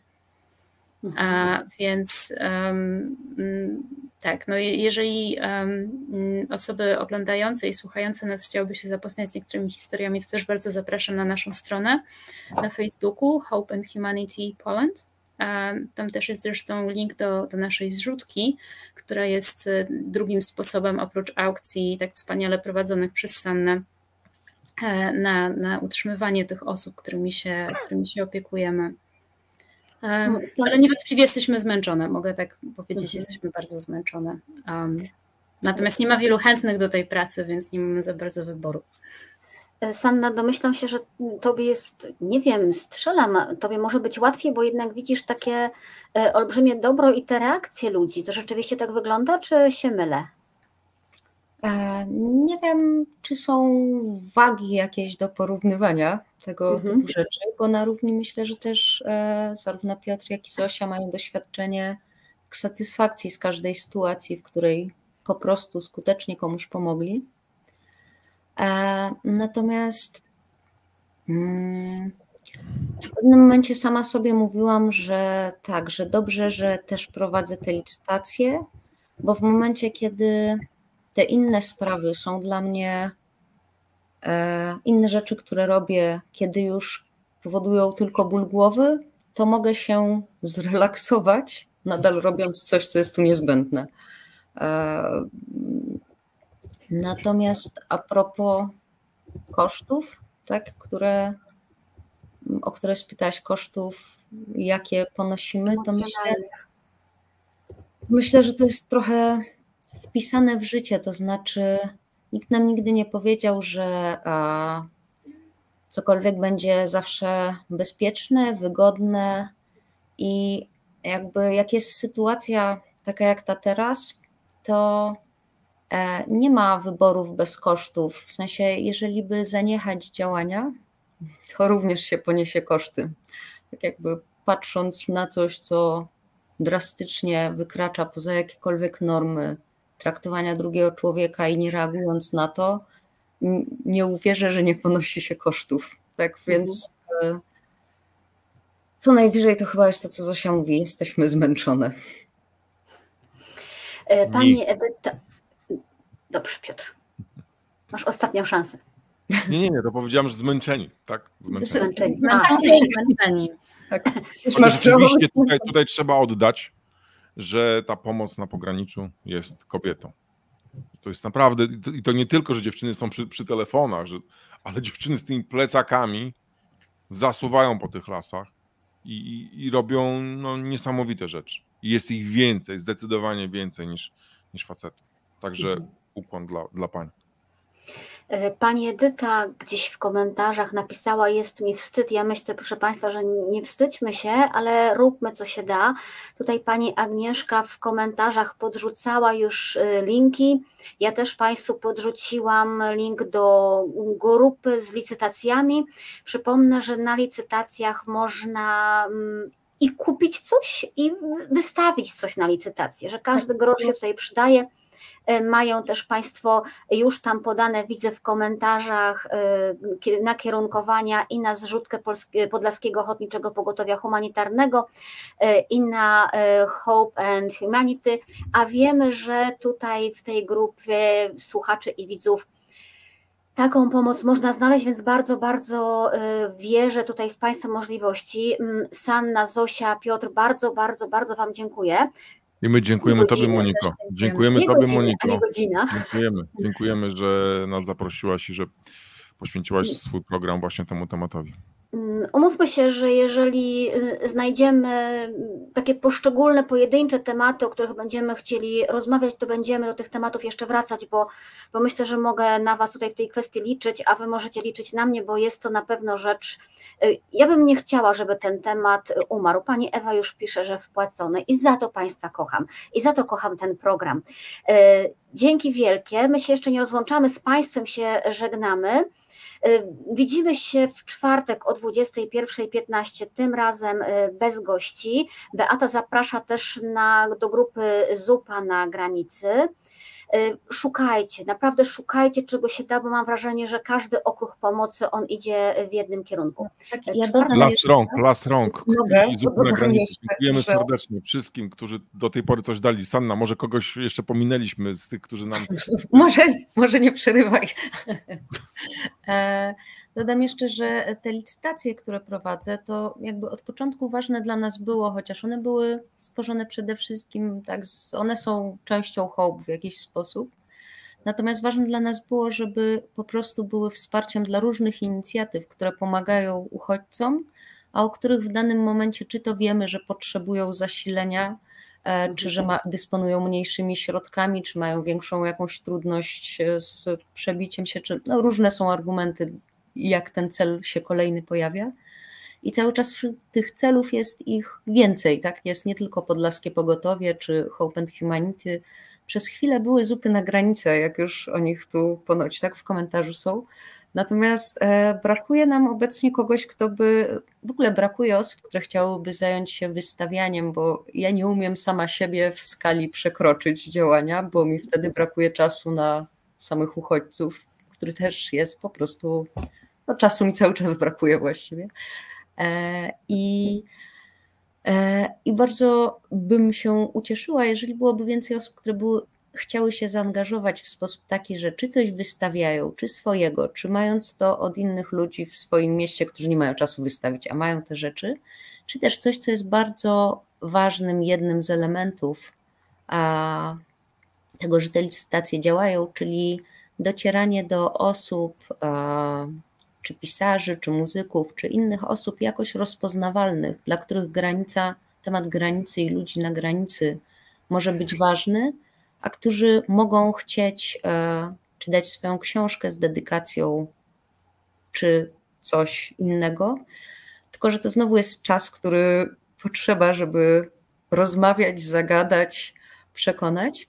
Więc tak, no jeżeli osoby oglądające i słuchające nas chciałyby się zapoznać z niektórymi historiami, to też bardzo zapraszam na naszą stronę na Facebooku Hope and Humanity Poland. Tam też jest zresztą link do naszej zrzutki, która jest drugim sposobem oprócz aukcji tak wspaniale prowadzonych przez Sannę na utrzymywanie tych osób, którymi się opiekujemy. Ale niewątpliwie jesteśmy zmęczone, mogę tak powiedzieć, jesteśmy bardzo zmęczone. Natomiast nie ma wielu chętnych do tej pracy, więc nie mamy za bardzo wyboru. Sanna, domyślam się, że tobie jest, nie wiem, strzelam, tobie może być łatwiej, bo jednak widzisz takie olbrzymie dobro i te reakcje ludzi. To rzeczywiście tak wygląda, czy się mylę? Nie wiem, czy są wagi jakieś do porównywania tego typu rzeczy, bo na równi myślę, że też zarówno Piotr, jak i Zosia mają doświadczenie satysfakcji z każdej sytuacji, w której po prostu skutecznie komuś pomogli. Natomiast w pewnym momencie sama sobie mówiłam, że tak, że dobrze, że też prowadzę te licytacje, bo w momencie, kiedy te inne sprawy są dla mnie, inne rzeczy, które robię, kiedy już powodują tylko ból głowy, to mogę się zrelaksować, nadal robiąc coś, co jest tu niezbędne. Natomiast a propos kosztów, tak, o które spytałaś, kosztów, jakie ponosimy, to myślę, że to jest trochę wpisane w życie, to znaczy nikt nam nigdy nie powiedział, że cokolwiek będzie zawsze bezpieczne, wygodne i jakby jak jest sytuacja taka jak ta teraz, to nie ma wyborów bez kosztów. W sensie, jeżeli by zaniechać działania, to również się poniesie koszty. Tak jakby patrząc na coś, co drastycznie wykracza poza jakiekolwiek normy traktowania drugiego człowieka i nie reagując na to, nie uwierzę, że nie ponosi się kosztów. Tak więc co najwyżej to chyba jest to, co Zosia mówi, jesteśmy zmęczone. Pani Edyta... Dobrze, Piotr. Masz ostatnią szansę. Nie, to powiedziałam, że zmęczeni, tak? Zmęczeni. Tak. Ale rzeczywiście tutaj trzeba oddać, że ta pomoc na pograniczu jest kobietą. To jest naprawdę, i to nie tylko, że dziewczyny są przy telefonach, ale dziewczyny z tymi plecakami zasuwają po tych lasach i robią niesamowite rzeczy. I jest ich więcej, zdecydowanie więcej niż facetów. Także ukłon dla pań. Pani Edyta gdzieś w komentarzach napisała: jest mi wstyd. Ja myślę, proszę Państwa, że nie wstydźmy się, ale róbmy co się da. Tutaj pani Agnieszka w komentarzach podrzucała już linki. Ja też Państwu podrzuciłam link do grupy z licytacjami. Przypomnę, że na licytacjach można i kupić coś, i wystawić coś na licytację, że każdy grosz się tutaj przydaje. Mają też Państwo już tam podane, widzę w komentarzach, nakierunkowania i na zrzutkę Podlaskiego Ochotniczego Pogotowia Humanitarnego i na Hope and Humanity, a wiemy, że tutaj w tej grupie słuchaczy i widzów taką pomoc można znaleźć, więc bardzo, bardzo wierzę tutaj w Państwa możliwości. Sanna, Zosia, Piotr, bardzo, bardzo, bardzo Wam dziękuję. I my dziękujemy Tobie, Moniko. Dziękujemy Tobie, Moniko. Dziękujemy, że nas zaprosiłaś i że poświęciłaś swój program właśnie temu tematowi. Umówmy się, że jeżeli znajdziemy takie poszczególne, pojedyncze tematy, o których będziemy chcieli rozmawiać, to będziemy do tych tematów jeszcze wracać, bo myślę, że mogę na Was tutaj w tej kwestii liczyć, a Wy możecie liczyć na mnie, bo jest to na pewno rzecz, ja bym nie chciała, żeby ten temat umarł. Pani Ewa już pisze, że wpłacony i za to Państwa kocham i za to kocham ten program. Dzięki wielkie, my się jeszcze nie rozłączamy, z Państwem się żegnamy. Widzimy się w czwartek o 21:15, tym razem bez gości. Beata zaprasza też do grupy Zupa na granicy. Szukajcie, naprawdę szukajcie, czego się da, bo mam wrażenie, że każdy okruch pomocy, on idzie w jednym kierunku. Tak, ja dodam las rąk. Mogę, Dziękujemy serdecznie wszystkim, którzy do tej pory coś dali. Sanna, może kogoś jeszcze pominęliśmy z tych, którzy nam... Może nie przerywaj. Dodam jeszcze, że te licytacje, które prowadzę, to jakby od początku ważne dla nas było, chociaż one były stworzone przede wszystkim, tak, one są częścią Hope w jakiś sposób, natomiast ważne dla nas było, żeby po prostu były wsparciem dla różnych inicjatyw, które pomagają uchodźcom, a o których w danym momencie czy to wiemy, że potrzebują zasilenia, czy że dysponują mniejszymi środkami, czy mają większą jakąś trudność z przebiciem się, czy no różne są argumenty, jak ten cel się kolejny pojawia. I cały czas wśród tych celów jest ich więcej, tak? Jest nie tylko Podlaskie Pogotowie czy Hope and Humanity. Przez chwilę były Zupy na granicę, jak już o nich tu ponoć tak w komentarzu są. Natomiast brakuje nam obecnie kogoś, w ogóle brakuje osób, które chciałyby zająć się wystawianiem, bo ja nie umiem sama siebie w skali przekroczyć działania, bo mi wtedy brakuje czasu na samych uchodźców, który też jest po prostu, no czasu mi cały czas brakuje właściwie. I bardzo bym się ucieszyła, jeżeli byłoby więcej osób, które chciały się zaangażować w sposób taki, że czy coś wystawiają, czy swojego, czy mając to od innych ludzi w swoim mieście, którzy nie mają czasu wystawić, a mają te rzeczy, czy też coś, co jest bardzo ważnym, jednym z elementów tego, że te licytacje działają, czyli docieranie do osób, czy pisarzy, czy muzyków, czy innych osób jakoś rozpoznawalnych, dla których temat granicy i ludzi na granicy może być ważny, a którzy mogą chcieć czy dać swoją książkę z dedykacją, czy coś innego, tylko że to znowu jest czas, który potrzeba, żeby rozmawiać, zagadać, przekonać.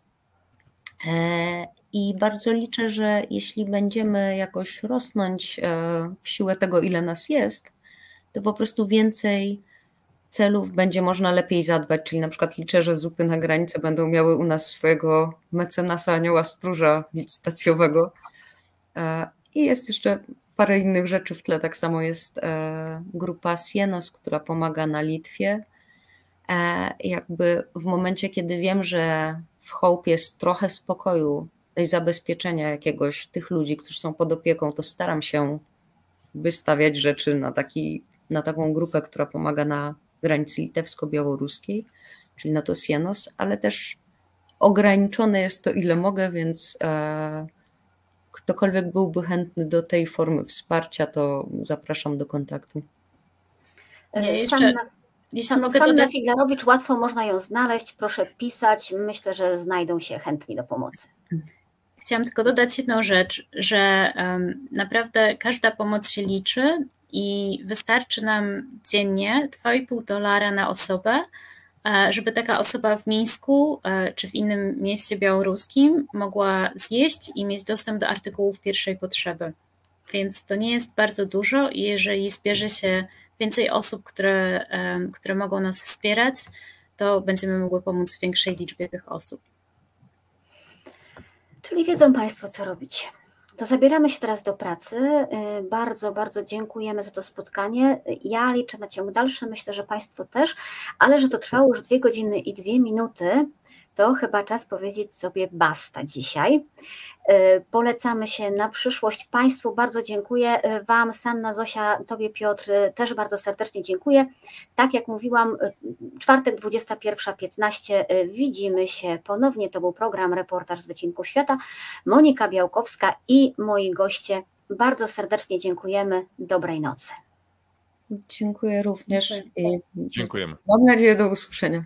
I bardzo liczę, że jeśli będziemy jakoś rosnąć w siłę tego, ile nas jest, to po prostu więcej celów będzie można lepiej zadbać, czyli na przykład liczę, że Zupy na granicy będą miały u nas swojego mecenasa Anioła Stróża licytacjowego i jest jeszcze parę innych rzeczy w tle, tak samo jest grupa Sienos, która pomaga na Litwie. Jakby w momencie, kiedy wiem, że w Hope jest trochę spokoju i zabezpieczenia jakiegoś tych ludzi, którzy są pod opieką, to staram się wystawiać rzeczy na taką grupę, która pomaga na granicy litewsko-białoruskiej, czyli na to Sienos, ale też ograniczone jest to, ile mogę, więc ktokolwiek byłby chętny do tej formy wsparcia, to zapraszam do kontaktu. Jeśli mogę dodać... Figlarowicz, łatwo można ją znaleźć, proszę pisać, myślę, że znajdą się chętni do pomocy. chciałam tylko dodać jedną rzecz, że naprawdę każda pomoc się liczy i wystarczy nam dziennie $2,5 na osobę, żeby taka osoba w Mińsku czy w innym mieście białoruskim mogła zjeść i mieć dostęp do artykułów pierwszej potrzeby. Więc to nie jest bardzo dużo i jeżeli zbierze się więcej osób, które mogą nas wspierać, to będziemy mogły pomóc większej liczbie tych osób. Czyli wiedzą Państwo, co robić. To zabieramy się teraz do pracy. Bardzo, bardzo dziękujemy za to spotkanie. Ja liczę na ciąg dalszy, myślę, że Państwo też, ale że to trwało już 2 godziny i 2 minuty, to chyba czas powiedzieć sobie basta dzisiaj. Polecamy się na przyszłość. Państwu bardzo dziękuję. Wam, Sanna, Zosia, Tobie, Piotr, też bardzo serdecznie dziękuję. Tak jak mówiłam, czwartek 21:15 widzimy się ponownie. To był program Reportaż z Wycinków Świata. Monika Białkowska i moi goście. Bardzo serdecznie dziękujemy. Dobrej nocy. Dziękuję również. Dziękujemy. Mam nadzieję, do usłyszenia.